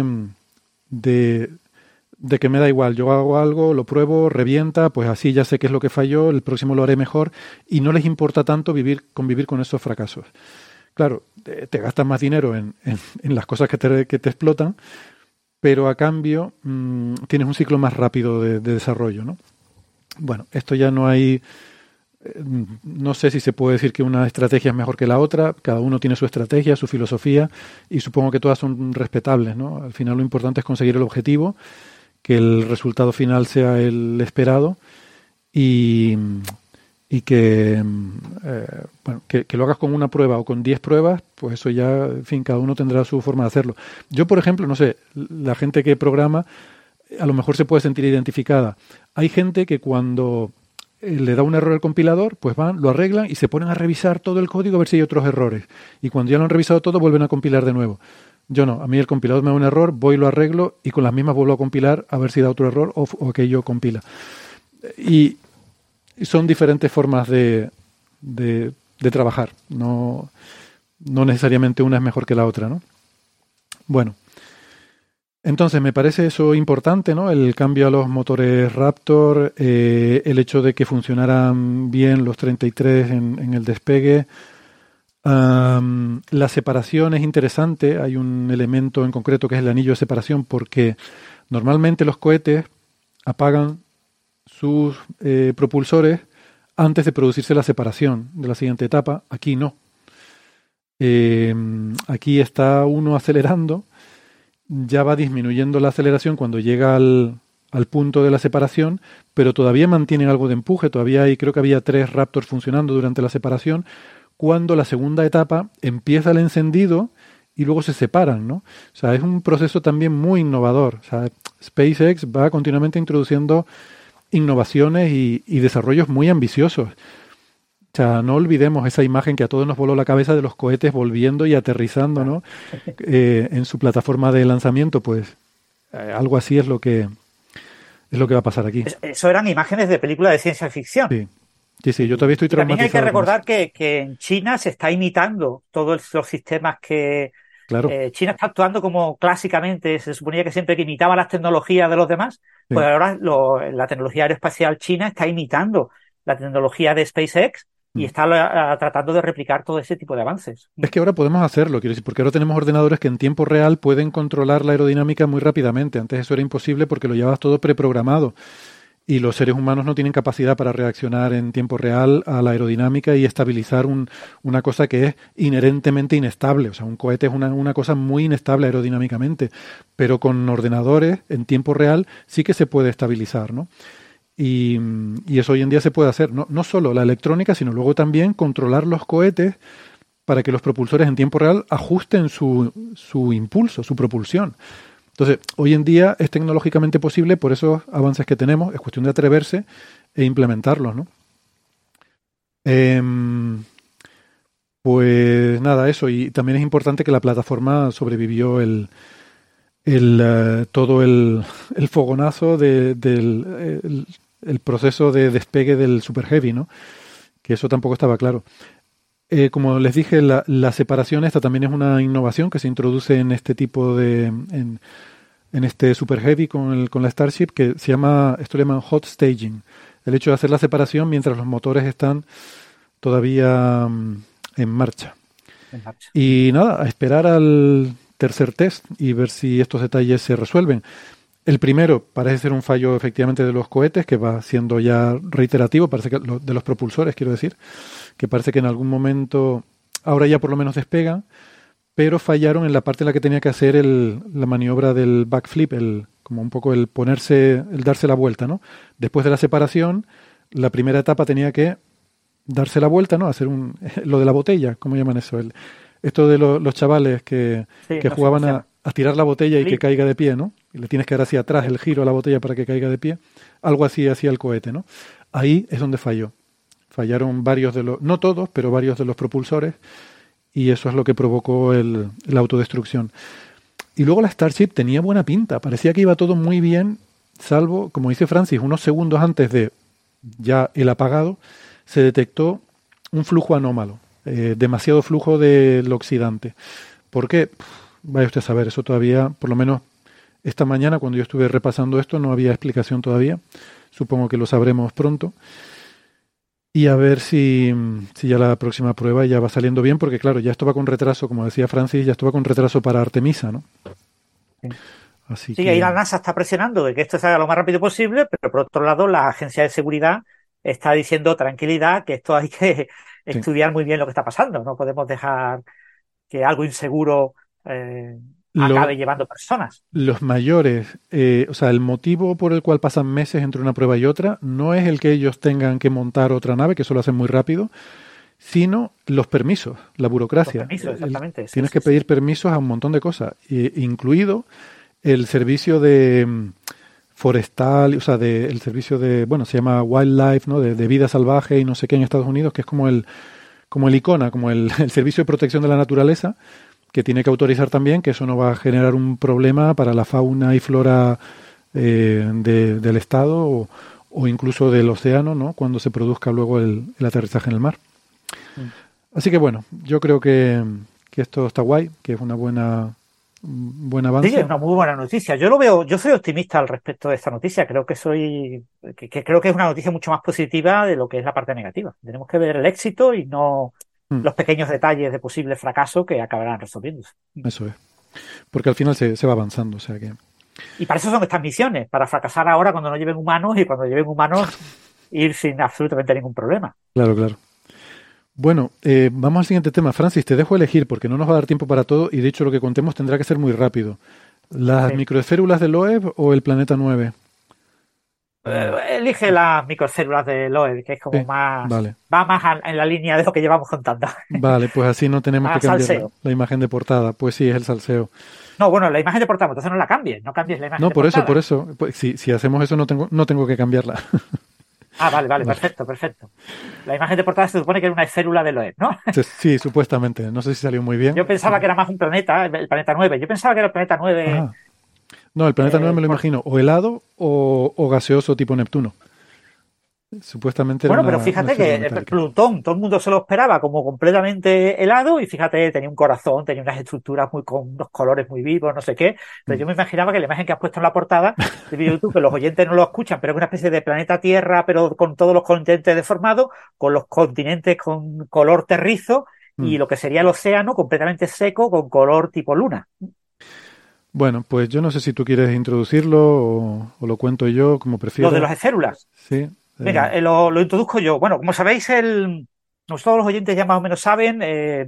S2: que me da igual, yo hago algo, lo pruebo, revienta, pues así ya sé qué es lo que falló, el próximo lo haré mejor, y no les importa tanto convivir con esos fracasos. Claro, te gastas más dinero en las cosas que te explotan, pero a cambio tienes un ciclo más rápido de desarrollo, ¿no? Bueno, esto ya no hay... No sé si se puede decir que una estrategia es mejor que la otra. Cada uno tiene su estrategia, su filosofía, y supongo que todas son respetables, ¿no? Al final lo importante es conseguir el objetivo, que el resultado final sea el esperado y que, bueno, que lo hagas con una prueba o con 10 pruebas, pues eso ya, en fin, cada uno tendrá su forma de hacerlo. Yo, por ejemplo, no sé, la gente que programa a lo mejor se puede sentir identificada. Hay gente que cuando le da un error al compilador, pues van, lo arreglan y se ponen a revisar todo el código a ver si hay otros errores. Y cuando ya lo han revisado todo, vuelven a compilar de nuevo. Yo no, a mí el compilador me da un error, voy, lo arreglo y con las mismas vuelvo a compilar a ver si da otro error o aquello compila. Y son diferentes formas de trabajar. No necesariamente una es mejor que la otra, ¿no? Bueno, entonces me parece eso importante, ¿no? El cambio a los motores Raptor, el hecho de que funcionaran bien los 33 en el despegue. La separación es interesante. Hay un elemento en concreto que es el anillo de separación, porque normalmente los cohetes apagan sus propulsores antes de producirse la separación de la siguiente etapa. Aquí no. Aquí está uno acelerando, ya va disminuyendo la aceleración cuando llega al punto de la separación, pero todavía mantienen algo de empuje. Todavía creo que había 3 Raptors funcionando durante la separación, cuando la segunda etapa empieza el encendido y luego se separan, ¿no? O sea, es un proceso también muy innovador. O sea, SpaceX va continuamente introduciendo innovaciones y desarrollos muy ambiciosos. O sea, no olvidemos esa imagen que a todos nos voló la cabeza de los cohetes volviendo y aterrizando, ¿no? En su plataforma de lanzamiento, pues algo así es lo que va a pasar aquí.
S4: Eso eran imágenes de películas de ciencia ficción.
S2: Sí, yo todavía estoy traumatizado.
S4: También hay que recordar que en China se está imitando todos los sistemas que...
S2: Claro.
S4: China está actuando como clásicamente se suponía que siempre que imitaba las tecnologías de los demás, pues ahora la tecnología aeroespacial china está imitando la tecnología de SpaceX y está tratando de replicar todo ese tipo de avances.
S2: Es que ahora podemos hacerlo, quiero decir, porque ahora tenemos ordenadores que en tiempo real pueden controlar la aerodinámica muy rápidamente. Antes eso era imposible porque lo llevabas todo preprogramado. Y los seres humanos no tienen capacidad para reaccionar en tiempo real a la aerodinámica y estabilizar una cosa que es inherentemente inestable. O sea, un cohete es una cosa muy inestable aerodinámicamente, pero con ordenadores en tiempo real sí que se puede estabilizar, ¿no? Y eso hoy en día se puede hacer. No solo la electrónica, sino luego también controlar los cohetes para que los propulsores en tiempo real ajusten su impulso, su propulsión. Entonces, hoy en día es tecnológicamente posible por esos avances que tenemos, es cuestión de atreverse e implementarlos, ¿no? Em, pues nada, eso. Y también es importante que la plataforma sobrevivió todo el fogonazo el proceso de despegue del Super Heavy, ¿no? Que eso tampoco estaba claro. Como les dije, la separación esta también es una innovación que se introduce en este tipo en este Super Heavy con la Starship, que esto le llaman hot staging. El hecho de hacer la separación mientras los motores están todavía en marcha. Y nada, a esperar al tercer test y ver si estos detalles se resuelven. El primero parece ser un fallo efectivamente de los cohetes, que va siendo ya reiterativo, parece que de los propulsores, quiero decir, que parece que en algún momento, ahora ya por lo menos despegan, pero fallaron en la parte en la que tenía que hacer la maniobra del backflip, como un poco el darse la vuelta, ¿no? Después de la separación, la primera etapa tenía que darse la vuelta, ¿no? Hacer lo de la botella, ¿cómo llaman eso? Esto de los chavales que jugaban a tirar la botella y que caiga de pie, ¿no? Y le tienes que dar hacia atrás el giro a la botella para que caiga de pie. Algo así hacía el cohete, ¿no? Ahí es donde falló. Fallaron no todos, pero varios de los propulsores, y eso es lo que provocó la autodestrucción. Y luego la Starship tenía buena pinta, parecía que iba todo muy bien, salvo, como dice Francis, unos segundos antes de ya el apagado, se detectó un flujo anómalo, demasiado flujo del oxidante. ¿Por qué? Vaya usted a saber, eso todavía, por lo menos esta mañana cuando yo estuve repasando esto, no había explicación todavía. Supongo que lo sabremos pronto. Y a ver si ya la próxima prueba ya va saliendo bien, porque claro, ya esto va con retraso, como decía Francis, ya esto va con retraso para Artemisa, ¿no?
S4: Sí.
S2: Así
S4: Sí,
S2: que
S4: ahí la NASA está presionando de que esto se haga lo más rápido posible, pero por otro lado la Agencia de Seguridad está diciendo tranquilidad, que esto hay que
S2: sí.
S4: estudiar muy bien lo que está pasando. No podemos dejar que algo inseguro acabe llevando personas.
S2: Los mayores, o sea, el motivo por el cual pasan meses entre una prueba y otra no es el que ellos tengan que montar otra nave, que eso lo hacen muy rápido, sino los permisos, la burocracia.
S4: Los permisos, exactamente.
S2: Tienes que pedir permisos a un montón de cosas, incluido el servicio de forestal, o sea, el servicio se llama Wildlife, ¿no? De vida salvaje y no sé qué en Estados Unidos, que es como el ICONA, como el Servicio de Protección de la Naturaleza, que tiene que autorizar también que eso no va a generar un problema para la fauna y flora del estado o incluso del océano, ¿no? Cuando se produzca luego el aterrizaje en el mar. Así que bueno, yo creo que esto está guay, que es un buen avance.
S4: Sí, es una muy buena noticia. Yo soy optimista al respecto de esta noticia. Creo que creo que es una noticia mucho más positiva de lo que es la parte negativa. Tenemos que ver el éxito y no los pequeños detalles de posible fracaso que acabarán resolviéndose.
S2: Eso es. Porque al final se va avanzando, o sea que...
S4: Y para eso son estas misiones, para fracasar ahora cuando no lleven humanos y cuando lleven humanos ir sin absolutamente ningún problema.
S2: Claro, claro. Bueno, vamos al siguiente tema. Francis, te dejo elegir porque no nos va a dar tiempo para todo y de hecho lo que contemos tendrá que ser muy rápido. ¿Las microcélulas de Loeb o el planeta 9?
S4: Elige las microcélulas de Loeb, que es como más...
S2: Vale.
S4: Va más en la línea de lo que llevamos contando.
S2: Vale, pues así no tenemos que cambiar la imagen de portada. Pues sí, es el salseo.
S4: No, bueno, la imagen de portada, entonces no la cambies, no cambies la imagen de portada.
S2: No, por eso. Pues, si hacemos eso no tengo que cambiarla.
S4: Ah, vale, perfecto. La imagen de portada se supone que era una célula de Loeb, ¿no?
S2: Sí, supuestamente. No sé si salió muy bien.
S4: Yo pensaba que era más un planeta, el planeta 9. Yo pensaba que era el planeta 9...
S2: Ah. No, el planeta 9 me lo imagino o helado o gaseoso tipo Neptuno. Supuestamente
S4: bueno, pero fíjate que Plutón, todo el mundo se lo esperaba como completamente helado y fíjate, tenía un corazón, tenía unas estructuras con unos colores muy vivos, no sé qué. Entonces yo me imaginaba que la imagen que has puesto en la portada de YouTube, que los oyentes no lo escuchan, pero es una especie de planeta Tierra, pero con todos los continentes deformados, con los continentes con color terrizo y lo que sería el océano completamente seco con color tipo luna.
S2: Bueno, pues yo no sé si tú quieres introducirlo o lo cuento yo, como prefieras.
S4: Lo de las células.
S2: Sí.
S4: Venga, lo introduzco yo. Bueno, como sabéis, todos los oyentes ya más o menos saben,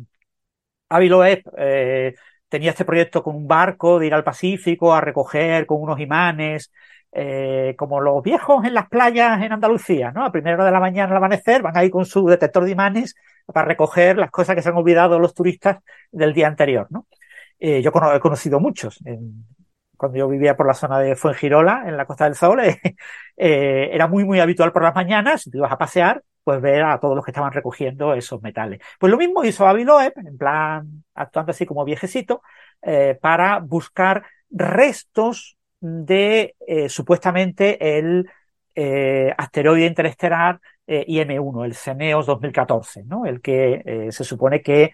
S4: Avi Loeb tenía este proyecto con un barco de ir al Pacífico a recoger con unos imanes, como los viejos en las playas en Andalucía, ¿no? A primera hora de la mañana al amanecer van ahí con su detector de imanes para recoger las cosas que se han olvidado los turistas del día anterior, ¿no? Yo he conocido muchos. Cuando yo vivía por la zona de Fuengirola, en la Costa del Sol, era muy, muy habitual por las mañanas, si te ibas a pasear, pues ver a todos los que estaban recogiendo esos metales. Pues lo mismo hizo Avi Loeb, en plan, actuando así como viejecito, para buscar restos de supuestamente el asteroide interestelar IM-1, el CENEOS 2014, ¿no? El que se supone que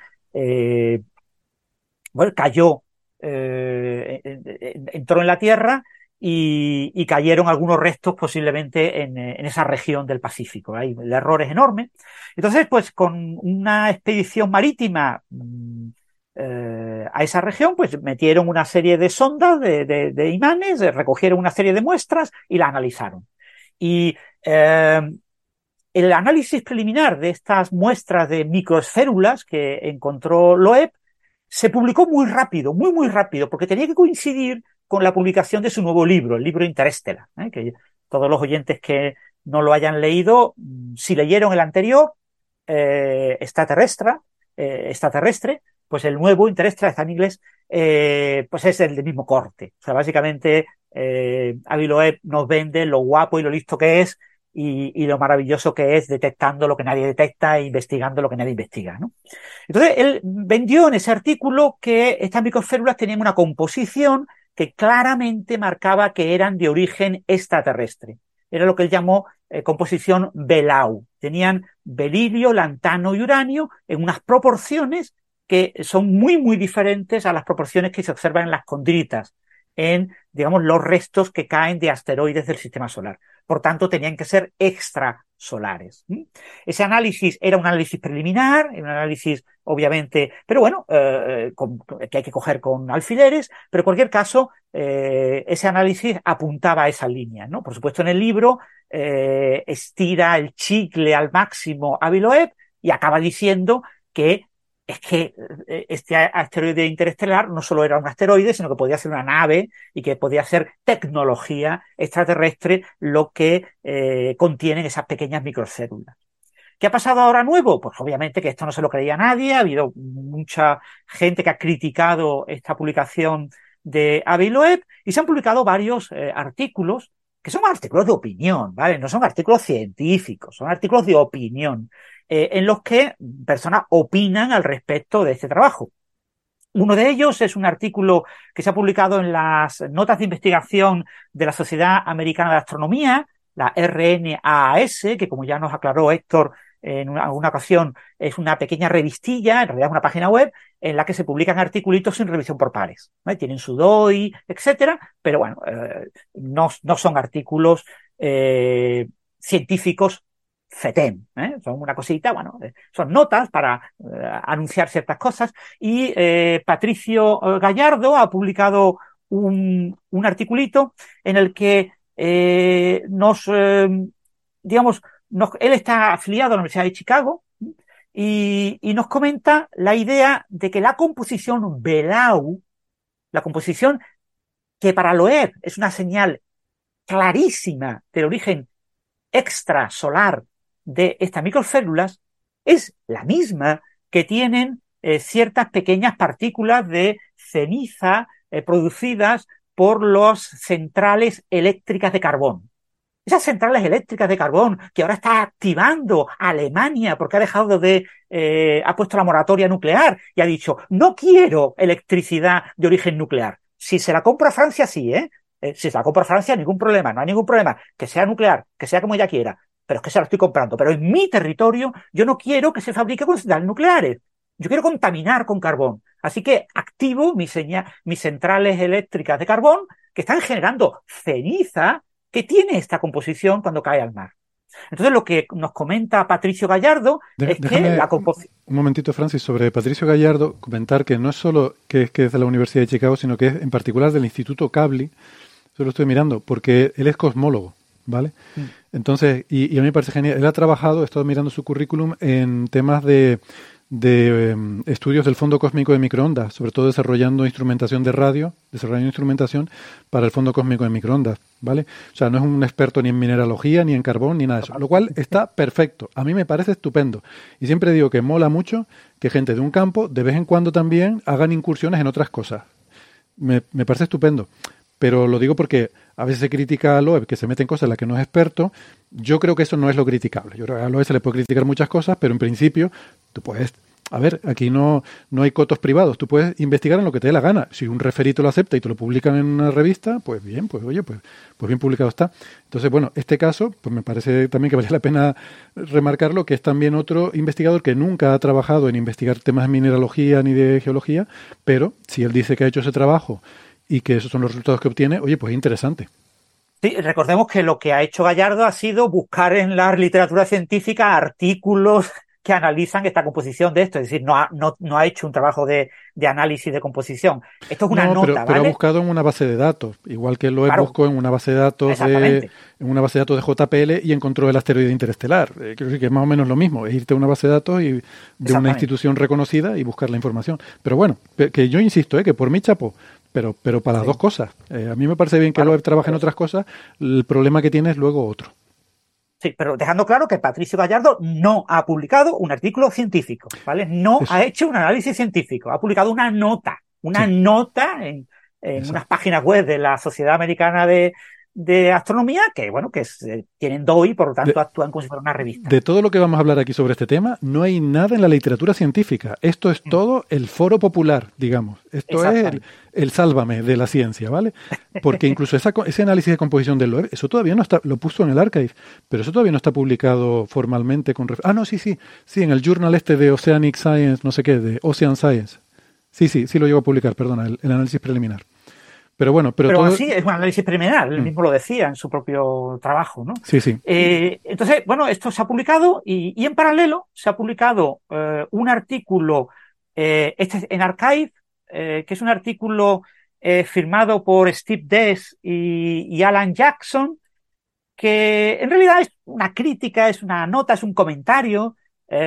S4: cayó, entró en la Tierra y cayeron algunos restos posiblemente en esa región del Pacífico. Ahí el error es enorme. Entonces, pues con una expedición marítima a esa región, pues metieron una serie de sondas, de imanes, recogieron una serie de muestras y la analizaron. Y el análisis preliminar de estas muestras de microesférulas que encontró Loeb se publicó muy rápido, muy rápido, porque tenía que coincidir con la publicación de su nuevo libro, el libro Interstellar, que todos los oyentes que no lo hayan leído, si leyeron el anterior, extraterrestre, pues el nuevo Interstellar, está en inglés, pues es el del mismo corte. O sea, básicamente, Avi Loeb nos vende lo guapo y lo listo que es y lo maravilloso que es detectando lo que nadie detecta e investigando lo que nadie investiga, ¿no? Entonces, él vendió en ese artículo que estas microesférulas tenían una composición que claramente marcaba que eran de origen extraterrestre. Era lo que él llamó composición Belau. Tenían berilio, lantano y uranio en unas proporciones que son muy diferentes a las proporciones que se observan en las condritas, en, digamos, los restos que caen de asteroides del sistema solar. Por tanto, tenían que ser extrasolares. Ese análisis era un análisis preliminar, un análisis, obviamente, pero bueno, que hay que coger con alfileres, pero en cualquier caso, ese análisis apuntaba a esa línea, ¿no? Por supuesto, en el libro estira el chicle al máximo Avi Loeb y acaba diciendo que es que este asteroide interestelar no solo era un asteroide, sino que podía ser una nave y que podía ser tecnología extraterrestre lo que contienen esas pequeñas microcélulas. ¿Qué ha pasado ahora nuevo? Pues obviamente que esto no se lo creía nadie, ha habido mucha gente que ha criticado esta publicación de Avi Loeb y se han publicado varios artículos que son artículos de opinión, ¿vale? No son artículos científicos, son artículos de opinión, en los que personas opinan al respecto de este trabajo. Uno de ellos es un artículo que se ha publicado en las notas de investigación de la Sociedad Americana de Astronomía, la RNAAS, que como ya nos aclaró Héctor en alguna ocasión, es una pequeña revistilla, en realidad es una página web, en la que se publican articulitos sin revisión por pares, ¿vale? Tienen su DOI, etcétera, pero bueno, no son artículos científicos FETEM, son una cosita, bueno, son notas para anunciar ciertas cosas, y Patricio Gallardo ha publicado un articulito en el que él está afiliado a la Universidad de Chicago y nos comenta la idea de que la composición Belau, la composición que para Loeb es una señal clarísima del origen extrasolar de estas microcélulas, es la misma que tienen ciertas pequeñas partículas de ceniza producidas por las centrales eléctricas de carbón. Esas centrales eléctricas de carbón que ahora está activando Alemania porque ha puesto la moratoria nuclear y ha dicho, no quiero electricidad de origen nuclear. Si se la compra Francia, sí, si se la compra Francia, ningún problema, no hay ningún problema. Que sea nuclear, que sea como ella quiera, pero es que se la estoy comprando. Pero en mi territorio yo no quiero que se fabrique con centrales nucleares. Yo quiero contaminar con carbón. Así que activo mis centrales eléctricas de carbón que están generando ceniza que tiene esta composición cuando cae al mar. Entonces, lo que nos comenta Patricio Gallardo es que la composición...
S2: Un momentito, Francis, sobre Patricio Gallardo, comentar que no es solo que es de la Universidad de Chicago, sino que es en particular del Instituto Kavli. Yo lo estoy mirando, porque él es cosmólogo, ¿vale? Entonces, y a mí me parece genial. Él ha trabajado, he estado mirando su currículum en temas de estudios del fondo cósmico de microondas, sobre todo desarrollando instrumentación de radio, desarrollando instrumentación para el fondo cósmico de microondas, ¿vale? O sea, no es un experto ni en mineralogía, ni en carbón, ni nada de eso, lo cual está perfecto. A mí me parece estupendo. Y siempre digo que mola mucho que gente de un campo, de vez en cuando también, hagan incursiones en otras cosas. Me parece estupendo. Pero lo digo porque a veces se critica a Loeb que se mete en cosas en las que no es experto. Yo creo que eso no es lo criticable. Yo creo que a Loeb se le puede criticar muchas cosas, pero en principio tú puedes... A ver, aquí no hay cotos privados. Tú puedes investigar en lo que te dé la gana. Si un referito lo acepta y te lo publican en una revista, pues bien, pues oye, pues bien publicado está. Entonces, bueno, este caso, pues me parece también que vale la pena remarcarlo, que es también otro investigador que nunca ha trabajado en investigar temas de mineralogía ni de geología, pero si él dice que ha hecho ese trabajo y que esos son los resultados que obtiene, oye, pues es interesante.
S4: Sí, recordemos que lo que ha hecho Gallardo ha sido buscar en la literatura científica artículos que analizan esta composición de esto, es decir, no ha hecho un trabajo de análisis de composición. Esto es una nota,
S2: pero
S4: ¿vale?
S2: Ha buscado en una base de datos, igual que lo buscó en una base de datos de JPL y encontró el asteroide interestelar. Creo que es más o menos lo mismo, es irte a una base de datos y de una institución reconocida y buscar la información. Pero bueno, que yo insisto, que por mí chapo, pero para las dos cosas. A mí me parece bien que Loeb trabaje en otras cosas, el problema que tiene es luego otro.
S4: Sí, pero dejando claro que Patricio Gallardo no ha publicado un artículo científico, ¿vale? No ha hecho un análisis científico, ha publicado una nota en unas páginas web de la Sociedad Americana de Astronomía que, bueno, tienen DOI y por lo tanto actúan como si fuera una revista.
S2: De todo lo que vamos a hablar aquí sobre este tema, no hay nada en la literatura científica. Esto es todo el foro popular, digamos. Esto es el sálvame de la ciencia, ¿vale? Porque incluso ese análisis de composición del Loeb, eso todavía no está, lo puso en el archive, pero eso todavía no está publicado formalmente con... sí, en el journal de Oceanic Science, no sé qué, de Ocean Science. Sí, lo llevo a publicar, perdona, el análisis preliminar. Pero bueno, pero todo...
S4: sí, es un análisis preliminar, él mismo lo decía en su propio trabajo, ¿no?
S2: Sí.
S4: Entonces, bueno, esto se ha publicado y en paralelo se ha publicado un artículo, en Archive, que es un artículo firmado por Steve Dees y Alan Jackson, que en realidad es una crítica, es una nota, es un comentario.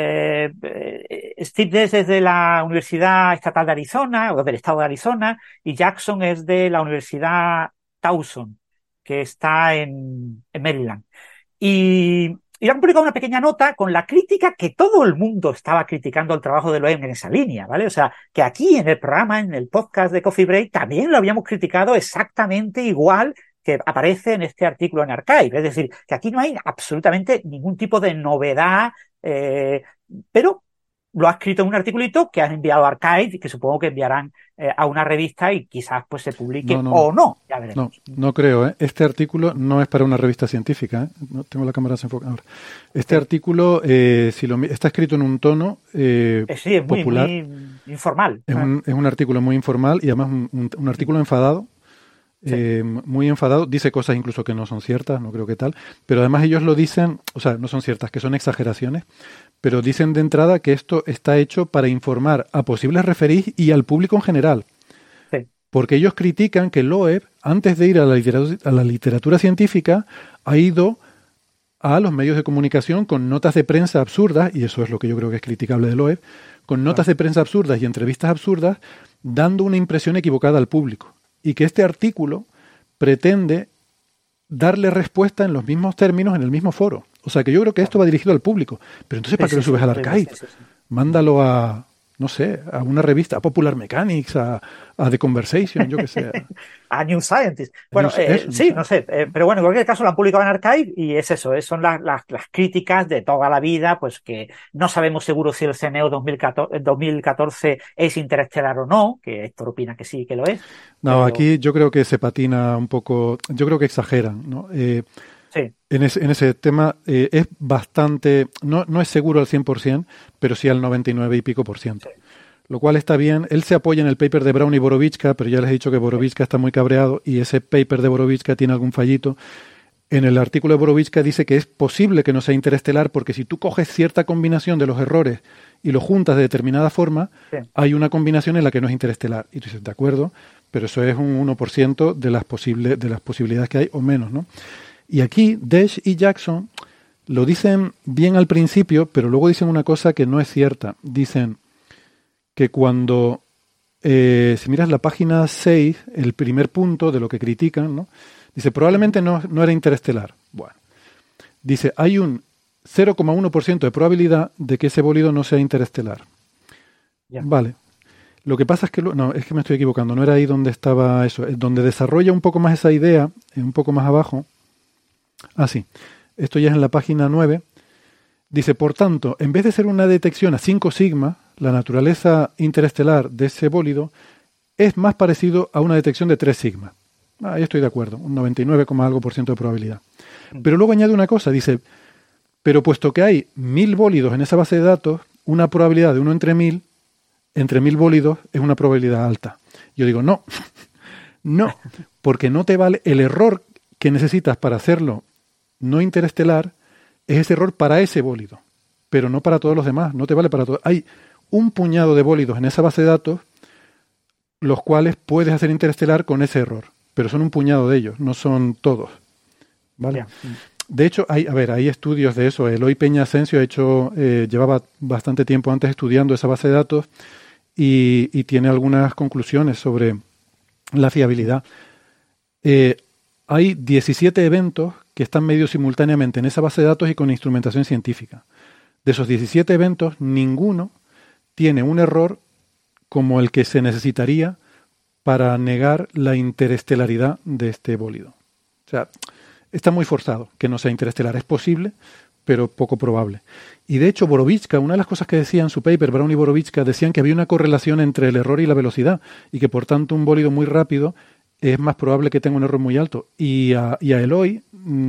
S4: Steve Dees es de la Universidad Estatal de Arizona, o del Estado de Arizona, y Jackson es de la Universidad Towson, que está en Maryland. Y han publicado una pequeña nota con la crítica que todo el mundo estaba criticando el trabajo de Loeb en esa línea, ¿vale? O sea, que aquí en el programa, en el podcast de Coffee Break, también lo habíamos criticado exactamente igual que aparece en este artículo en Archive. Es decir, que aquí no hay absolutamente ningún tipo de novedad, pero lo ha escrito en un articulito que han enviado a Archive y que supongo que enviarán a una revista y quizás pues se publique o no. Ya veremos.
S2: No creo, ¿eh? Este artículo no es para una revista científica, ¿eh? No tengo la cámara desenfocada ahora. Este artículo está escrito en un tono
S4: es
S2: popular.
S4: Muy informal.
S2: Es un artículo muy informal y además un artículo enfadado. Muy enfadado, dice cosas incluso que no son ciertas, no creo que tal, pero además ellos lo dicen, o sea, no son ciertas, que son exageraciones, pero dicen de entrada que esto está hecho para informar a posibles referís y al público en general, porque ellos critican que Loeb, antes de ir a la literatura científica, ha ido a los medios de comunicación con notas de prensa absurdas, y eso es lo que yo creo que es criticable de Loeb, con notas de prensa absurdas y entrevistas absurdas, dando una impresión equivocada al público. Y que este artículo pretende darle respuesta en los mismos términos en el mismo foro. O sea que yo creo que esto va dirigido al público. Pero entonces, ¿para qué lo subes al Archive? Mándalo a, no sé, a una revista, a Popular Mechanics, a The Conversation, yo qué sé.
S4: A New Scientist. Bueno, no sé. Pero bueno, en cualquier caso lo han publicado en Archive y es eso, son las críticas de toda la vida, pues que no sabemos seguro si el CNEO 2014 es interestelar o no, que Héctor opina que sí, que lo es.
S2: No, aquí yo creo que se patina un poco, yo creo que exageran, ¿no?
S4: Sí.
S2: En ese tema es bastante, no es seguro al 100%, pero sí al 99 y pico %. Sí. Lo cual está bien. Él se apoya en el paper de Brown y Borovichka, pero ya les he dicho que Borovichka está muy cabreado y ese paper de Borovichka tiene algún fallito. En el artículo de Borovichka dice que es posible que no sea interestelar porque si tú coges cierta combinación de los errores y lo juntas de determinada forma, hay una combinación en la que no es interestelar. Y tú dices, de acuerdo, pero eso es un 1% de las posibilidades que hay o menos, ¿no? Y aquí Dees y Jackson lo dicen bien al principio, pero luego dicen una cosa que no es cierta. Dicen que cuando, si miras la página 6, el primer punto de lo que critican, ¿no? Dice, probablemente no era interestelar. Bueno, dice, hay un 0,1% de probabilidad de que ese bólido no sea interestelar.
S4: Ya.
S2: Vale. Lo que pasa es que, no, es que me estoy equivocando, no era ahí donde estaba eso, donde desarrolla un poco más esa idea, un poco más abajo. Ah, sí, esto ya es en la página 9. Dice, por tanto, en vez de ser una detección a 5 sigma, la naturaleza interestelar de ese bólido es más parecido a una detección de 3 sigma. Ahí estoy de acuerdo, un 99, algo % de probabilidad. Pero luego añade una cosa, dice, pero puesto que hay 1000 bólidos en esa base de datos, una probabilidad de 1 entre 1000 bólidos es una probabilidad alta. Yo digo, no, no, porque no te vale el error que necesitas para hacerlo no interestelar, es ese error para ese bólido, pero no para todos los demás, no te vale para todos. Hay un puñado de bólidos en esa base de datos, los cuales puedes hacer interestelar con ese error, pero son un puñado de ellos, no son todos. ¿Vale? Yeah. De hecho, hay estudios de eso. Eloy Peña Asensio llevaba bastante tiempo antes estudiando esa base de datos y tiene algunas conclusiones sobre la fiabilidad. Hay 17 eventos que están medio simultáneamente en esa base de datos y con instrumentación científica. De esos 17 eventos, ninguno tiene un error como el que se necesitaría para negar la interestelaridad de este bólido. O sea, está muy forzado que no sea interestelar. Es posible, pero poco probable. Y de hecho, Borovitska, una de las cosas que decía en su paper, Brown y Borovitska, decían que había una correlación entre el error y la velocidad, y que por tanto un bólido muy rápido es más probable que tenga un error muy alto. Y a Eloy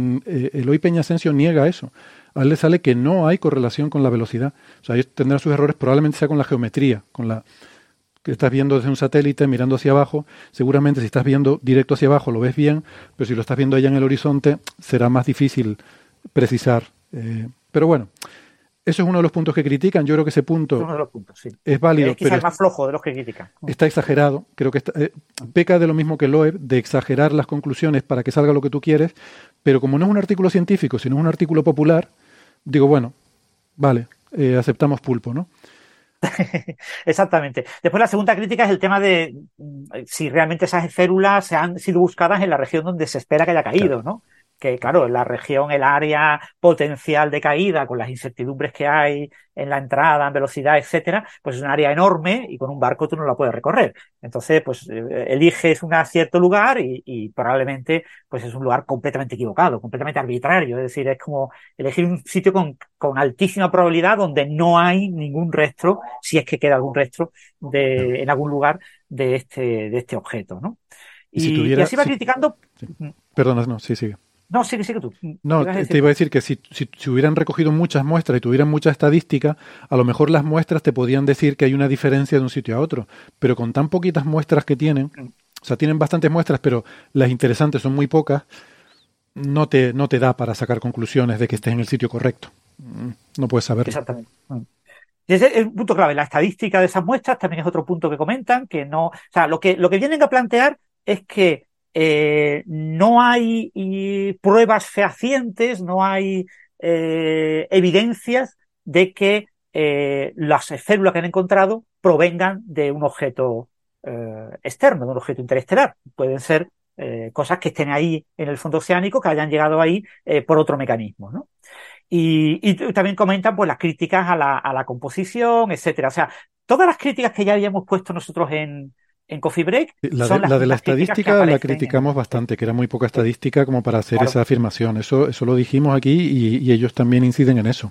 S2: Peña Asensio niega eso. A él le sale que no hay correlación con la velocidad. O sea, ellos tendrán sus errores, probablemente sea con la geometría, con la que estás viendo desde un satélite, mirando hacia abajo. Seguramente si estás viendo directo hacia abajo lo ves bien, pero si lo estás viendo allá en el horizonte será más difícil precisar. Pero bueno, eso es uno de los puntos que critican. Yo creo que ese punto
S4: uno de los puntos, sí.
S2: Es válido.
S4: Es quizás el más flojo de los que critican.
S2: Está exagerado. Creo que peca de lo mismo que Loeb, de exagerar las conclusiones para que salga lo que tú quieres, pero como no es un artículo científico, sino es un artículo popular, digo, bueno, vale, aceptamos pulpo, ¿no?
S4: Exactamente. Después la segunda crítica es el tema de si realmente esas células se han sido buscadas en la región donde se espera que haya caído, claro. ¿no? Que claro, la región, el área potencial de caída, con las incertidumbres que hay en la entrada, en velocidad, etcétera, pues es un área enorme y con un barco tú no la puedes recorrer. Entonces, pues eliges un cierto lugar y probablemente pues es un lugar completamente equivocado, completamente arbitrario. Es decir, es como elegir un sitio con altísima probabilidad donde no hay ningún rastro, si es que queda algún rastro en algún lugar de este objeto, ¿no? Y así va criticando.
S2: Sí. Perdona, no, sí, sigue.
S4: No, sigue tú.
S2: No, te iba a decir que si hubieran recogido muchas muestras y tuvieran mucha estadística, a lo mejor las muestras te podían decir que hay una diferencia de un sitio a otro. Pero con tan poquitas muestras que tienen, o sea, tienen bastantes muestras, pero las interesantes son muy pocas, no te da para sacar conclusiones de que estés en el sitio correcto. No puedes saberlo.
S4: Exactamente. Y ese es un punto clave. La estadística de esas muestras también es otro punto que comentan, que no. O sea, lo que vienen a plantear es que no hay pruebas fehacientes, no hay evidencias de que las células que han encontrado provengan de un objeto externo, de un objeto interestelar. Pueden ser cosas que estén ahí en el fondo oceánico, que hayan llegado ahí por otro mecanismo, ¿no? Y también comentan pues las críticas a la composición, etcétera. O sea, todas las críticas que ya habíamos puesto nosotros en Coffee Break.
S2: La de la estadística la criticamos bastante, que era muy poca estadística como para hacer esa afirmación. Eso lo dijimos aquí y ellos también inciden en eso.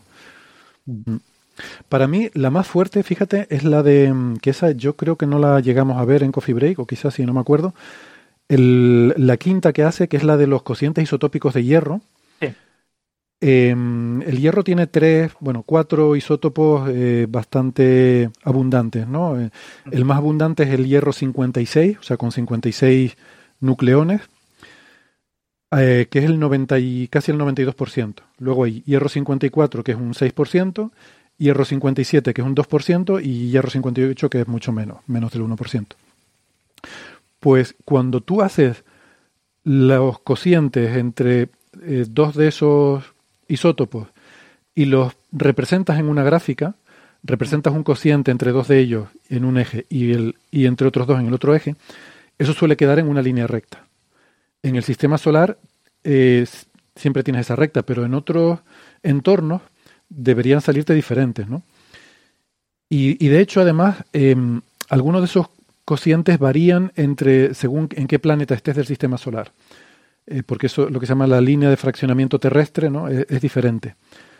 S2: Para mí, la más fuerte, fíjate, es la de, que esa yo creo que no la llegamos a ver en Coffee Break, o quizás sí, no me acuerdo. La quinta que hace, que es la de los cocientes isotópicos de hierro.
S4: Sí.
S2: El hierro tiene 4 isótopos bastante abundantes, ¿no? El más abundante es el hierro 56, o sea, con 56 nucleones, que es casi el 92%. Luego hay hierro 54, que es un 6%, hierro 57, que es un 2%, y hierro 58, que es mucho menos del 1%. Pues cuando tú haces los cocientes entre dos de esos isótopos y los representas en una gráfica, representas un cociente entre dos de ellos en un eje y entre otros dos en el otro eje, eso suele quedar en una línea recta. En el sistema solar siempre tienes esa recta, pero en otros entornos deberían salirte diferentes, ¿no? Y de hecho, además, algunos de esos cocientes varían según en qué planeta estés del sistema solar. Porque eso, lo que se llama la línea de fraccionamiento terrestre, ¿no? Es diferente.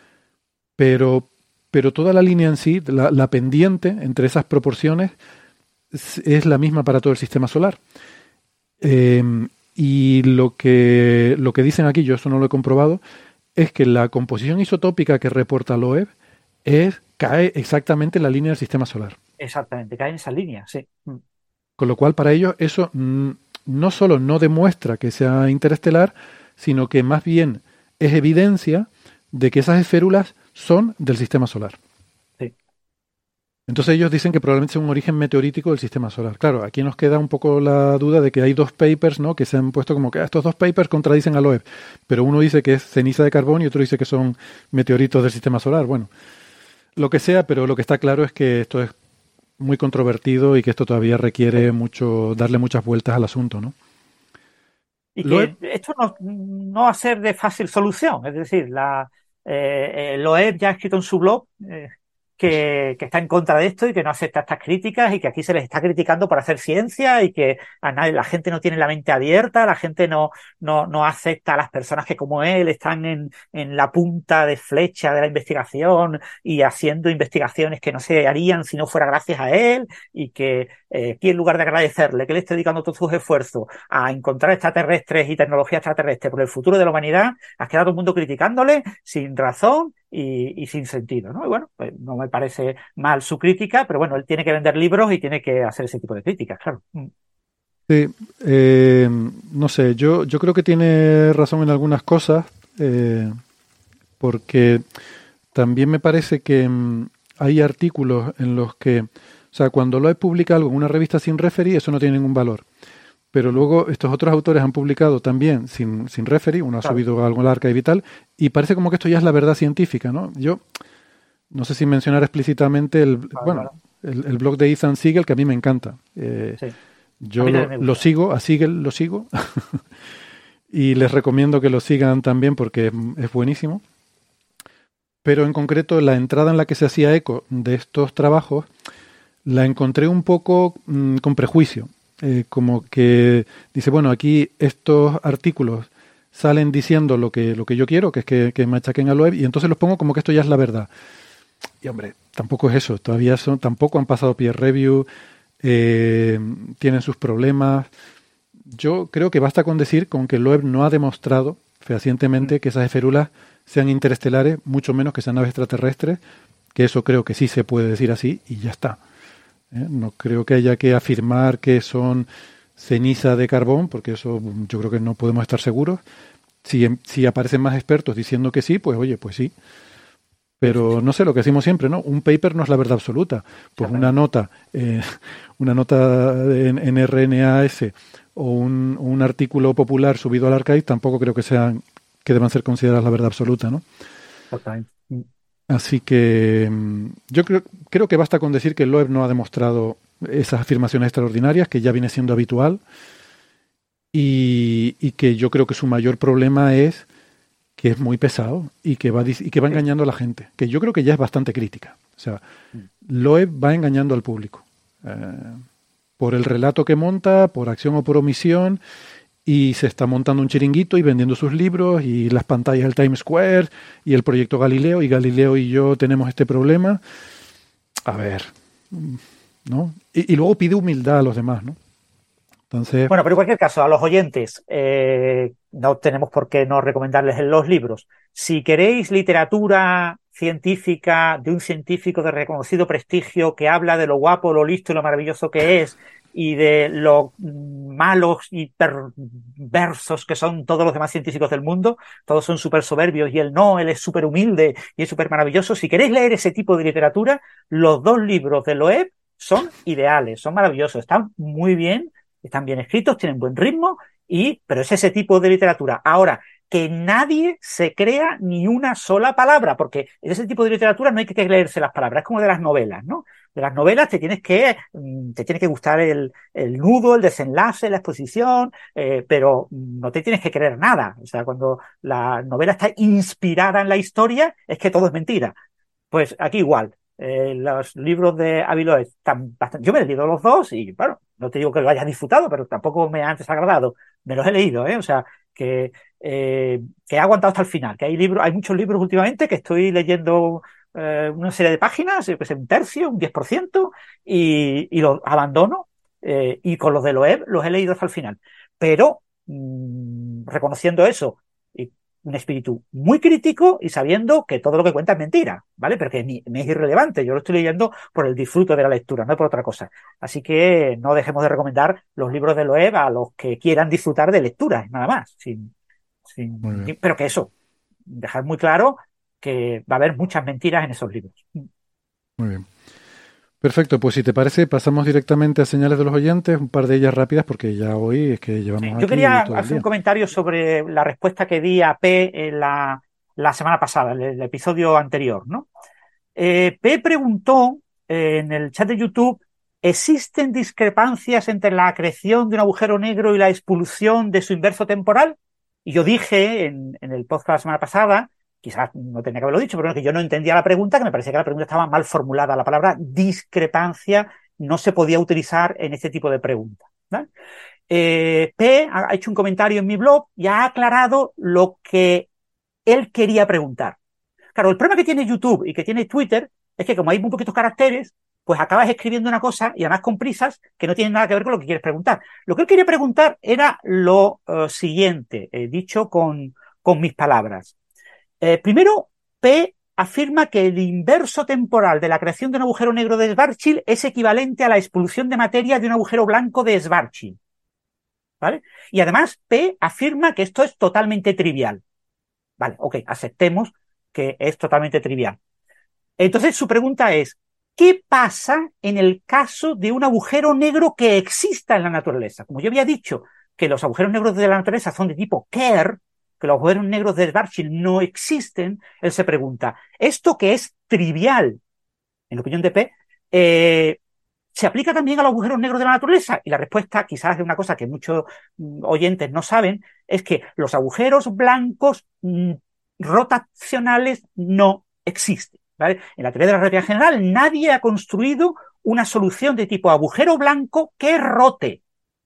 S2: Pero toda la línea en sí, la pendiente entre esas proporciones, es la misma para todo el sistema solar. Y lo que dicen aquí, yo eso no lo he comprobado, es que la composición isotópica que reporta Loeb cae exactamente en la línea del sistema solar.
S4: Exactamente, cae en esa línea, sí.
S2: Con lo cual, para ellos, eso no solo no demuestra que sea interestelar, sino que más bien es evidencia de que esas esférulas son del sistema solar.
S4: Sí.
S2: Entonces ellos dicen que probablemente sea un origen meteorítico del sistema solar. Claro, aquí nos queda un poco la duda de que hay dos papers, ¿no?, que se han puesto como que estos dos papers contradicen a Loeb, pero uno dice que es ceniza de carbón y otro dice que son meteoritos del sistema solar. Bueno, lo que sea, pero lo que está claro es que esto es muy controvertido y que esto todavía requiere darle muchas vueltas al asunto, ¿no?
S4: Y que esto no va a ser de fácil solución. Es decir, Loeb ya ha escrito en su blog que está en contra de esto y que no acepta estas críticas y que aquí se les está criticando por hacer ciencia y que la gente no tiene la mente abierta, la gente no acepta a las personas que como él están en la punta de flecha de la investigación y haciendo investigaciones que no se harían si no fuera gracias a él y que aquí en lugar de agradecerle que le esté dedicando todos sus esfuerzos a encontrar extraterrestres y tecnología extraterrestre por el futuro de la humanidad, ha quedado todo el mundo criticándole sin razón y sin sentido, ¿no? Y bueno, pues no me parece mal su crítica, pero bueno, él tiene que vender libros y tiene que hacer ese tipo de críticas, claro.
S2: Sí, no sé, yo creo que tiene razón en algunas cosas, porque también me parece que hay artículos en los que, o sea, cuando Loeb publica algo en una revista sin referee, eso no tiene ningún valor. Pero luego estos otros autores han publicado también sin referee, uno ha subido algo al archive y tal, y parece como que esto ya es la verdad científica, ¿no? Yo no sé si mencionar explícitamente el blog de Ethan Siegel, que a mí me encanta.
S4: Sí.
S2: Yo lo sigo, a Siegel lo sigo, y les recomiendo que lo sigan también porque es buenísimo. Pero en concreto la entrada en la que se hacía eco de estos trabajos la encontré un poco con prejuicio. Como que dice, bueno, aquí estos artículos salen diciendo lo que yo quiero, que es que machaquen a Loeb, y entonces los pongo como que esto ya es la verdad. Y hombre, tampoco es eso, todavía tampoco han pasado peer review, tienen sus problemas. Yo creo que basta con decir con que Loeb no ha demostrado fehacientemente que esas esférulas sean interestelares, mucho menos que sean naves extraterrestres, que eso creo que sí se puede decir así y ya está. No creo que haya que afirmar que son ceniza de carbón, porque eso yo creo que no podemos estar seguros. Si aparecen más expertos diciendo que sí, pues oye, pues sí. Pero no sé, lo que decimos siempre, ¿no? Un paper no es la verdad absoluta. Pues una nota en RNAS o un artículo popular subido al archive tampoco creo que deban ser consideradas la verdad absoluta, ¿no?
S4: Totalmente.
S2: Así que yo creo que basta con decir que Loeb no ha demostrado esas afirmaciones extraordinarias, que ya viene siendo habitual, y que yo creo que su mayor problema es que es muy pesado y que va engañando a la gente, que yo creo que ya es bastante crítica. O sea, Loeb va engañando al público por el relato que monta, por acción o por omisión, y se está montando un chiringuito y vendiendo sus libros y las pantallas del Times Square y el proyecto Galileo, y Galileo y yo tenemos este problema. A ver, ¿no? Y luego pide humildad a los demás, ¿no? Entonces,
S4: bueno, pero en cualquier caso, a los oyentes, no tenemos por qué no recomendarles los libros. Si queréis literatura científica de un científico de reconocido prestigio que habla de lo guapo, lo listo y lo maravilloso que es, y de lo malos y perversos que son todos los demás científicos del mundo, todos son súper soberbios y él es súper humilde y es súper maravilloso. Si queréis leer ese tipo de literatura, los dos libros de Loeb son ideales, son maravillosos, están muy bien, están bien escritos, tienen buen ritmo, pero es ese tipo de literatura. Ahora, que nadie se crea ni una sola palabra, porque en ese tipo de literatura no hay que leerse las palabras, es como de las novelas, ¿no? De las novelas te tiene que gustar el nudo, el desenlace, la exposición, pero no te tienes que creer nada. O sea, cuando la novela está inspirada en la historia, es que todo es mentira. Pues aquí igual. los libros de Avi Loeb están bastante... Yo me he leído los dos y, bueno, no te digo que lo hayas disfrutado, pero tampoco me han desagradado. Me los he leído, ¿eh? O sea, que he aguantado hasta el final, que hay muchos libros últimamente que estoy leyendo una serie de páginas, yo que sé, un tercio, un 10%, y los abandono, y con los de Loeb los he leído hasta el final. Pero, reconociendo eso, y un espíritu muy crítico y sabiendo que todo lo que cuenta es mentira, ¿vale? Pero que me es irrelevante, yo lo estoy leyendo por el disfrute de la lectura, no por otra cosa. Así que no dejemos de recomendar los libros de Loeb a los que quieran disfrutar de lecturas, nada más. Pero que eso, dejar muy claro que va a haber muchas mentiras en esos libros.
S2: Muy bien. Perfecto, pues si te parece, pasamos directamente a señales de los oyentes, un par de ellas rápidas, porque ya hoy es que llevamos aquí
S4: Yo quería
S2: todo el
S4: hacer
S2: día.
S4: un comentario sobre la respuesta que di a P en la semana pasada, en el episodio anterior, ¿no? P preguntó en el chat de YouTube: ¿existen discrepancias entre la acreción de un agujero negro y la expulsión de su inverso temporal? Y yo dije en el podcast la semana pasada, quizás no tenía que haberlo dicho, pero que yo no entendía la pregunta, que me parecía que la pregunta estaba mal formulada. La palabra discrepancia no se podía utilizar en este tipo de preguntas, ¿vale? P ha hecho un comentario en mi blog y ha aclarado lo que él quería preguntar. Claro, el problema que tiene YouTube y que tiene Twitter es que como hay muy poquitos caracteres, pues acabas escribiendo una cosa y además con prisas que no tienen nada que ver con lo que quieres preguntar. Lo que él quería preguntar era lo siguiente, dicho con mis palabras. Primero, P afirma que el inverso temporal de la creación de un agujero negro de Schwarzschild es equivalente a la expulsión de materia de un agujero blanco de Schwarzschild, ¿vale? Y además, P afirma que esto es totalmente trivial. Vale, ok, aceptemos que es totalmente trivial. Entonces, su pregunta es: ¿qué pasa en el caso de un agujero negro que exista en la naturaleza? Como yo había dicho que los agujeros negros de la naturaleza son de tipo Kerr, que los agujeros negros de Schwarzschild no existen, él se pregunta, ¿esto que es trivial, en la opinión de P, se aplica también a los agujeros negros de la naturaleza? Y la respuesta, quizás de una cosa que muchos oyentes no saben, es que los agujeros blancos rotacionales no existen, ¿vale? En la teoría de la relatividad general nadie ha construido una solución de tipo agujero blanco que rote.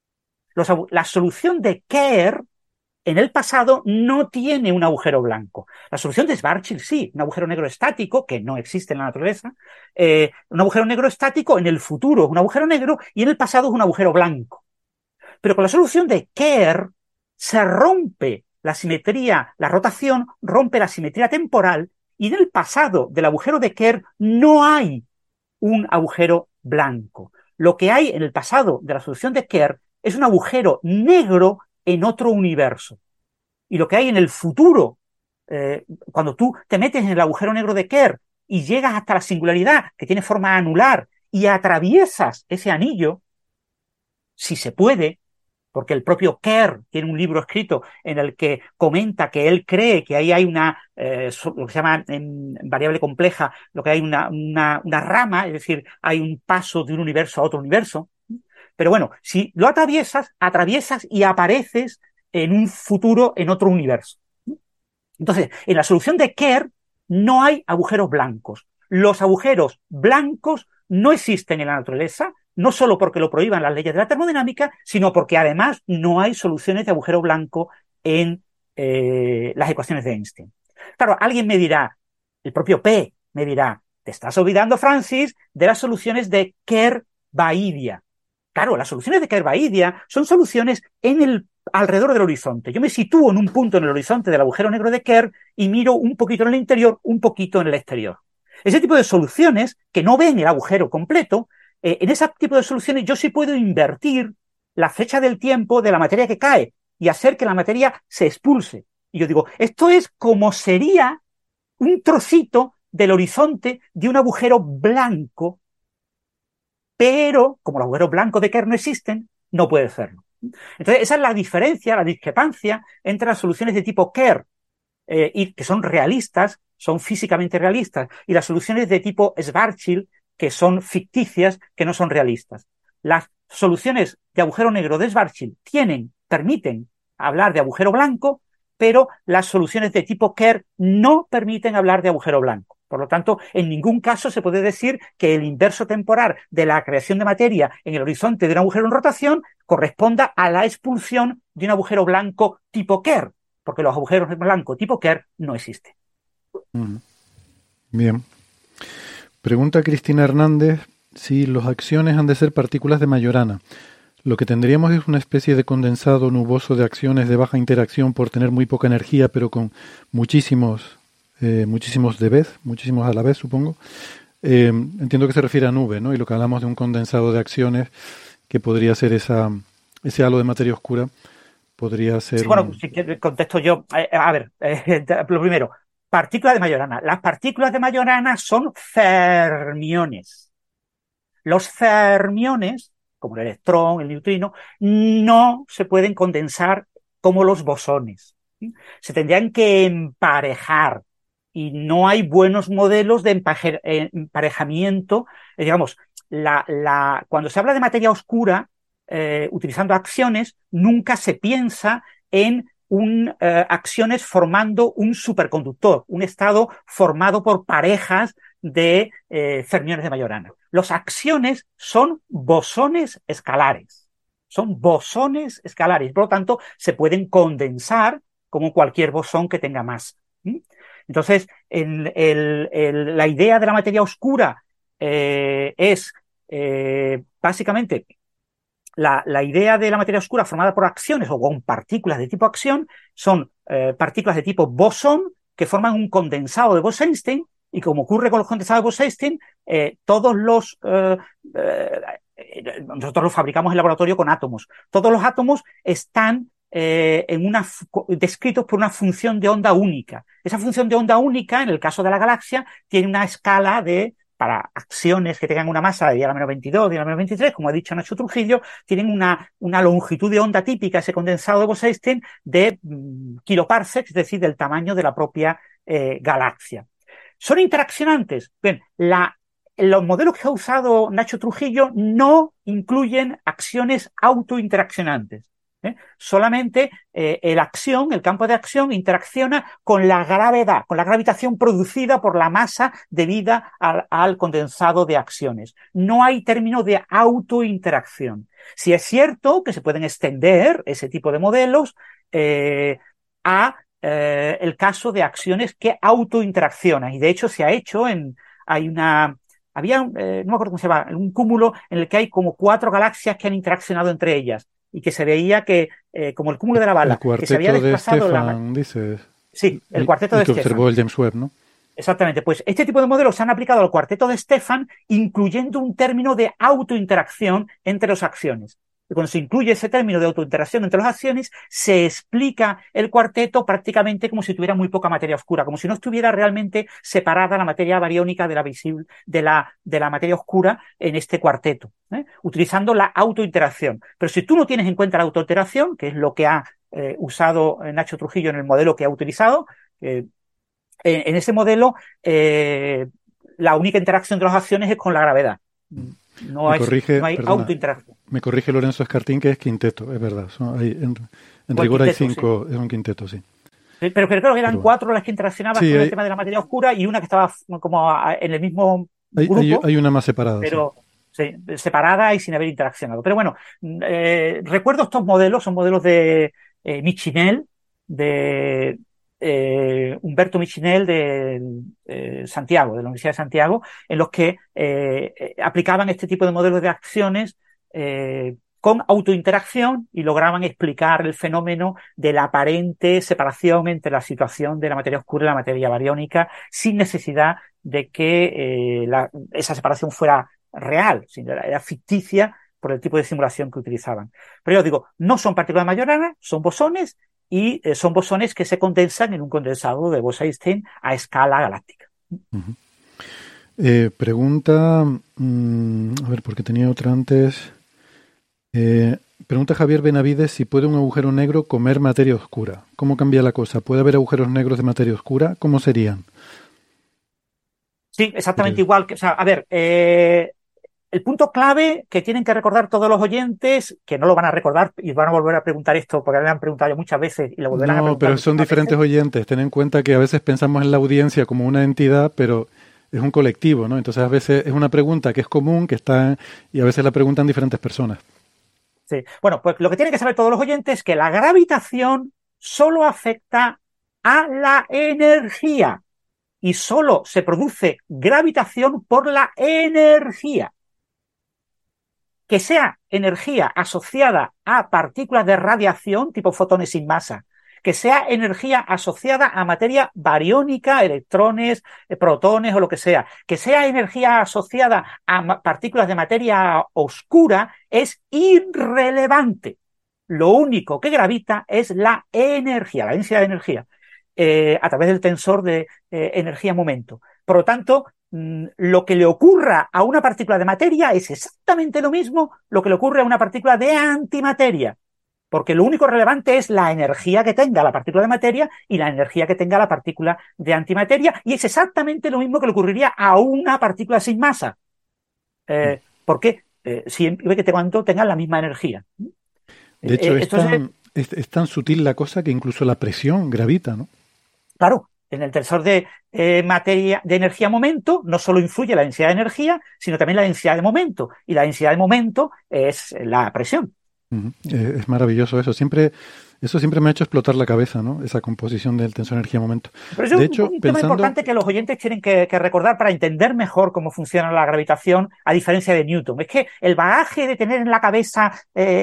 S4: La solución de Kerr en el pasado no tiene un agujero blanco. La solución de Schwarzschild sí, un agujero negro estático, que no existe en la naturaleza, un agujero negro estático en el futuro es un agujero negro y en el pasado es un agujero blanco. Pero con la solución de Kerr se rompe la simetría, la rotación rompe la simetría temporal y en el pasado del agujero de Kerr no hay un agujero blanco. Lo que hay en el pasado de la solución de Kerr es un agujero negro en otro universo. Y lo que hay en el futuro, cuando tú te metes en el agujero negro de Kerr y llegas hasta la singularidad, que tiene forma anular, y atraviesas ese anillo, si se puede, porque el propio Kerr tiene un libro escrito en el que comenta que él cree que ahí hay una, lo que se llama en variable compleja, lo que hay una rama, es decir, hay un paso de un universo a otro universo. Pero bueno, si lo atraviesas y apareces en un futuro, en otro universo. Entonces, en la solución de Kerr no hay agujeros blancos. Los agujeros blancos no existen en la naturaleza, no solo porque lo prohíban las leyes de la termodinámica, sino porque además no hay soluciones de agujero blanco en las ecuaciones de Einstein. Claro, alguien me dirá, el propio P me dirá, te estás olvidando, Francis, de las soluciones de Kerr-Baidia. Claro, las soluciones de Kerr-Baidia son soluciones alrededor del horizonte. Yo me sitúo en un punto en el horizonte del agujero negro de Kerr y miro un poquito en el interior, un poquito en el exterior. Ese tipo de soluciones que no ven el agujero completo, en ese tipo de soluciones yo sí puedo invertir la fecha del tiempo de la materia que cae y hacer que la materia se expulse. Y yo digo, esto es como sería un trocito del horizonte de un agujero blanco, pero como los agujeros blancos de Kerr no existen, no puede serlo. Entonces, esa es la diferencia, la discrepancia entre las soluciones de tipo Kerr, y que son realistas, son físicamente realistas, y las soluciones de tipo Schwarzschild, que son ficticias, que no son realistas. Las soluciones de agujero negro de Schwarzschild permiten hablar de agujero blanco, pero las soluciones de tipo Kerr no permiten hablar de agujero blanco. Por lo tanto, en ningún caso se puede decir que el inverso temporal de la creación de materia en el horizonte de un agujero en rotación corresponda a la expulsión de un agujero blanco tipo Kerr, porque los agujeros blancos tipo Kerr no existen.
S2: Bien. Pregunta Cristina Hernández si las acciones han de ser partículas de Majorana. Lo que tendríamos es una especie de condensado nuboso de acciones de baja interacción por tener muy poca energía, pero con muchísimos muchísimos a la vez, supongo. Entiendo que se refiere a nube, ¿no? Y lo que hablamos de un condensado de acciones, que podría ser ese halo de materia oscura, podría ser...
S4: Sí, bueno, si quieres contesto yo. Lo primero, partículas de Majorana. Las partículas de Majorana son fermiones. Los fermiones, como el electrón, el neutrino, no se pueden condensar como los bosones. Se tendrían que emparejar. Y no hay buenos modelos de emparejamiento. Digamos, cuando se habla de materia oscura, utilizando acciones, nunca se piensa en acciones formando un superconductor, un estado formado por parejas de fermiones de Majorana. Las acciones son bosones escalares. Son bosones escalares. Por lo tanto, se pueden condensar como cualquier bosón que tenga masa. Entonces, la idea de la materia oscura es básicamente la idea de la materia oscura formada por acciones o con partículas de tipo acción son partículas de tipo bosón que forman un condensado de Bose-Einstein, y como ocurre con los condensados de Bose-Einstein, nosotros los fabricamos en laboratorio con átomos. Todos los átomos están descritos por una función de onda única. Esa función de onda única, en el caso de la galaxia, tiene una escala para acciones que tengan una masa de 10 a la menos 22, 10 a la menos 23, como ha dicho Nacho Trujillo, tienen una longitud de onda típica, ese condensado de Bose-Einstein, de kiloparsecs, es decir, del tamaño de la propia galaxia. ¿Son interaccionantes? Bien, los modelos que ha usado Nacho Trujillo no incluyen acciones autointeraccionantes. Solamente el campo de acción interacciona con la gravedad, con la gravitación producida por la masa debida al condensado de acciones. No hay término de autointeracción. Sí es cierto que se pueden extender ese tipo de modelos a el caso de acciones que autointeraccionan, y de hecho se ha hecho no me acuerdo cómo se llama, un cúmulo en el que hay como 4 galaxias que han interaccionado entre ellas, y que se veía que, como el cúmulo de la bala, que se había desplazado...
S2: El cuarteto de Stefan, dices.
S4: Sí, el cuarteto de Stefan.
S2: Que observó el James Webb, ¿no?
S4: Exactamente. Pues este tipo de modelos se han aplicado al cuarteto de Stefan, incluyendo un término de autointeracción entre las acciones. Y cuando se incluye ese término de autointeracción entre las acciones, se explica el cuarteto prácticamente como si tuviera muy poca materia oscura, como si no estuviera realmente separada la materia bariónica de la materia oscura en este cuarteto, utilizando la autointeracción. Pero si tú no tienes en cuenta la autointeracción, que es lo que ha usado Nacho Trujillo en el modelo que ha utilizado, en ese modelo la única interacción de las acciones es con la gravedad. No hay autointeracción.
S2: Me corrige Lorenzo Escartín que es quinteto, es verdad. En rigor hay 5, sí. Es un quinteto, sí.
S4: Pero creo que eran 4 las que interaccionaban con el tema de la materia oscura, y una que estaba como en el mismo grupo.
S2: Hay una más separada.
S4: Pero sí, separada y sin haber interaccionado. Pero bueno, recuerdo estos modelos, son modelos de Michinel, de Humberto Michinel de Santiago, de la Universidad de Santiago, en los que aplicaban este tipo de modelos de acciones con autointeracción y lograban explicar el fenómeno de la aparente separación entre la situación de la materia oscura y la materia bariónica sin necesidad de que esa separación fuera real, sino era ficticia por el tipo de simulación que utilizaban. Pero yo digo, no son partículas de Majorana, son bosones, y son bosones que se condensan en un condensado de Bose-Einstein a escala galáctica.
S2: Pregunta, a ver, porque tenía otra antes. Pregunta Javier Benavides si puede un agujero negro comer materia oscura. ¿Cómo cambia la cosa? ¿Puede haber agujeros negros de materia oscura? ¿Cómo serían?
S4: Sí, exactamente igual. El punto clave que tienen que recordar todos los oyentes, que no lo van a recordar y van a volver a preguntar esto, porque me han preguntado ya muchas veces y lo volverán a preguntar.
S2: No, pero son diferentes oyentes. Ten en cuenta que a veces pensamos en la audiencia como una entidad, pero es un colectivo, ¿no? Entonces a veces es una pregunta que es común, que está, y a veces la preguntan diferentes personas.
S4: Sí. Bueno, pues lo que tienen que saber todos los oyentes es que la gravitación solo afecta a la energía y solo se produce gravitación por la energía. Que sea energía asociada a partículas de radiación tipo fotones sin masa, que sea energía asociada a materia bariónica, electrones, protones o lo que sea energía asociada a partículas de materia oscura, es irrelevante. Lo único que gravita es la energía, la densidad de energía, a través del tensor de energía-momento. Por lo tanto, lo que le ocurra a una partícula de materia es exactamente lo mismo lo que le ocurre a una partícula de antimateria, porque lo único relevante es la energía que tenga la partícula de materia y la energía que tenga la partícula de antimateria, y es exactamente lo mismo que le ocurriría a una partícula sin masa, porque siempre que cuando tengan la misma energía.
S2: De hecho,
S4: Entonces,
S2: es tan sutil la cosa que incluso la presión gravita, ¿no?
S4: claro, en el tensor de materia de energía-momento no solo influye la densidad de energía, sino también la densidad de momento. Y la densidad de momento es la presión.
S2: Es maravilloso eso. Eso siempre me ha hecho explotar la cabeza, ¿no? Esa composición del tensor energía-momento.
S4: Pero eso
S2: De
S4: es
S2: hecho,
S4: un tema importante que los oyentes tienen que recordar para entender mejor cómo funciona la gravitación, a diferencia de Newton. Es que el bagaje de tener en la cabeza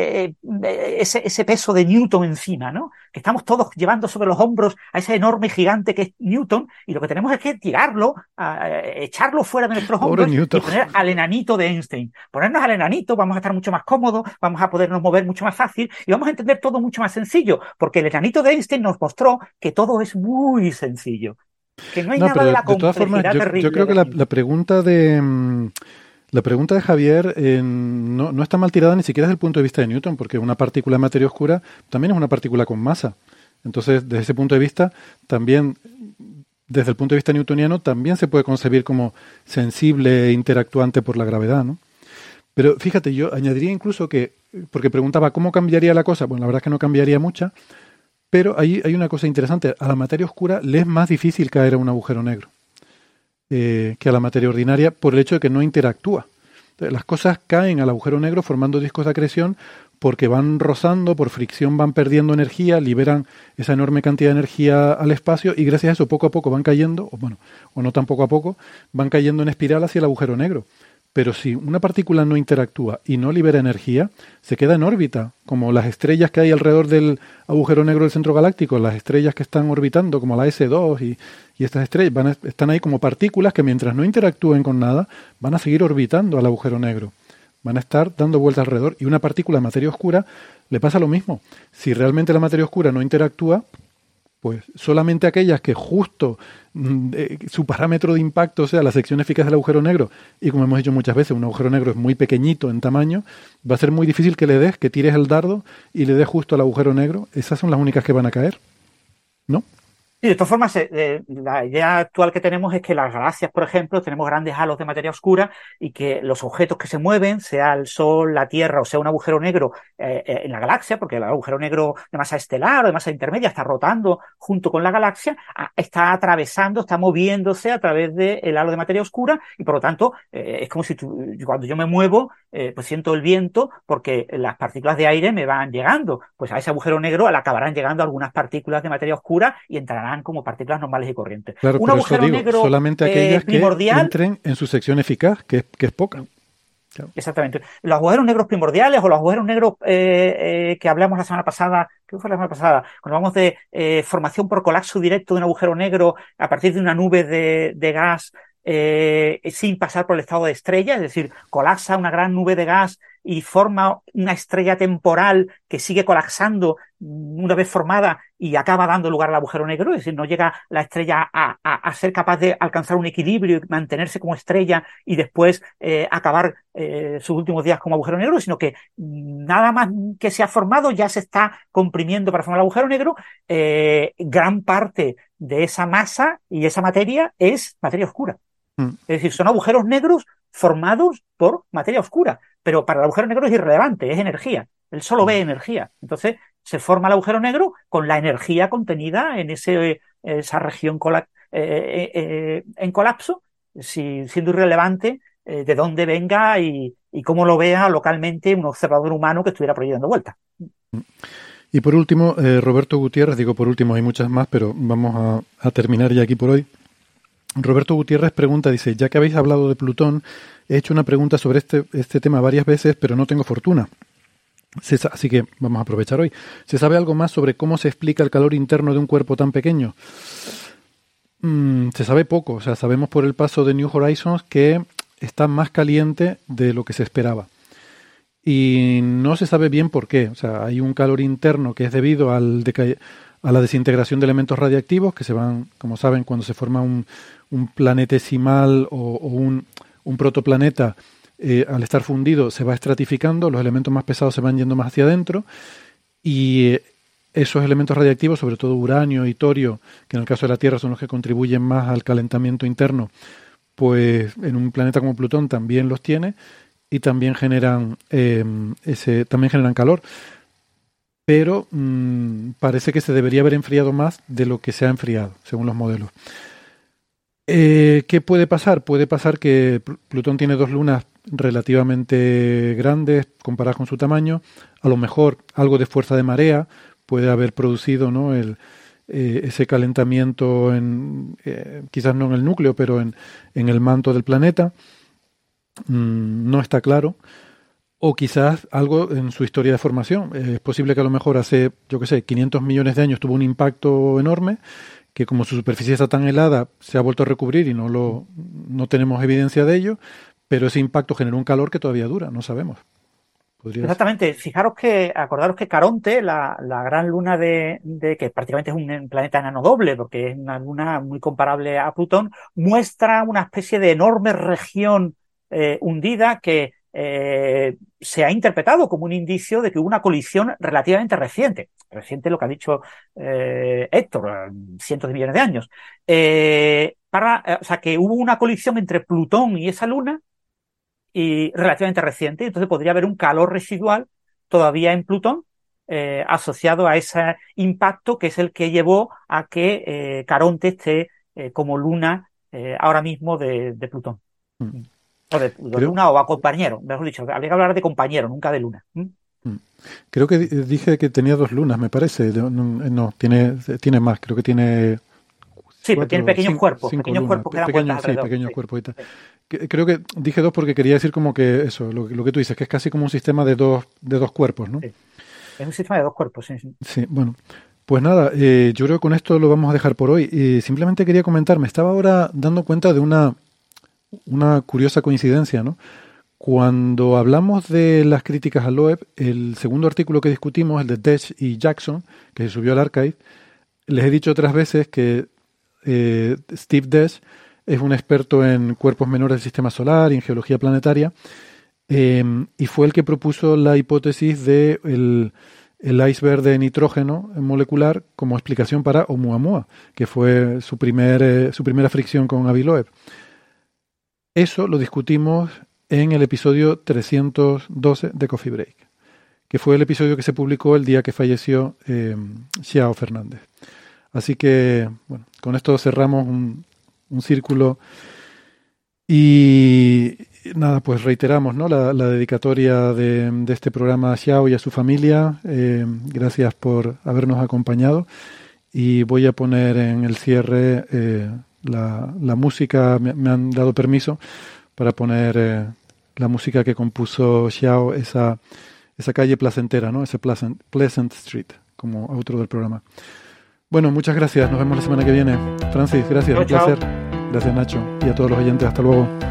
S4: ese peso de Newton encima, ¿no? Que estamos todos llevando sobre los hombros a ese enorme gigante que es Newton, y lo que tenemos es que tirarlo, echarlo fuera de nuestros
S2: Pobre
S4: hombros
S2: Newton.
S4: y poner al enanito de Einstein. Ponernos al enanito, vamos a estar mucho más cómodos, vamos a podernos mover mucho más fácil y vamos a entender todo mucho más sencillo, porque el enanito de Einstein nos mostró que todo es muy sencillo, que no hay nada
S2: pero
S4: de la
S2: de todas formas,
S4: complejidad terrible.
S2: yo creo que la pregunta la pregunta de Javier no está mal tirada ni siquiera desde el punto de vista de Newton, porque una partícula de materia oscura también es una partícula con masa. Entonces, desde ese punto de vista, también, desde el punto de vista newtoniano, también se puede concebir como sensible e interactuante por la gravedad, ¿no? Pero fíjate, yo añadiría incluso que, porque preguntaba cómo cambiaría la cosa, bueno, la verdad es que no cambiaría mucha, pero hay una cosa interesante. A la materia oscura le es más difícil caer a un agujero negro que a la materia ordinaria por el hecho de que no interactúa. Entonces, las cosas caen al agujero negro formando discos de acreción porque van rozando, por fricción van perdiendo energía, liberan esa enorme cantidad de energía al espacio y gracias a eso poco a poco van cayendo, o no tan poco a poco, van cayendo en espiral hacia el agujero negro. Pero si una partícula no interactúa y no libera energía, se queda en órbita, como las estrellas que hay alrededor del agujero negro del centro galáctico, las estrellas que están orbitando, como la S2 y estas estrellas, están ahí como partículas que mientras no interactúen con nada, van a seguir orbitando al agujero negro. Van a estar dando vueltas alrededor. Y una partícula de materia oscura le pasa lo mismo. Si realmente la materia oscura no interactúa, pues solamente aquellas que justo su parámetro de impacto sea la sección eficaz del agujero negro, y como hemos dicho muchas veces, un agujero negro es muy pequeñito en tamaño, va a ser muy difícil que tires el dardo y le des justo al agujero negro. Esas son las únicas que van a caer, ¿no?
S4: Sí, de todas formas, la idea actual que tenemos es que las galaxias, por ejemplo, tenemos grandes halos de materia oscura y que los objetos que se mueven, sea el Sol, la Tierra o sea un agujero negro en la galaxia, porque el agujero negro de masa estelar o de masa intermedia está rotando junto con la galaxia, está atravesando, está moviéndose a través del halo de materia oscura y por lo tanto es como si cuando yo me muevo, pues siento el viento porque las partículas de aire me van llegando. Pues a ese agujero negro acabarán llegando algunas partículas de materia oscura y entrarán como partículas normales y corrientes.
S2: Claro,
S4: Un
S2: pero
S4: agujero
S2: eso digo,
S4: negro
S2: solamente aquellas
S4: primordial,
S2: que entren en su sección eficaz, que es poca. Claro.
S4: Exactamente. Los agujeros negros primordiales o los agujeros negros que hablamos la semana pasada, creo que fue la semana pasada, cuando hablamos de formación por colapso directo de un agujero negro a partir de una nube de gas sin pasar por el estado de estrella, es decir, colapsa una gran nube de gas y forma una estrella temporal que sigue colapsando una vez formada y acaba dando lugar al agujero negro, es decir, no llega la estrella a ser capaz de alcanzar un equilibrio y mantenerse como estrella y después acabar sus últimos días como agujero negro, sino que nada más que se ha formado ya se está comprimiendo para formar el agujero negro. Gran parte de esa masa y esa materia es materia oscura. Es decir, son agujeros negros formados por materia oscura, pero para el agujero negro es irrelevante, es energía. Él solo ve energía. Entonces se forma el agujero negro con la energía contenida en esa región en colapso siendo irrelevante de dónde venga y cómo lo vea localmente un observador humano que estuviera por ahí dando vueltas.
S2: Y por último, Roberto Gutiérrez, digo por último, hay muchas más, pero vamos a terminar ya aquí por hoy. Roberto Gutiérrez pregunta, dice, ya que habéis hablado de Plutón, he hecho una pregunta sobre este tema varias veces, pero no tengo fortuna. Así que vamos a aprovechar hoy. ¿Se sabe algo más sobre cómo se explica el calor interno de un cuerpo tan pequeño? Se sabe poco. O sea, sabemos por el paso de New Horizons que está más caliente de lo que se esperaba. Y no se sabe bien por qué. O sea, hay un calor interno que es debido a la desintegración de elementos radiactivos que se van, como saben, cuando se forma un planetesimal o un protoplaneta. Al estar fundido se va estratificando, los elementos más pesados se van yendo más hacia adentro y esos elementos radiactivos, sobre todo uranio y torio, que en el caso de la Tierra son los que contribuyen más al calentamiento interno, pues en un planeta como Plutón también los tiene y también generan calor. Pero parece que se debería haber enfriado más de lo que se ha enfriado, según los modelos. ¿Qué puede pasar? Puede pasar que Plutón tiene 2 lunas relativamente grandes comparadas con su tamaño. A lo mejor algo de fuerza de marea puede haber producido, ¿no?, ese calentamiento, quizás no en el núcleo, pero en el manto del planeta. No está claro. O quizás algo en su historia de formación. Es posible que a lo mejor hace, 500 millones de años tuvo un impacto enorme, que como su superficie está tan helada se ha vuelto a recubrir y no tenemos evidencia de ello, pero ese impacto generó un calor que todavía dura, no sabemos.
S4: Exactamente. Acordaros que Caronte, la gran luna que prácticamente es un planeta enano doble, porque es una luna muy comparable a Plutón, muestra una especie de enorme región hundida que se ha interpretado como un indicio de que hubo una colisión relativamente reciente lo que ha dicho Héctor, cientos de millones de años, o sea que hubo una colisión entre Plutón y esa luna y relativamente reciente, entonces podría haber un calor residual todavía en Plutón asociado a ese impacto que es el que llevó a que Caronte esté como luna ahora mismo de Plutón. O de luna o a compañero, mejor dicho, habría que hablar de compañero, nunca de luna.
S2: Creo que dije que tenía 2 lunas, me parece. No, tiene más, creo que tiene...
S4: Sí, pero tiene pequeños cuerpos que dan vueltas alrededor. Sí, pequeños
S2: cuerpos y tal. Creo que dije 2 porque quería decir como que eso, lo que tú dices, que es casi como un sistema de dos cuerpos, ¿no?
S4: Sí. Es un sistema de 2 cuerpos, sí.
S2: Sí, bueno. Pues nada, yo creo que con esto lo vamos a dejar por hoy. Simplemente quería comentar, me estaba ahora dando cuenta de una curiosa coincidencia, ¿no? Cuando hablamos de las críticas al Loeb, el segundo artículo que discutimos, el de Desch y Jackson, que se subió al Archive, les he dicho otras veces que Steve Desch es un experto en cuerpos menores del sistema solar y en geología planetaria, y fue el que propuso la hipótesis de el iceberg de nitrógeno molecular como explicación para Oumuamua, que fue su primera fricción con Avi Loeb. Eso lo discutimos en el episodio 312 de Coffee Break, que fue el episodio que se publicó el día que falleció Xiao Fernández. Así que, bueno, con esto cerramos un círculo y nada, pues reiteramos, ¿no?, la dedicatoria de este programa a Xiao y a su familia. Gracias por habernos acompañado y voy a poner en el cierre la música. Me han dado permiso para poner la música que compuso Xiao, esa calle placentera, ¿no? Ese Pleasant Street, como outro del programa. Bueno, muchas gracias. Nos vemos la semana que viene. Francis, gracias. Un placer. Gracias, Nacho. Y a todos los oyentes. Hasta luego.